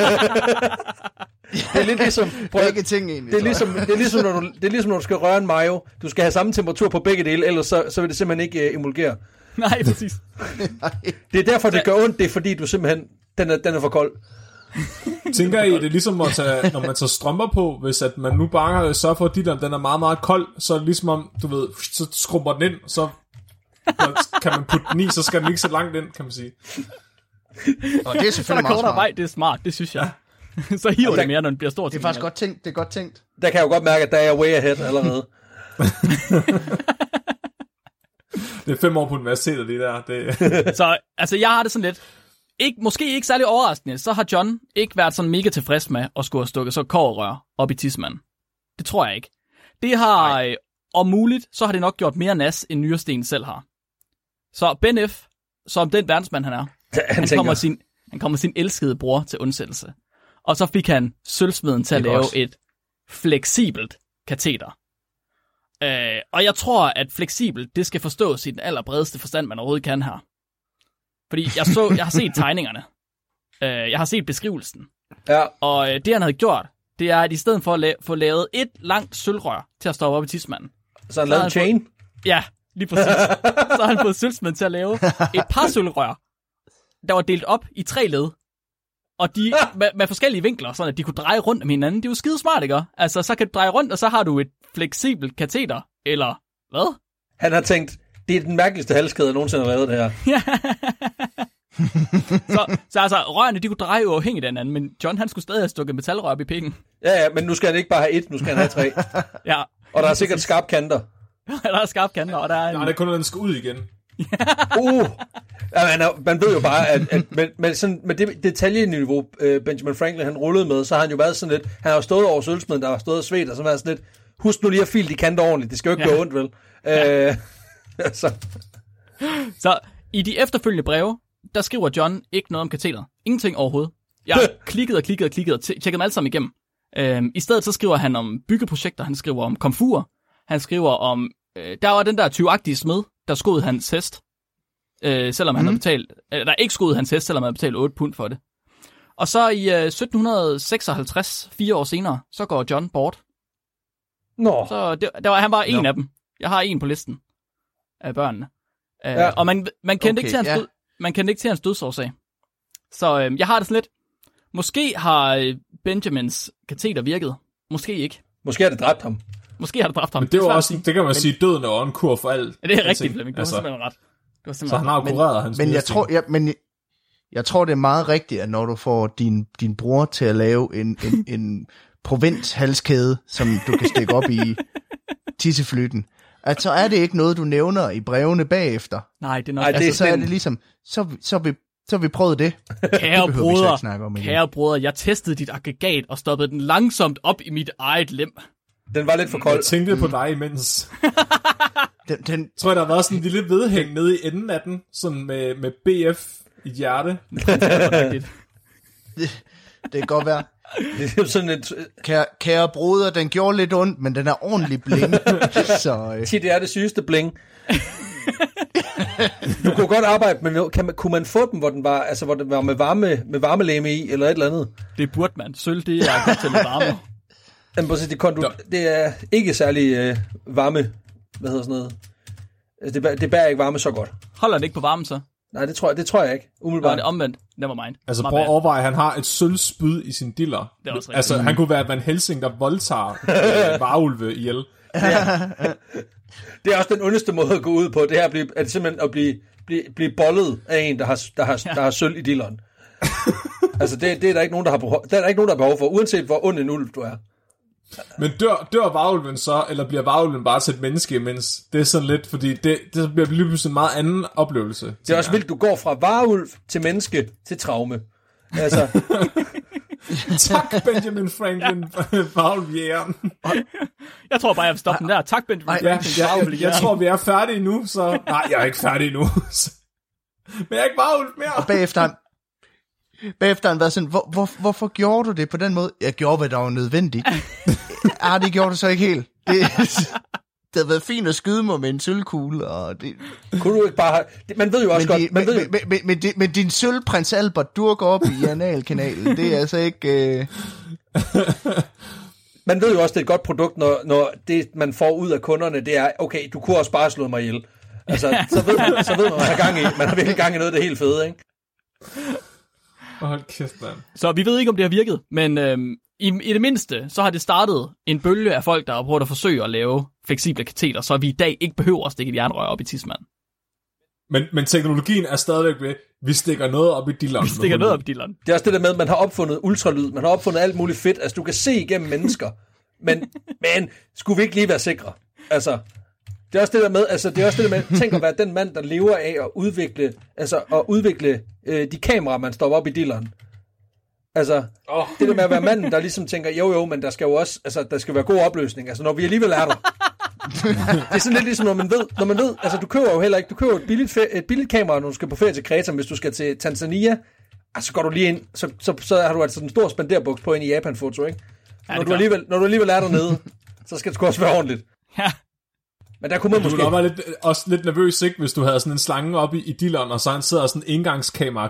Det er lidt ligesom... Begge ting egentlig. Det er ligesom, det er ligesom, når du, det er ligesom, når du skal røre en mayo. Du skal have samme temperatur på begge dele, ellers så, så vil det simpelthen ikke uh, emulgere. Nej, præcis. Det er derfor, det gør ondt. Det er fordi, du simpelthen... Den er, den er for kold. Tænker I, det er ligesom, at tage, når man tager strømper på, hvis at man nu bare sørger for, at den, den er meget, meget kold, så er det ligesom om, du ved, så skrumper den ind, så kan man putte den i, så skal den ikke så langt ind, kan man sige. Og det er selvfølgelig meget smart. Vej, det er smart, det synes jeg. Så hiver okay. det mere, når den bliver stor. Det er faktisk godt tænkt, det er godt tænkt. Der kan jeg jo godt mærke, at der er way ahead allerede. Det er fem år på universitetet, det der. Det... Så altså, jeg har det sådan lidt, ikke, måske ikke særlig overraskende, så har John ikke været sådan mega tilfreds med at skulle have stukket så kobberrør op i tidsmanden. Det tror jeg ikke. Det har, øh, om muligt, så har det nok gjort mere nas, end Nyresten selv har. Så Ben F., som den verdensmand han er, han, han, kommer sin, han kommer sin elskede bror til undsættelse. Og så fik han sølvsmeden til at lave også et fleksibelt kateter. Øh, og jeg tror, at fleksibelt, det skal forstås i den allerbredeste forstand, man overhovedet kan her. Fordi jeg, så, jeg har set tegningerne. Øh, jeg har set beskrivelsen. Ja. Og øh, det, han havde gjort, det er, at i stedet for at la- få lavet et langt sølvrør til at stoppe op i tidsmanden. Så han lavede en chain? Fået, ja, lige præcis. Så har han fået sølvsmeden til at lave et par sølvrør, der var delt op i tre led. Og de med, med forskellige vinkler, sådan at de kunne dreje rundt om hinanden. Det er jo skide smart, ikke? Altså, så kan du dreje rundt, og så har du et fleksibelt kateter. Eller hvad? Han har tænkt, det er den mærkeligste halskæde, jeg nogensinde har lavet det her. så, så altså, rørene, de kunne dreje uafhængigt af hinanden, men John, han skulle stadig have stukket metalrør op i pikken. Ja, ja, men nu skal han ikke bare have et, nu skal han have tre. Ja. Og der er sikkert skarpe kanter. Der er skarpe kanter, og der er en... Nej, det er kun, når den skal ud igen. uh, ja, man, man ved jo bare, at, at med, med, sådan, med det detaljeniveau, øh, Benjamin Franklin han rullede med, så har han jo været sådan lidt, han har jo stået over sølvsmeden, der har stået og svedt, og så været sådan lidt, husk nu lige at file de kanter ordentligt, det skal jo ikke ja. gå ondt, vel? Ja. Øh, så. så i de efterfølgende breve, der skriver John ikke noget om kateter. Ingenting overhovedet. Jeg klikkede og klikkede og klikkede og t- tjekkede dem alle sammen igennem. Øhm, I stedet så skriver han om byggeprojekter, han skriver om komfur, han skriver om, øh, der var den der tyvagtige smed, der skod hans hest, øh, selvom mm. han havde betalt, øh, der ikke skod hans hest, selvom han havde betalt otte pund for det. Og så i øh, sytten seksoghalvtreds, fire år senere, så går John bort. Nå. Så det, der var, han var en Nå. af dem. Jeg har en på listen af børnene. Øh, ja. Og man, man kendte okay, ikke til hans, ja. død, man kendte ikke til hans dødsårsag. Så øh, jeg har det sådan lidt, måske har Benjamins kateter virket, måske ikke. Måske har det dræbt ham. Måske har det dræbt ham. Men det, det, også, det kan man men, sige, døden er jo en kur for alt. Ja, det er rigtigt, Flemming. Du altså, har simpelthen ret. Du har simpelthen så han har jo kureret hans Men jeg tror, ja, men jeg tror, det er meget rigtigt, at når du får din, din bror til at lave en, en, en provinshalskæde, som du kan stikke op i tisseflytten, at så er det ikke noget, du nævner i brevene bagefter. Nej, det er nok... Ej, det Altså, er så er sådan- det ligesom, så, så, vi, så har vi prøvet det. Kære Det behøver vi så ikke snakke broder, om igen. kære broder, jeg testede dit aggregat og stoppede den langsomt op i mit eget lem. Den var lidt for kold. Jeg tænkte på dig imens. Den, den, Jeg tror, der var sådan en lille vedhæng nede i enden af den, sådan med, med B F i et hjerte. Rigtigt. det kan godt være. Det er jo sådan et... Kære, kære broder, den gjorde lidt ondt, men den er ordentligt bling. så øh, Tit det er det sygeste bling. Du kunne godt arbejde, men kan man, kunne man få dem, hvor den var, altså, hvor den var med, varme, med varmelæme i, eller et eller andet? Det burde man. Sølv, det er godt til lidt varme. Jamen, præcis, det, kondu- det er ikke særlig øh, varme, hvad hedder sådan noget. Altså, det, bærer, det bærer ikke varme så godt. Holder det ikke på varmen så? Nej, det tror jeg, det tror jeg ikke. Var Umiddelbart. det omvendt? Never mind. Altså My prøv at bad. overveje, at han har et sølvspyd i sin diller. Det er også rigtigt. Altså han kunne være Van Helsing, der voldtager øh, varulve ihjel. Det er også den ondeste måde at gå ud på, det her at, blive, at simpelthen at blive, blive, blive bollet af en, der har, der har, der har sølv i dilleren. Altså, det, det er der ikke nogen, der har behov, der er der ikke nogen, der har behov for, uanset hvor ond en ulv du er. Men dør, dør varulven så, eller bliver varulven bare til et menneske imens? Det er sådan lidt, fordi det, det bliver lige pludselig en meget anden oplevelse. Det er også vildt, du går fra varulv til menneske til traume. Altså, Tak, Benjamin Franklin, varulvjægeren. Jeg tror bare, jeg vil stoppe den der. Tak, Benjamin. Ja, jeg, jeg, jeg tror, vi er færdige nu, så... Nej, jeg er ikke færdig nu. Men jeg er ikke varulv mere. bagefter han, bagefter han været sådan, hvor, hvor, hvorfor gjorde du det på den måde? Jeg gjorde, hvad der var nødvendigt. ah, det gjorde du så ikke helt. Det, det havde været fint at skyde mig med en sølvkugle, og det... kunne du ikke bare have... det- Man ved jo også Men, godt... de, Man men, ved jo, men, men, men, men, men din sølvprins Albert durker op i analkanalen, det er altså ikke... Øh... man ved jo også, det er et godt produkt, når, når det, man får ud af kunderne, det er, okay, du kunne også bare slå mig ihjel. Altså, så ved man, så ved man, man har gang i, man har virkelig gang i noget af det helt fede, ikke? Hold kæft, mand. Så vi ved ikke, om det har virket, men øhm, i, i det mindste, så har det startet en bølge af folk, der har prøvet at forsøge at lave fleksible kateter, så vi i dag ikke behøver at stikke et jernrør op i tidsmanden. Men, men teknologien er stadigvæk ved, vi stikker noget op i dilleren. Vi stikker noget op i dilleren. Det er også det der med, at man har opfundet ultralyd, man har opfundet alt muligt fedt, altså du kan se igennem mennesker, men, men skulle vi ikke lige være sikre? Altså, det er også det der med, altså det er også det der med, tænk at være den mand, der lever af at udvikle, altså at udvikle øh, de kameraer, man stopper op i dilleren. Altså, oh. det der med at være manden, der ligesom tænker, jo jo, men der skal jo også, altså der skal være god opløsning, altså når vi alligevel er der. Det er sådan lidt ligesom, når man ved, når man ved, altså du køber jo heller ikke, du køber et billigt, fe- et billigt kamera, når du skal på ferie til Kreta, hvis du skal til Tanzania, altså så går du lige ind, så, så, så har du altså en stor spenderbuks på ind i Japan-foto, ikke? Ja, når, du alligevel, når du alligevel er dernede, så skal det sgu også være ordentligt. Ja. Men der kunne man Du måske... ville nok være lidt, også lidt nervøs, ikke, hvis du havde sådan en slange op i, i dilleren, og så han sidder sådan en engangskamera.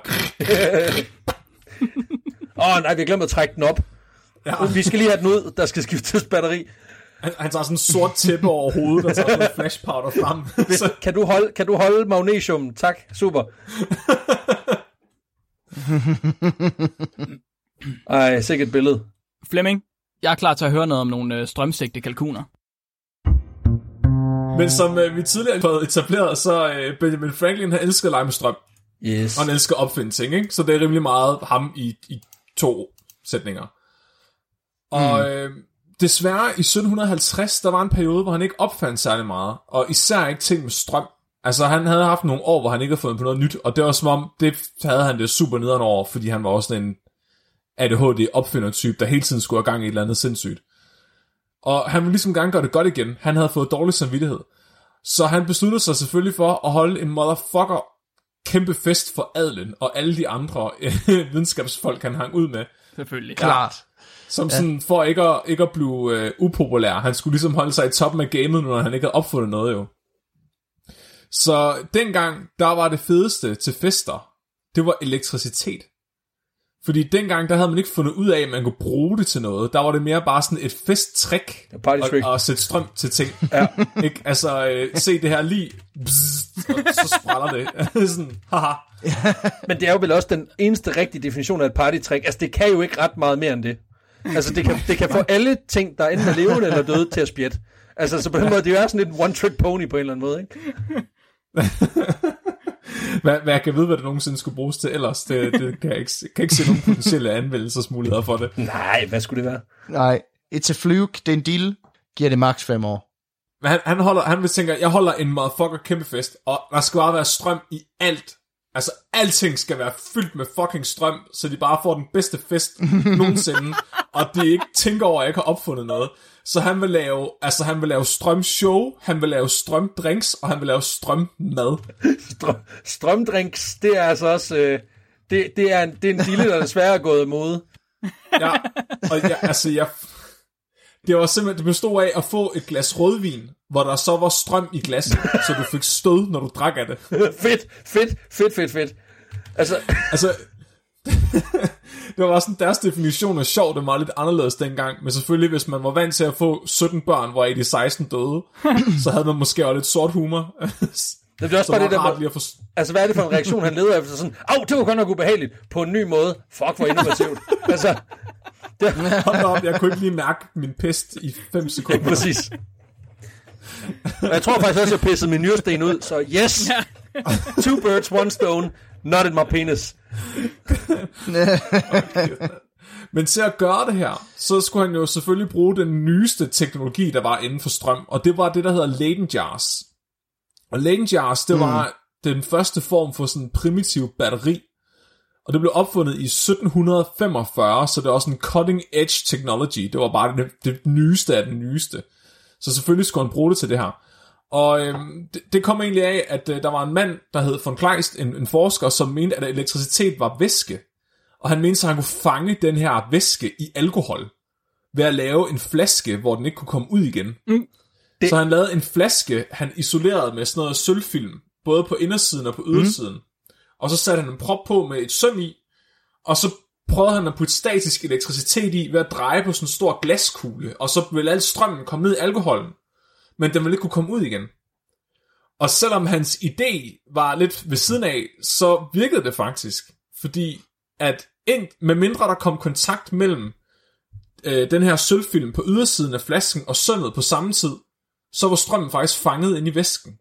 Åh oh, nej, vi har glemt at trække den op. Ja. Vi skal lige have den ud, der skal skiftes batteri. Han, han tager sådan en sort tæppe over hovedet, og tager sådan en flash powder frem. Hvis, kan, du holde, kan du holde magnesium? Tak, super. Ej, sikkert et billede. Flemming, jeg er klar til at høre noget om nogle øh, strømsigte kalkuner. Men som øh, vi tidligere har fået etableret, så øh, Benjamin Franklin har elsket at lege med strøm. Yes. Og han elsker at opfinde ting, ikke? Så det er rimelig meget ham i, i to sætninger. Og mm. øh, desværre i sytten halvtreds, der var en periode, hvor han ikke opfandt særlig meget. Og især ikke ting med strøm. Altså han havde haft nogle år, hvor han ikke havde fundet på noget nyt. Og det var som om, det havde han det super nederen over, fordi han var også sådan en A D H D-opfinder-type, der hele tiden skulle have gang i et eller andet sindssygt. Og han ville ligesom gerne gøre det godt igen. Han havde fået dårlig samvittighed. Så han besluttede sig selvfølgelig for at holde en motherfucker kæmpe fest for adelen og alle de andre videnskabsfolk, han hang ud med. Selvfølgelig. Klart. Som ja. sådan, for ikke at, ikke at blive uh, upopulær. Han skulle ligesom holde sig i toppen af gamet, når han ikke havde opfundet noget jo. Så dengang, der var det fedeste til fester, det var elektricitet. Fordi dengang, der havde man ikke fundet ud af, at man kunne bruge det til noget. Der var det mere bare sådan et festtrik at, at sætte strøm til ting. Ja. Ikke? Altså, øh, se det her lige, bzzz, og så spræller det. Sådan, haha. Men det er jo vel også den eneste rigtige definition af et partytrick. Altså, det kan jo ikke ret meget mere end det. Altså, det kan, det kan få alle ting, der enten er levende eller døde, til at spjætte. Altså, så på den måde, det er jo sådan lidt en one-trick pony på en eller anden måde, ikke? Hvad, hvad jeg kan vide, hvad det nogensinde skulle bruges til ellers, det, det kan jeg ikke, kan ikke se nogen potentielle anvendelsesmuligheder for det. Nej, hvad skulle det være? Nej, it's a fluke, det er en deal, giver det maks fem år. han, han, holder, han vil tænke, jeg holder en motherfucker kæmpe fest, og der skal bare være strøm i alt. Altså, alting skal være fyldt med fucking strøm, så de bare får den bedste fest nogensinde, og de ikke tænker over, at jeg ikke har opfundet noget. Så han vil lave, altså han vil lave strømshow, han vil lave strømdrinks, og han vil lave strømmad. Strøm, strømdrinks, det er altså også, øh, det, det, er en, det er en dille, der desværre er gået imod. Ja, og jeg, altså jeg, det var simpelthen, det bestod af at få et glas rødvin, hvor der så var strøm i glasset, så du fik stød, når du drak af det. fedt, fedt, fedt, fedt, fedt. Altså, altså det var sådan deres definition af sjov, det var lidt anderledes dengang, men selvfølgelig, hvis man var vant til at få sytten børn, hvor de seksten døde, så havde man måske også lidt sort humor. Det er også bare det der, man, for... altså hvad er det for en reaktion, han leder efter? Sådan, au, det var godt nok ubehageligt, på en ny måde. Fuck, hvor innovativt. Altså, det... Hold op, jeg kunne ikke lige mærke min pest i fem sekunder. Ja, præcis. Jeg tror faktisk også, jeg pissede min nyresten ud, så yes! Two birds, one stone, not in my penis. Okay. Men til at gøre det her, så skulle han jo selvfølgelig bruge den nyeste teknologi, der var inden for strøm, og det var det, der hedder Leyden jars. Og Leyden jars, det var mm. den første form for sådan en primitiv batteri, og det blev opfundet i sytten femogfyrre, så det er også en cutting edge technology. Det var bare det, det nyeste af det nyeste. Så selvfølgelig skulle han bruge det til det her. Og øhm, det, det kom egentlig af, at øh, der var en mand, der hed von Kleist, en, en forsker, som mente, at elektricitet var væske. Og han mente, at han kunne fange den her væske i alkohol, ved at lave en flaske, hvor den ikke kunne komme ud igen. Mm. Det... Så han lavede en flaske, han isolerede med sådan noget sølvfilm, både på indersiden og på ydersiden. Mm. Og så satte han en prop på med et søm i, og så prøvede han at putte statisk elektricitet i, ved at dreje på sådan en stor glaskugle, og så ville al strømmen komme ned i alkoholen, men den ville ikke kunne komme ud igen. Og selvom hans idé var lidt ved siden af, så virkede det faktisk, fordi at ind, med mindre der kom kontakt mellem øh, den her sølvfilm på ydersiden af flasken og sømmet på samme tid, så var strømmen faktisk fanget ind i væsken.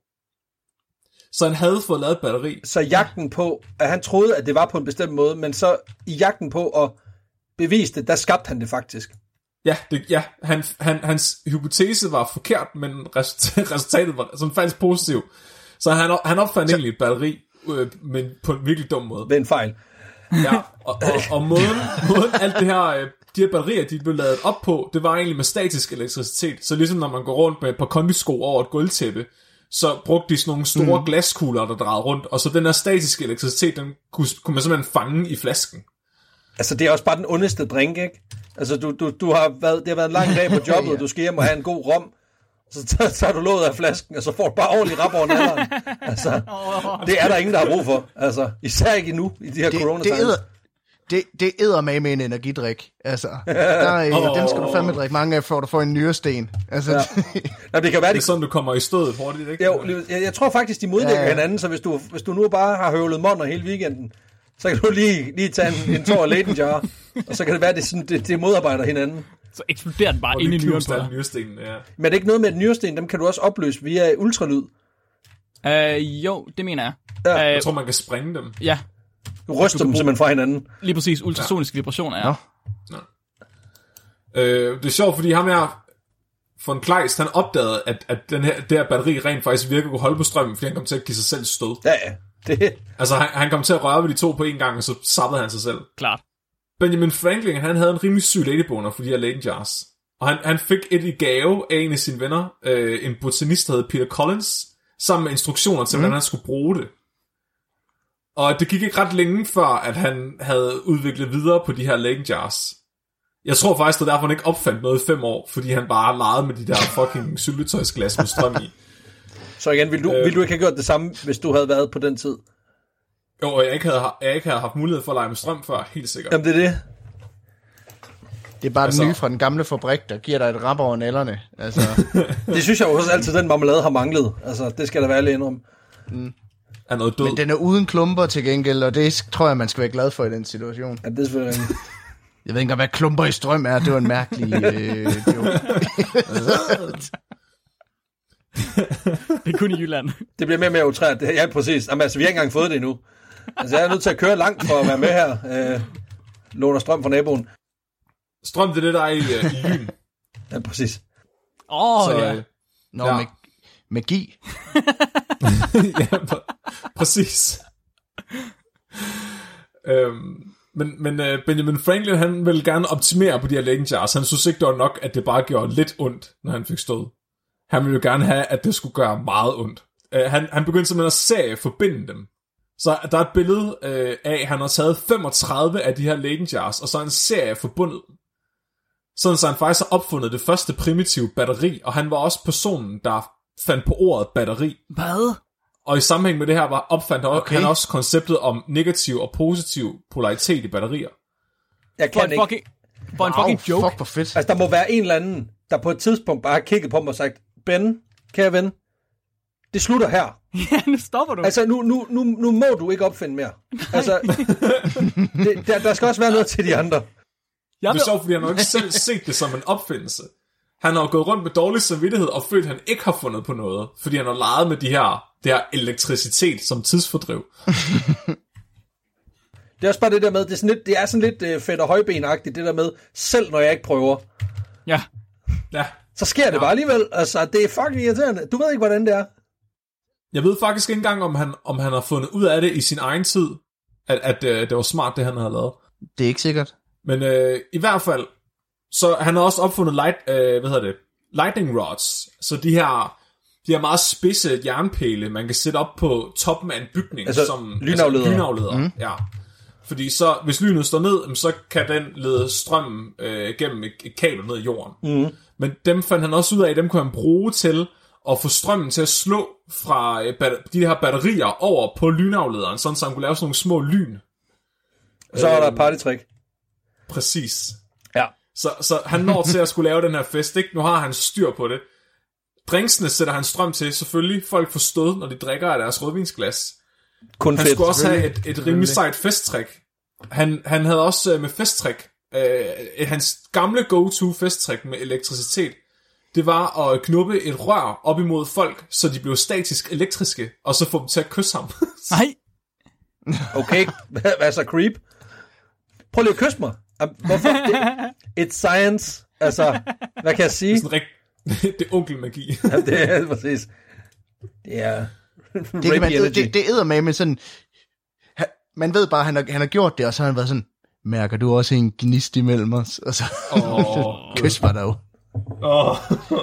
Så han havde fået lavet batteri. Så jagten på, at han troede, at det var på en bestemt måde, men så i jagten på at bevise det, der skabte han det faktisk. Ja, det, ja han, han, hans hypotese var forkert, men resultatet var sådan faktisk positivt. Så han, han opfandt egentlig et batteri, øh, men på en virkelig dum måde. Det er en fejl. Ja, og, og, og måden, måden alt det her, øh, de her batterier, de blev lavet op på, det var egentlig med statisk elektricitet. Så ligesom når man går rundt med et par kondisko over et gulvtæppe, så brugte de sådan nogle store mm. glaskugler, der drejede rundt, og så den her statiske elektricitet, den kunne, kunne man simpelthen fange i flasken. Altså, det er også bare den ondeste drink, ikke? Altså, du, du, du har været, det har været en lang dag på jobbet, ja. Og du skal hjem og have en god rom, så tager, tager du låget af flasken, og så får du bare ordentligt rap over nalderen. Altså, det er der ingen, der har brug for. Altså, især ikke nu, i de her coronatider. Det, det æder med med en energidrik. Altså, der, oh. den skal du fandme drikke mange af, for at du får en nyresten. Altså, ja. Ja, det kan være, det er sådan, du kommer i stødet hurtigt, ikke? Jo, jeg, jeg tror faktisk, de modvirker ja. hinanden, så hvis du, hvis du nu bare har høvlet månder hele weekenden, så kan du lige, lige tage en, en tår af Leyden jar, og så kan det være, at det, sådan, det, det modarbejder hinanden. Så eksploderer den bare ind i nyren på dig. Ja. Men er det ikke noget med, at nyresten, dem kan du også opløse via ultralyd? Uh, jo, det mener jeg. Ja. Uh, jeg tror, man kan sprænge dem. Ja. Du ryster dem simpelthen fra hinanden. Lige præcis, ultrasoniske ja. vibrationer, ja. ja. Øh, det er sjovt, fordi ham her, von Kleist, han opdagede, at, at den her, det her batteri rent faktisk virkelig kunne holde på strømmen, fordi han kom til at give sig selv stød. Ja, ja. Det... Altså, han, han kom til at røre ved de to på en gang, og så sappede han sig selv. Klart. Benjamin Franklin, han havde en rimelig syg ladyboner for de her Leyden jars. Og han, han fik et i gave af en af sine venner, øh, en botanist, der hed Peter Collins, sammen med instruktioner til, mm. hvordan han skulle bruge det. Og det gik ikke ret længe før, at han havde udviklet videre på de her Leyden jars. Jeg tror faktisk, det er derfor, han ikke opfandt noget i fem år, fordi han bare legede med de der fucking syltetøjsglas med strøm i. Så igen, vil du, øh, vil du ikke have gjort det samme, hvis du havde været på den tid? Jo, og jeg ikke havde, jeg ikke havde haft mulighed for at lege med strøm før, helt sikkert. Jamen, det er det. Det er bare altså, den nye fra den gamle fabrik, der giver dig et rap over nælderne. Altså. Det synes jeg også altid, den marmelade har manglet. Altså, det skal der være lidt indrømme. Mm. Er noget død. Men den er uden klumper til gengæld, og det tror jeg, man skal være glad for i den situation. Ja, det er selvfølgelig rigtigt. Jeg ved ikke, hvad klumper i strøm er. Det var en mærkelig øh, joke. Det er kun i Jylland. Det bliver mere og mere utræt. Ja, præcis. Jamen, altså, vi har ikke engang fået det endnu. Altså, jeg er nødt til at køre langt for at være med her. Øh, låner strøm fra naboen. Strøm, det er det, der er i, uh, i Lyn. Ja, præcis. Åh, oh, ja. Nå, Ja. mag- magi. Ja, pr- præcis. øhm, men men uh, Benjamin Franklin, han ville gerne optimere på de her Leyden jars. Han synes ikke, det var nok, at det bare gjorde lidt ondt, når han fik stød. Han ville jo gerne have, at det skulle gøre meget ondt. Uh, han, han begyndte simpelthen at serie forbinde dem. Så der er et billede uh, af, at han har taget femogtredive af de her Leyden jars, og så er en serie forbundet. Sådan så han faktisk har opfundet det første primitive batteri, og han var også personen, der fandt på ordet batteri. Hvad? Og i sammenhæng med det her var opfandt Okay. han også konceptet om negativ og positiv polaritet i batterier. Jeg For kan en ikke. fucking, for en fucking joke. Fuck, hvor fedt. Altså, der må være en eller anden, der på et tidspunkt bare har kigget på mig og sagt, Ben, kære ven, det slutter her. Ja, nu stopper du. Altså, nu, nu, nu, nu må du ikke opfinde mere. Altså, det, der, der skal også være noget til de andre. Jeg Det er vil, sjovt, fordi han har jo ikke selv set det som en opfindelse. Han har jo gået rundt med dårlig samvittighed og følt, at han ikke har fundet på noget, fordi han har leget med de her, det her elektricitet som tidsfordriv. Det er også bare det der med, det er sådan lidt, det er sådan lidt uh, fedt og højbenagtigt, det der med, selv når jeg ikke prøver, ja. Ja. så sker det Ja. bare alligevel. Altså, det er fucking irriterende. Du ved ikke, hvordan det er. Jeg ved faktisk ikke engang, om han, om han har fundet ud af det i sin egen tid, at, at uh, det var smart, det han havde lavet. Det er ikke sikkert. Men øh, i hvert fald, så han har også opfundet light, øh, hvad hedder det, lightning rods. Så de her, de her meget spidse jernpæle, man kan sætte op på toppen af en bygning. Altså, som lynafledere. Altså, lynafledere, mm. ja. Fordi så, hvis lynet står ned, så kan den lede strømmen øh, gennem et, et kabel ned i jorden. Mm. Men dem fandt han også ud af, dem kunne han bruge til at få strømmen til at slå fra øh, bat- de her batterier over på lynaflederen, sådan så han kunne lave sådan nogle små lyn. Og så er der et partytrick. Præcis. Ja. Så, så han når til at skulle lave den her fest, ikke? Nu har han styr på det. Drinksene sætter han strøm til, selvfølgelig. Folk får stød, når de drikker af deres rødvinsglas. Kun Han fedt, skulle også have selvfølgelig. et, et rimelig sejt festtrik. Han, han havde også øh, med festtrik, øh, hans gamle go-to festtrik med elektricitet, det var at knuppe et rør op imod folk, så de blev statisk elektriske, og så få dem til at kysse ham. Nej. Okay, hvad er så creep? Prøv lige at kysse mig. Hvorfor? Det, it's science. Altså, hvad kan jeg sige? Sådan rigt, det er onkelmagi. Ja, det er præcis. Det er... Det, kan man, det, det, det æder med, men sådan... Han, man ved bare, at han har, han har gjort det, og så har han været sådan, mærker du også en gnist imellem os? Og så, oh, kys mig dog. Åh.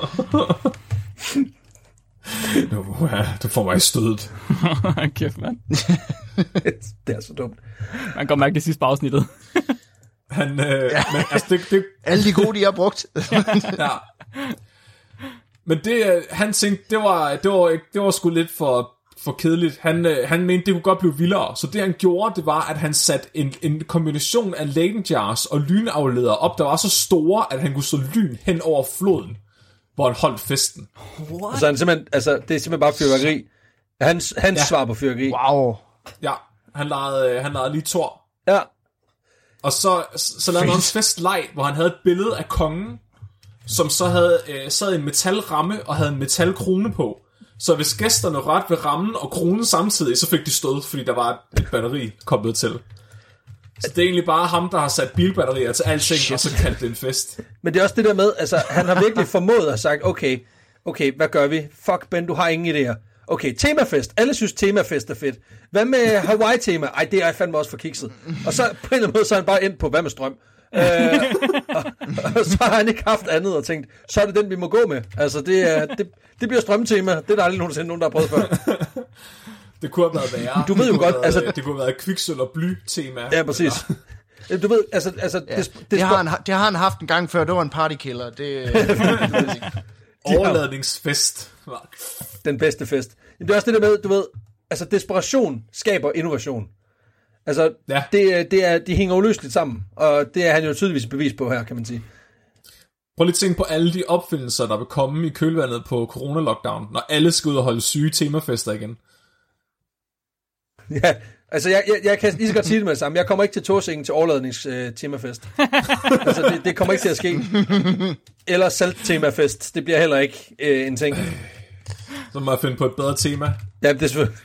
Nu, ja, du får mig i stødet. Kæft, mand. Det er så dumt. Man kan godt mærke det sidste på afsnittet. Han, øh, ja. men, altså, det, det, Alle de gode, de har brugt. ja. Men det, øh, han tænkte, det var, det var, det var sgu lidt for, for kedeligt. Han, øh, han mente, det kunne godt blive vildere. Så det han gjorde, det var, at han satte en, en kombination af Leyden jars og lynafledere op, der var så store, at han kunne så lyn hen over floden, hvor han holdt festen. Så han simpelthen, altså, det er simpelthen bare fyrværkeri. Hans, hans ja. svar på fyrværkeri. Wow. Ja, han legede, øh, han legede lige Thor. Ja. Og så, så lavede han en festleg, hvor han havde et billede af kongen, som så havde øh, sad i en metalramme og havde en metalkrone på. Så hvis gæsterne rørte ved rammen og kronen samtidig, så fik de stød, fordi der var et batteri koblet til. Så det er egentlig bare ham, der har sat bilbatterier til alting, Shit. Og så kaldte det en fest. Men det er også det der med, altså, han har virkelig formået at sagt, okay, okay, hvad gør vi? Fuck, Ben, du har ingen idéer. Okay, temafest. Alle synes, temafest er fedt. Hvad med Hawaii-tema? Ej, det er fandme også for kikset. Og så på en eller anden måde, så er han bare endt på, hvad med strøm? øh, og, og så har han ikke haft andet og tænkt, så er det den, vi må gå med. Altså, det, er, det, det bliver strømtema. Det er der aldrig nogensinde nogen, der har prøvet før. Det kunne have været værre. Du ved jo det godt, været, altså... Det kunne have været kviksøl og bly-tema. Ja, præcis. Du ved, altså... altså Ja, det, det, det, har han, det har han haft en gang før, det var en partykiller. Det, Overladningsfest. Den bedste fest. Det er også det der med, du ved, altså desperation skaber innovation. Altså, ja. det, det er, de hænger uløseligt sammen, og det er han jo tydeligvis bevis på her, kan man sige. Prøv lige at tænke på alle de opfindelser, der vil komme i kølvandet på corona-lockdown, når alle skal ud og holde syge temafester igen. Ja, altså jeg, jeg, jeg kan lige så godt sige det med det samme. Jeg kommer ikke til Tåsingen til overladnings-temafest. Øh, altså det, det kommer ikke til at ske. Eller salt-temafest. Det bliver heller ikke øh, en ting. Så må jeg finde på et bedre tema. Ja, det er selvfølgelig.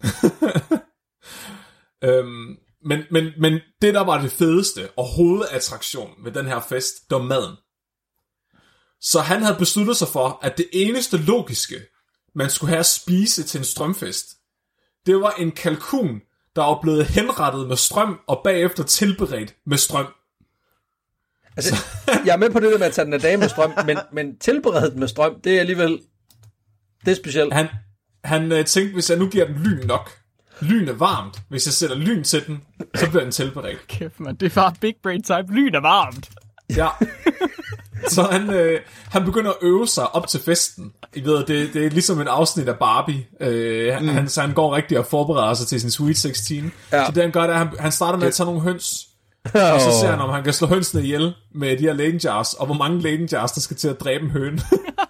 øhm, men, men, men det, der var det fedeste og hovedattraktion ved den her fest, det var maden. Så han havde besluttet sig for, at det eneste logiske, man skulle have at spise til en strømfest, det var en kalkun, der var blevet henrettet med strøm, og bagefter tilberedt med strøm. Altså, jeg er med på det der med at tage den af dage med strøm, men, men tilberedt med strøm, det er alligevel, det er specielt. Han, han øh, tænkte, hvis jeg nu giver den lyn nok, lyn er varmt, hvis jeg sætter lyn til den, så bliver den tilberedt. Kæft, man, det er bare big brain type, lyn er varmt. Ja. Så han, øh, han begynder at øve sig op til festen. I ved, det, det er ligesom en afsnit af Barbie. Øh, han, mm. han, så han går rigtig og forbereder sig til sin Sweet seksten. Ja. Så det han gør, det er, at han, han starter med at tage nogle høns. Oh. Og så ser han, om han kan slå hønsene ihjel med de her Leyden jars, og hvor mange Leyden jars, der skal til at dræbe en høne.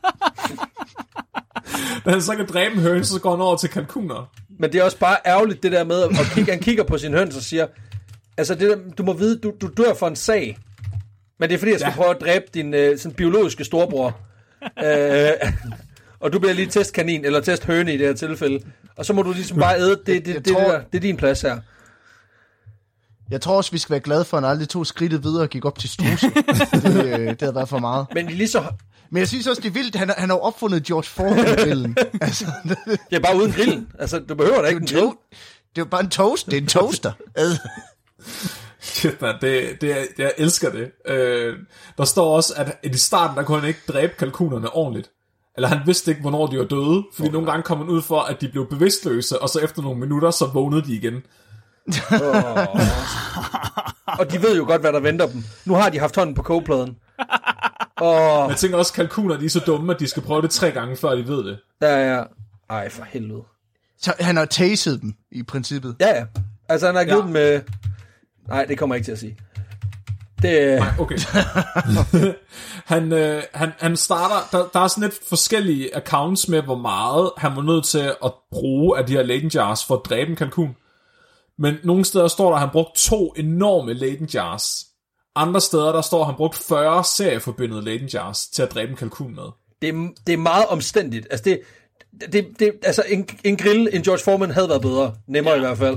Da han så kan dræbe en høne, så går han over til kalkuner. Men det er også bare ærgerligt, det der med, at kigge, han kigger på sin høns og siger, altså det der, du må vide, du, du dør for en sag. Men det er fordi, jeg skal ja. prøve at dræbe din øh, sådan biologiske storbror. øh, og du bliver lige testkanin, eller testhøne i det her tilfælde. Og så må du ligesom bare æde, det, det, det, det, der, det er din plads her. Jeg tror også, vi skal være glade for, at han aldrig tog skridtet videre og gik op til Struse. det, øh, det havde været for meget. Men lige så... Men jeg synes også, det er vildt. Han, han har jo opfundet George Foreman-grillen. Altså, det er bare uden grillen. Altså, du behøver da ikke en grill. To- det er jo bare en toast. Det er en toaster. Shit, man. Det, det, det, jeg elsker det. Øh, der står også, at i starten, der kunne han ikke dræbe kalkunerne ordentligt. Eller han vidste ikke, hvornår de var døde. Fordi okay. nogle gange kom han ud for, at de blev bevidstløse, og så efter nogle minutter, så vågnede de igen. Oh. Og de ved jo godt, hvad der venter dem. Nu har de haft hånden på kogepladen. Oh. Jeg tænker også, at kalkuner de er så dumme, at de skal prøve det tre gange, før de ved det. Ja, ja. Ej, for helvede. Så han har taset dem, i princippet? Ja, ja. Altså, han har givet ja. dem... Øh... Nej, det kommer jeg ikke til at sige. Det... Nej, okay. han, øh, han, han starter... Der, der er sådan lidt forskellige accounts med, hvor meget han var nødt til at bruge af de her Leyden jars for at dræbe en kalkun. Men nogle steder står der, at han brugte to enorme Leyden jars. Andre steder, der står, at han brugte fyrre serieforbindede Leyden jars til at dræbe en kalkun med. Det er, det er meget omstændigt. Altså, det, det, det, altså en, en grill, en George Foreman havde været bedre. Nemmere ja. i hvert fald.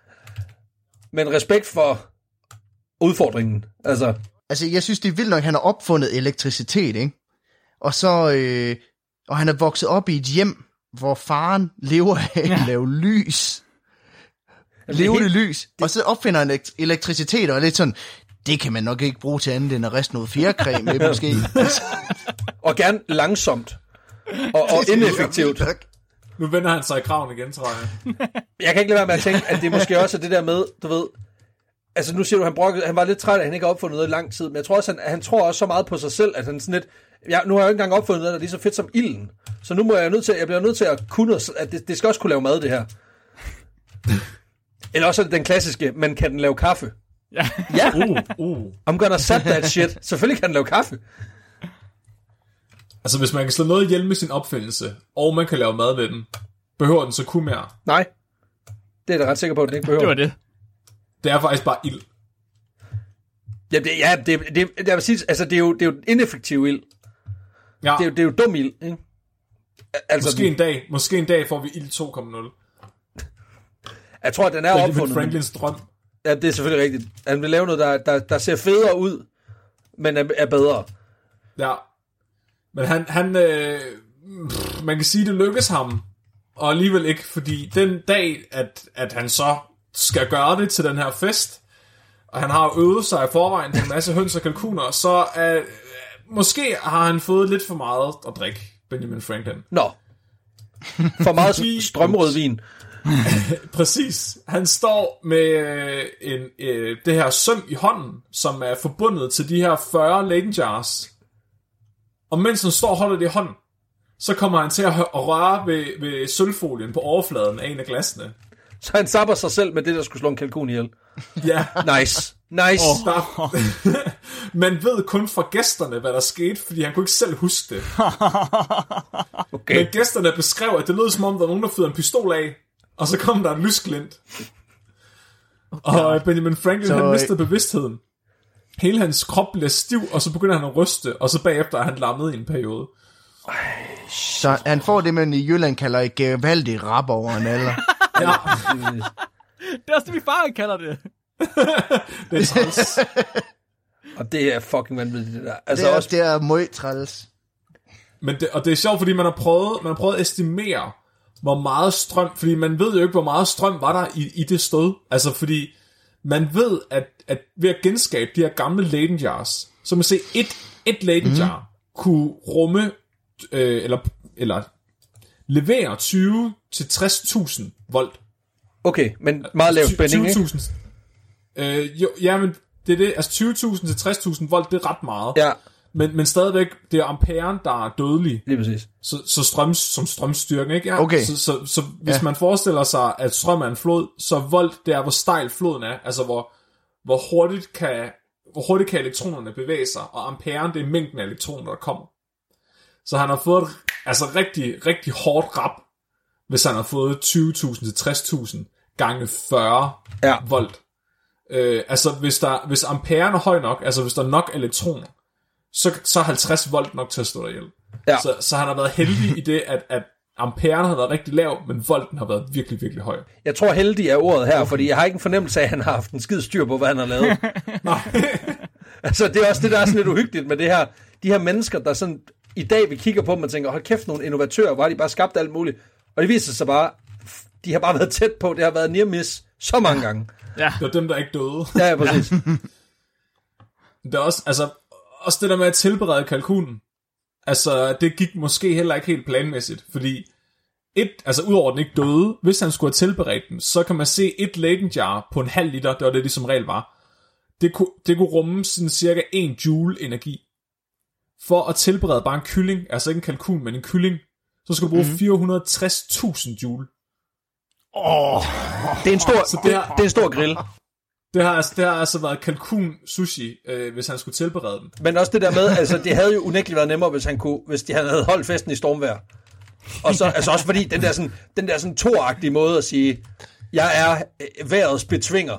Men respekt for udfordringen. Altså, altså jeg synes, det er vildt nok, at han har opfundet elektricitet, ikke? Og så... Øh, og han er vokset op i et hjem, hvor faren lever af at ja. lave lys. Levende lys. Det... Og så opfinder han elektricitet, og er lidt sådan... Det kan man nok ikke bruge til andet end at riste noget fjerkræm med, måske. Og gerne langsomt. Og, og ineffektivt. Nu vender han sig i kraven igen, tror jeg. Jeg kan ikke lade være med at tænke, at det måske også er det der med, du ved... Altså nu siger du, han brokkede, han var lidt træt, at han ikke har opfundet noget i lang tid. Men jeg tror også, han, han tror også så meget på sig selv, at han sådan lidt... Ja, nu har jeg jo ikke engang opfundet noget, der er lige så fedt som ilden. Så nu må jeg nødt til, jeg bliver nødt til at kunne... At det, det skal også kunne lave mad, det her. Eller også den klassiske, men kan den lave kaffe? Ja. ja. Uh, uh. I'm gonna set that shit. Selvfølgelig kan den lave kaffe. Altså, hvis man kan slå noget ihjel med sin opfindelse, og man kan lave mad med den, behøver den så kunne mere? Nej. Det er jeg ret sikker på, at den ikke behøver. Det var det. Det er faktisk bare ild. Ja, det, ja, det, det, jeg vil sige, altså, det er jo, det er jo ineffektiv ild. Ja. Det, er, det er jo dum ild, ikke? Altså, måske, en dag, måske en dag får vi ild to punkt nul. Jeg tror, at den er opfundet. Det er Franklins drøm. Ja, det er selvfølgelig rigtigt. Han vil lave noget, der, der, der ser federe ud, men er, er bedre. Ja. Men han, han øh, man kan sige, det lykkes ham, og alligevel ikke, fordi den dag, at, at han så skal gøre det til den her fest, og han har øvet sig i forvejen til en masse høns og kalkuner, så øh, måske har han fået lidt for meget at drikke, Benjamin Franklin. Nå. For meget strømrødvin. Præcis. Han står med øh, en, øh, det her søm i hånden, som er forbundet til de her fyrre Leyden jars. Og mens han står og holder det i hånden, så kommer han til at røre ved, ved sølvfolien på overfladen af en af glasene. Så han sapper sig selv med det, der skulle slå en kalkun ihjel. Ja. Nice. Nice. Oh. Der... Man ved kun fra gæsterne, hvad der skete, fordi han kunne ikke selv huske det. Okay. Men gæsterne beskrev, at det lød som om, der var nogen, der fyrede en pistol af, og så kom der en lysglint. Okay. Og Benjamin Franklin, så... han mistede bevidstheden. Hele hans krop blev stiv, og så begynder han at ryste, og så bagefter er han lammet i en periode. Så han får det, man i Jylland kalder et gevaldigt rap over en alder. Ja. Det er også det, vi far kalder det. Det er træls. Og det er fucking vanvittigt, det der. Altså det er, også... det er møg træls. men det, og det er sjovt, fordi man har prøvet, man har prøvet at estimere, hvor meget strøm, fordi man ved jo ikke, hvor meget strøm var der i, i det stød. Altså, fordi man ved, at, at ved at genskabe de her gamle Leyden jars, så man se, et, et Leyden mm. jar kunne rumme, øh, eller, eller levere tyve til tres tusind volt. Okay, men meget lav spænding, tyve tusind. Øh, jo, ja, men det er det, altså tyve tusind til tres tusind volt, det er ret meget. Ja. Men, men stadigvæk, det er amperen, der er dødelig. Lige præcis. Så, så strøm, som strømstyrken, ikke? Ja, okay. Så, så, så hvis ja. man forestiller sig, at strøm er en flod, så volt, det er, hvor stejl floden er. Altså, hvor, hvor, hurtigt kan, hvor hurtigt kan elektronerne bevæge sig. Og amperen, det er mængden af elektroner, der kommer. Så han har fået et altså, rigtig, rigtig hårdt rap, hvis han har fået tyve tusind til tres tusind gange fyrre ja. volt. Øh, altså, hvis, der, hvis amperen er høj nok, altså hvis der er nok elektroner, så, så er halvtreds volt nok til at stå der ihjel. Ja. Så, så han har været heldig i det, at, at amperen har været rigtig lav, men volten har været virkelig, virkelig høj. Jeg tror heldig er ordet her, fordi jeg har ikke en fornemmelse af, at han har haft en skid styr på, hvad han har lavet. Nej. Altså, det er også det, der er sådan lidt uhyggeligt med det her. De her mennesker, der sådan, i dag vi kigger på dem og tænker, hold kæft, nogle innovatører, hvor har de bare skabt alt muligt. Og det viser sig bare, de har bare været tæt på, det har været near miss så mange gange. Ja. Det var dem, der ikke døde. Ja, ja, præcis. Det er også, altså, også det der med at tilberede kalkunen. Altså, det gik måske heller ikke helt planmæssigt, fordi et, altså udover den ikke døde, hvis han skulle have tilberedt den, så kan man se et Leyden jar på en halv liter, det var det, det som regel var. Det kunne, det kunne rumme sådan cirka en joule energi. For at tilberede bare en kylling, altså ikke en kalkun, men en kylling, så skulle du bruge mm-hmm. fire hundrede og tres tusind joule. Åh, oh, det er en stor, det, det, det er en stor grill. Det har, altså, det har altså været kalkun sushi, øh, hvis han skulle tilberede den. Men også det der med, altså det havde jo unægteligt været nemmere, hvis han kunne, hvis de havde holdt festen i stormvejr. Og så altså også fordi den der sådan, den der sådan toragtige måde at sige, jeg er vejrets betvinger.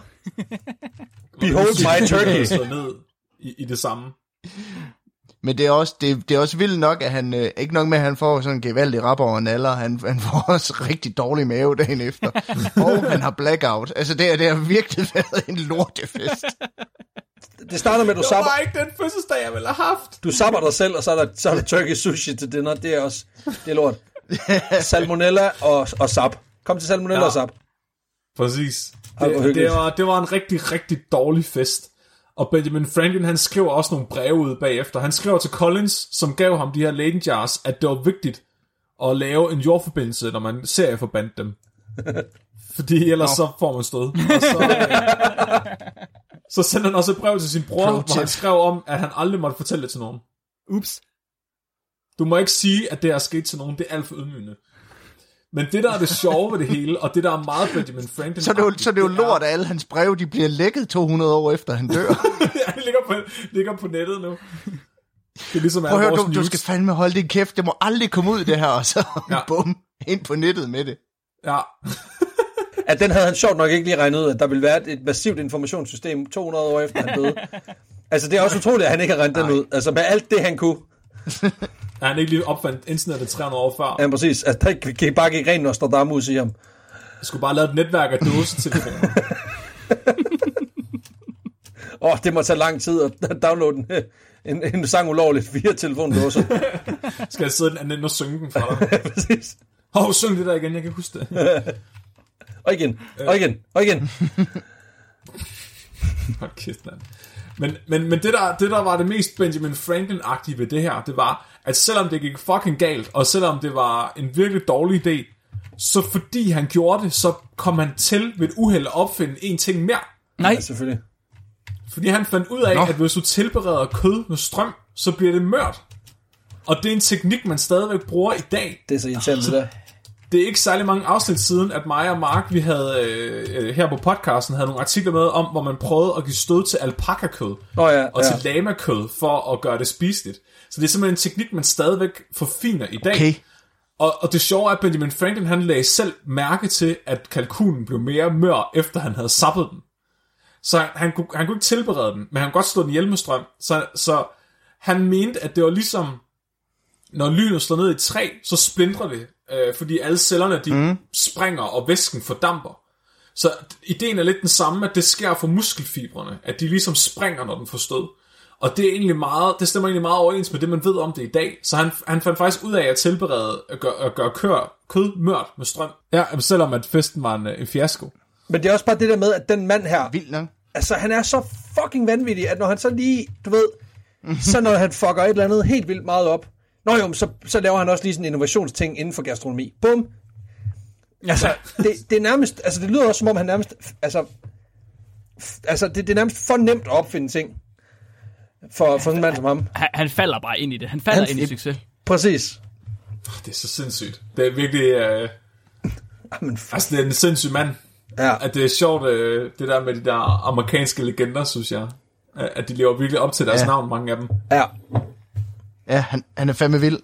Behold my turkey. Ned i, i det samme. Men det er også, det, det er også vildt nok, at han, øh, ikke nok med, at han får sådan en gevaldig rap over en alder, han, han får også rigtig dårlig mave dagen efter. Og han har blackout. Altså, det, det har virkelig været en lortefest. Det starter med, at du sapper... Det var ikke den fødselsdag, jeg ville have haft. Du sapper dig selv, og så er der, så er der turkey sushi til dinner. Det er også, det er lort. Salmonella og, og sap. Kom til salmonella ja. og sap. Præcis. Det, det, var, det var en rigtig, rigtig dårlig fest. Og Benjamin Franklin, han skriver også nogle breve ud bagefter. Han skriver til Collins, som gav ham de her Leyden jars, at det var vigtigt at lave en jordforbindelse, når man serieforbandt dem. Fordi ellers no. så får man stød. Og så, øh, så sendte han også et brev til sin bror, hvor han skrev om, at han aldrig måtte fortælle det til nogen. Ups. Du må ikke sige, at det er sket til nogen. Det er alt for ydmygende. Men det, der er det sjove ved det hele, og det, der er meget Benjamin Franklin... Så det er jo, så det er jo lort, at alle hans breve, de bliver lækket to hundrede år efter, han dør. Ja, det ligger på, ligger på nettet nu. Det er ligesom Prøv at høre, du, du skal fandme holde din kæft. Det må aldrig komme ud, det her, og så ja. bum, ind på nettet med det. Ja. At den havde han sjovt nok ikke lige regnet ud, at der ville være et massivt informationssystem to hundrede år efter, han døde. Altså, det er også utroligt, at han ikke har regnet den ud. Altså, med alt det, han kunne... Ja, han ikke lige opfandt internettet tre hundrede år før. Ja, præcis. Altså, der kan bare ikke rent Nostradamus i ham. Jeg skulle bare lave et netværk af dåsetelefoner. Åh, oh, det må tage lang tid at downloade en, en, en sang ulovligt via telefondåser. Skal jeg sidde den og synge den for dig? Præcis. Åh, oh, syng det der igen, jeg kan huske det. og igen, og igen, og igen. Hold kæft, mand. Men, men, men det, der, det der var det mest Benjamin Franklin-agtige ved det her, det var, at selvom det gik fucking galt, og selvom det var en virkelig dårlig idé, så fordi han gjorde det, så kom han til ved et uheld at opfinde en ting mere. Nej, ja, selvfølgelig. Fordi han fandt ud af, Nå. at hvis du tilbereder kød med strøm, så bliver det mørt. Og det er en teknik, man stadigvæk bruger i dag. Det er så irriterende, det der. Det er ikke særlig mange afsnit siden, at mig og Mark, vi havde øh, her på podcasten, havde nogle artikler med om, hvor man prøvede at give stød til alpaka-kød oh, ja, og ja. til lama-kød for at gøre det spiseligt. Så det er simpelthen en teknik, man stadigvæk forfiner i dag. Okay. Og, og det sjove er, at Benjamin Franklin, han lagde selv mærke til, at kalkunen blev mere mør, efter han havde sappet den. Så han, han, kunne, han kunne ikke tilberede den, men han kunne godt slå den ihjel med strøm. Så, så han mente, at det var ligesom, når lynet slår ned i et træ, så splintrer det. Øh, fordi alle cellerne, de mm. springer, og væsken fordamper. Så ideen er lidt den samme, at det sker for muskelfibrene, at de ligesom springer, når den får stød. Og det er egentlig meget, det stemmer egentlig meget overens med det, man ved om det i dag. Så han, han fandt faktisk ud af at tilberede, at gøre, at gøre kør, kød mørt med strøm. Ja, selvom at festen var en, en fiasko. Men det er også bare det der med, at den mand her, Vildt nok. altså han er så fucking vanvittig, at når han så lige, du ved, så når han fucker et eller andet helt vildt meget op, nå jo, så, så laver han også lige sådan en innovationsting inden for gastronomi. Bum! Altså, det, det er nærmest, altså det lyder også som om han nærmest, altså, altså det, det er nærmest for nemt at opfinde ting. For, for en mand som ham. Han, han falder bare ind i det. Han falder han, ind i succes. Præcis. Det er så sindssygt. Det er virkelig... Øh... Jamen, altså, det er en sindssyg mand. Ja. At det er sjovt, øh, det der med de der amerikanske legender, synes jeg. At de lever virkelig op til deres ja. navn, mange af dem. Ja. Ja, han, han er fandme vild.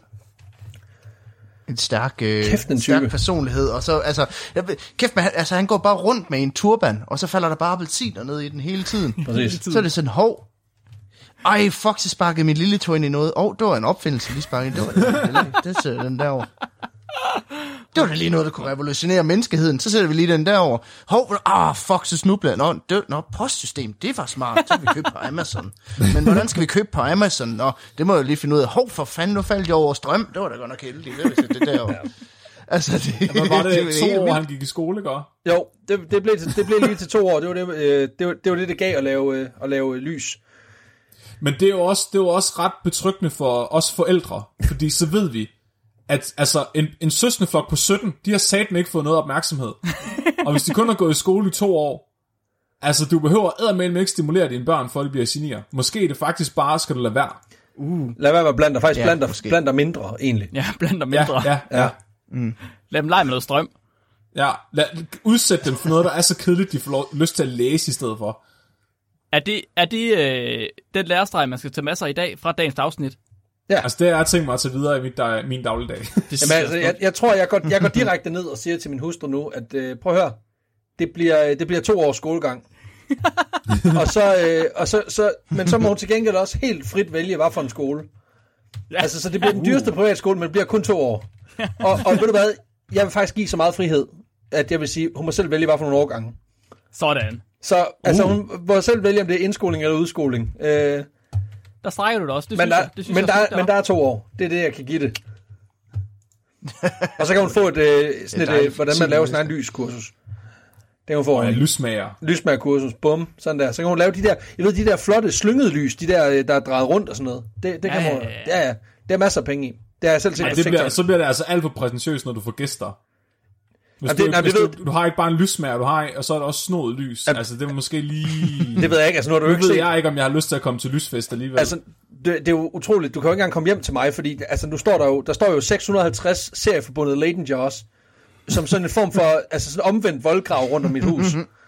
En stærk, øh, kæft, en stærk personlighed. Og så, altså, jeg, kæft, man, altså, han går bare rundt med en turban, og så falder der bare appelsiner ned i den hele tiden. Præcis. Så er det sådan, hov. Ej, fuck, så sparkede min lille tog ind i noget. Åh, oh, det var en opfindelse, lige sparkede. Det var det. Det sætter den derovre. Det var da lige noget, der kunne revolutionere menneskeheden. Så sætter vi lige den derovre. Hov, ah, fuck, så snubler jeg. Nå, det, nå, postsystem, det var smart. Så kan vi købe på Amazon. Men hvordan skal vi købe på Amazon? Nå, det må jeg lige finde ud af. Hov, for fanden, nu faldt jeg over strøm. Det var da godt nok heldigt. Det var det derovre. Altså, det, ja, var det, det var to år, han gik i skole, ikke? Jo, det, det, blev, det blev lige til to år. Det var det, øh, det, var, det, var det, det gav at lave, øh, at lave lys. Men det er jo også, det er jo også ret betryggende for os forældre, fordi så ved vi, at altså, en, en søskendeflok på sytten, de har satme ikke fået noget opmærksomhed. Og hvis de kun har gået i skole i to år, altså du behøver eddermame ikke stimulere dine børn, for at de bliver genier. Måske er det faktisk bare, skal du lade være. Uh. Lad være med blandt dig. Faktisk ja, blandt, dig, blandt dig mindre, egentlig. Ja, blandt dig mindre. Ja, ja, ja. Mm. Lad dem lege med noget strøm. Ja, lad, udsæt dem for noget, der er så kedeligt, de får lov, lyst til at læse i stedet for. Er det, er det øh, den lærestreg, man skal tage med sig i dag fra dagens afsnit? Ja. Altså det er jeg tænkt mig at tage videre i mit, der, min dagligdag. Jamen, altså, jeg, jeg tror, jeg går, jeg går direkte ned og siger til min hustru nu, at øh, prøv at høre, det bliver, det bliver to års skolegang. og så, øh, og så, så, men så må hun til gengæld også helt frit vælge, hvad for en skole. Ja. Altså, så det bliver den dyreste privatskole, men det bliver kun to år. og, og ved du hvad, jeg vil faktisk give så meget frihed, at jeg vil sige, hun må selv vælge, hvad for nogle årgange. Sådan. Så altså, uh. hun må selv vælge, om det er indskoling eller udskoling. Øh, der strækker du det også, det men synes der, jeg. Det synes men, jeg, der, men der er to år. Det er det, jeg kan give det. Og så kan hun få et, øh, sådan et, øh, hvordan man laver sådan en lyskursus. Det kan hun få. Og en lysmager. Lysmagerkursus, bum, sådan der. Så kan hun lave de der, jeg ved, de der flotte slyngede lys, de der, der er drejet rundt og sådan noget. Det, det kan ja, hun, ja, ja. Det er masser af penge i. Det er jeg selv set. Det bliver, så bliver det altså alt for præsentøst, når du får gæster. Hvis, det, du, nej, hvis du, du, du har ikke bare en lysmager, du har, og så er der også snodet lys. At, altså det er måske lige... Det ved jeg ikke, altså nu har du nu ikke ved set... jeg ikke, om jeg har lyst til at komme til lysfest alligevel. Altså, det, det er jo utroligt, du kan jo ikke engang komme hjem til mig, fordi altså, nu står der jo, der står jo seks hundrede og halvtreds serieforbundet Leyden Jars, som sådan en form for, altså sådan omvendt voldgrav rundt om mit hus.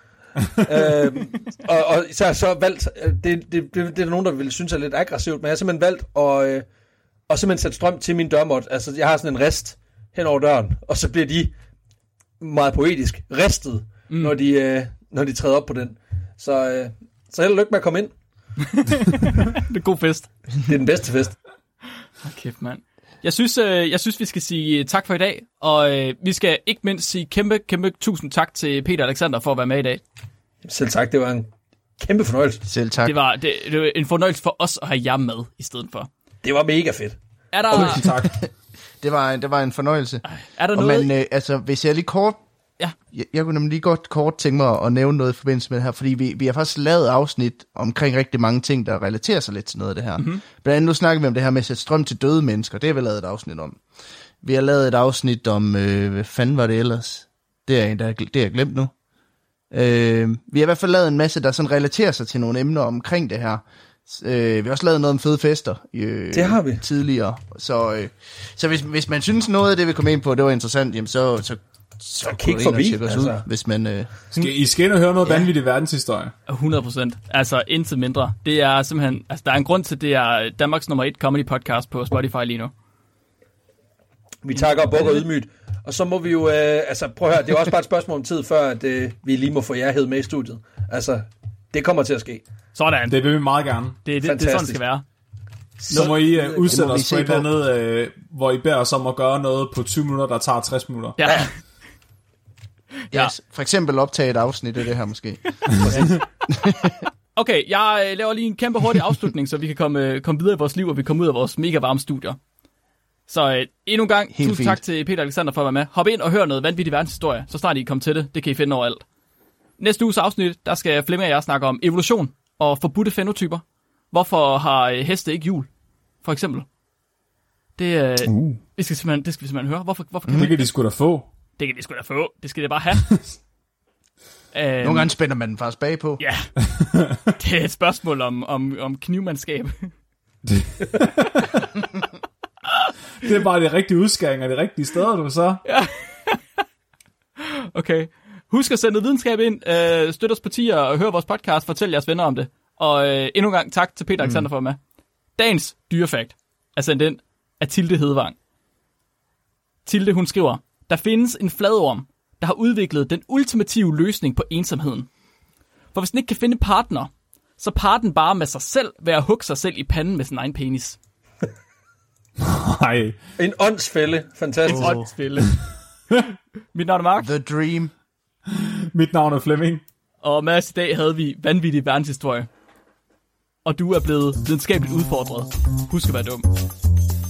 øhm, og, og så har jeg så valgt, det, det, det, det er der nogen, der vil synes er lidt aggressivt, men jeg har simpelthen valgt at, øh, at simpelthen sætte strøm til min dørmåt. Altså, jeg har sådan en rist hen over døren, og så bliver de meget poetisk ristet, mm. når, de, øh, når de træder op på den. Så, øh, så held og lykke med at komme ind. Det er god fest. Det er den bedste fest. Hold kæft, mand. Jeg synes, øh, jeg synes, vi skal sige tak for i dag, og øh, vi skal ikke mindst sige kæmpe, kæmpe tusind tak til Peter Alexander for at være med i dag. Selv tak, det var en kæmpe fornøjelse. Selv tak. Det var, det, det var en fornøjelse for os at have jer med i stedet for. Det var mega fedt. Er der... Tusind tak. Det var, det var en fornøjelse. Er der og noget... Men øh, altså, hvis jeg lige kort... Ja. Jeg, jeg kunne nemlig lige godt kort tænke mig at nævne noget i forbindelse med det her, fordi vi, vi har faktisk lavet afsnit omkring rigtig mange ting, der relaterer sig lidt til noget af det her. Mm-hmm. Blandt andet nu snakker vi om det her med at sætte strøm til døde mennesker. Det har vi lavet et afsnit om. Vi har lavet et afsnit om... Øh, hvad fanden var det ellers? Det er, der, det er jeg glemt nu. Øh, vi har i hvert fald lavet en masse, der sådan relaterer sig til nogle emner omkring det her. Øh, vi har også lavet noget om fede fester øh, det har vi. tidligere. Så, øh, så hvis, hvis man synes noget af det, vi kom ind på, det var interessant, jamen så, så, så, så kig forbi. Os altså. ud, hvis man, øh, skal, I skal ind og høre noget ja. vanvittigt verdenshistorie. hundrede procent. Altså intet mindre. Det er simpelthen, altså der er en grund til, det er Danmarks nummer et comedy podcast på Spotify lige nu. Vi takker og bukker ydmygt. Og så må vi jo, øh, altså prøv at høre, det er også bare et spørgsmål om tid, før at, øh, vi lige må få jer hed med i studiet. Altså, det kommer til at ske. Sådan. Det vil vi meget gerne. Det, det, det er sådan, det skal være. Så må I uh, udsætte os på et eller andet, uh, hvor I beder os om at gøre noget på tyve minutter, der tager tres minutter. Ja. Ja. Yes. For eksempel optage et afsnit af det her måske. Okay, jeg laver lige en kæmpe hurtig afslutning, så vi kan komme, komme videre i vores liv, og vi kommer ud af vores mega varme studier. Så øh, endnu en gang, Helt tusind fint. tak til Peter Alexander for at være med. Hop ind og hør noget vanvittig verdenshistorie, så snart I kommer til det. Det kan I finde overalt. Næste uges afsnit, der skal Flemming og jeg snakke om evolution og forbudte fænotyper. Hvorfor har øh, heste ikke hjul, for eksempel? Det, øh, uh. det, skal, simpelthen, det skal vi simpelthen høre. Hvorfor, hvorfor kan mm. Det kan de sgu da få. Det kan de sgu da få. Det skal de bare have. Nogle um, gange spænder man den faktisk bagpå. Ja, det er et spørgsmål om, om, om knivmandskab. Det. Det er bare det rigtige udskæring af det rigtige steder, du så. Ja. Okay. Husk at sende videnskab ind, øh, støt os på tier og hør vores podcast, fortæl jeres venner om det. Og øh, endnu en gang tak til Peter Alexander mm. for at være med. Dagens dyrefakt er sendt ind af Tilde Hedvang. Tilde, hun skriver, der findes en fladorm, der har udviklet den ultimative løsning på ensomheden. For hvis den ikke kan finde partner, så parer den bare med sig selv ved at hugge sig selv i panden med sin egen penis. Nej. En åndsfælde. Fantastisk. En åndsfælde. Mit navn er Mark. The Dream. Mit navn er Flemming. Og med os i dag havde vi vanvittig verdenshistorie. Og du er blevet videnskabeligt udfordret. Husk at være dum.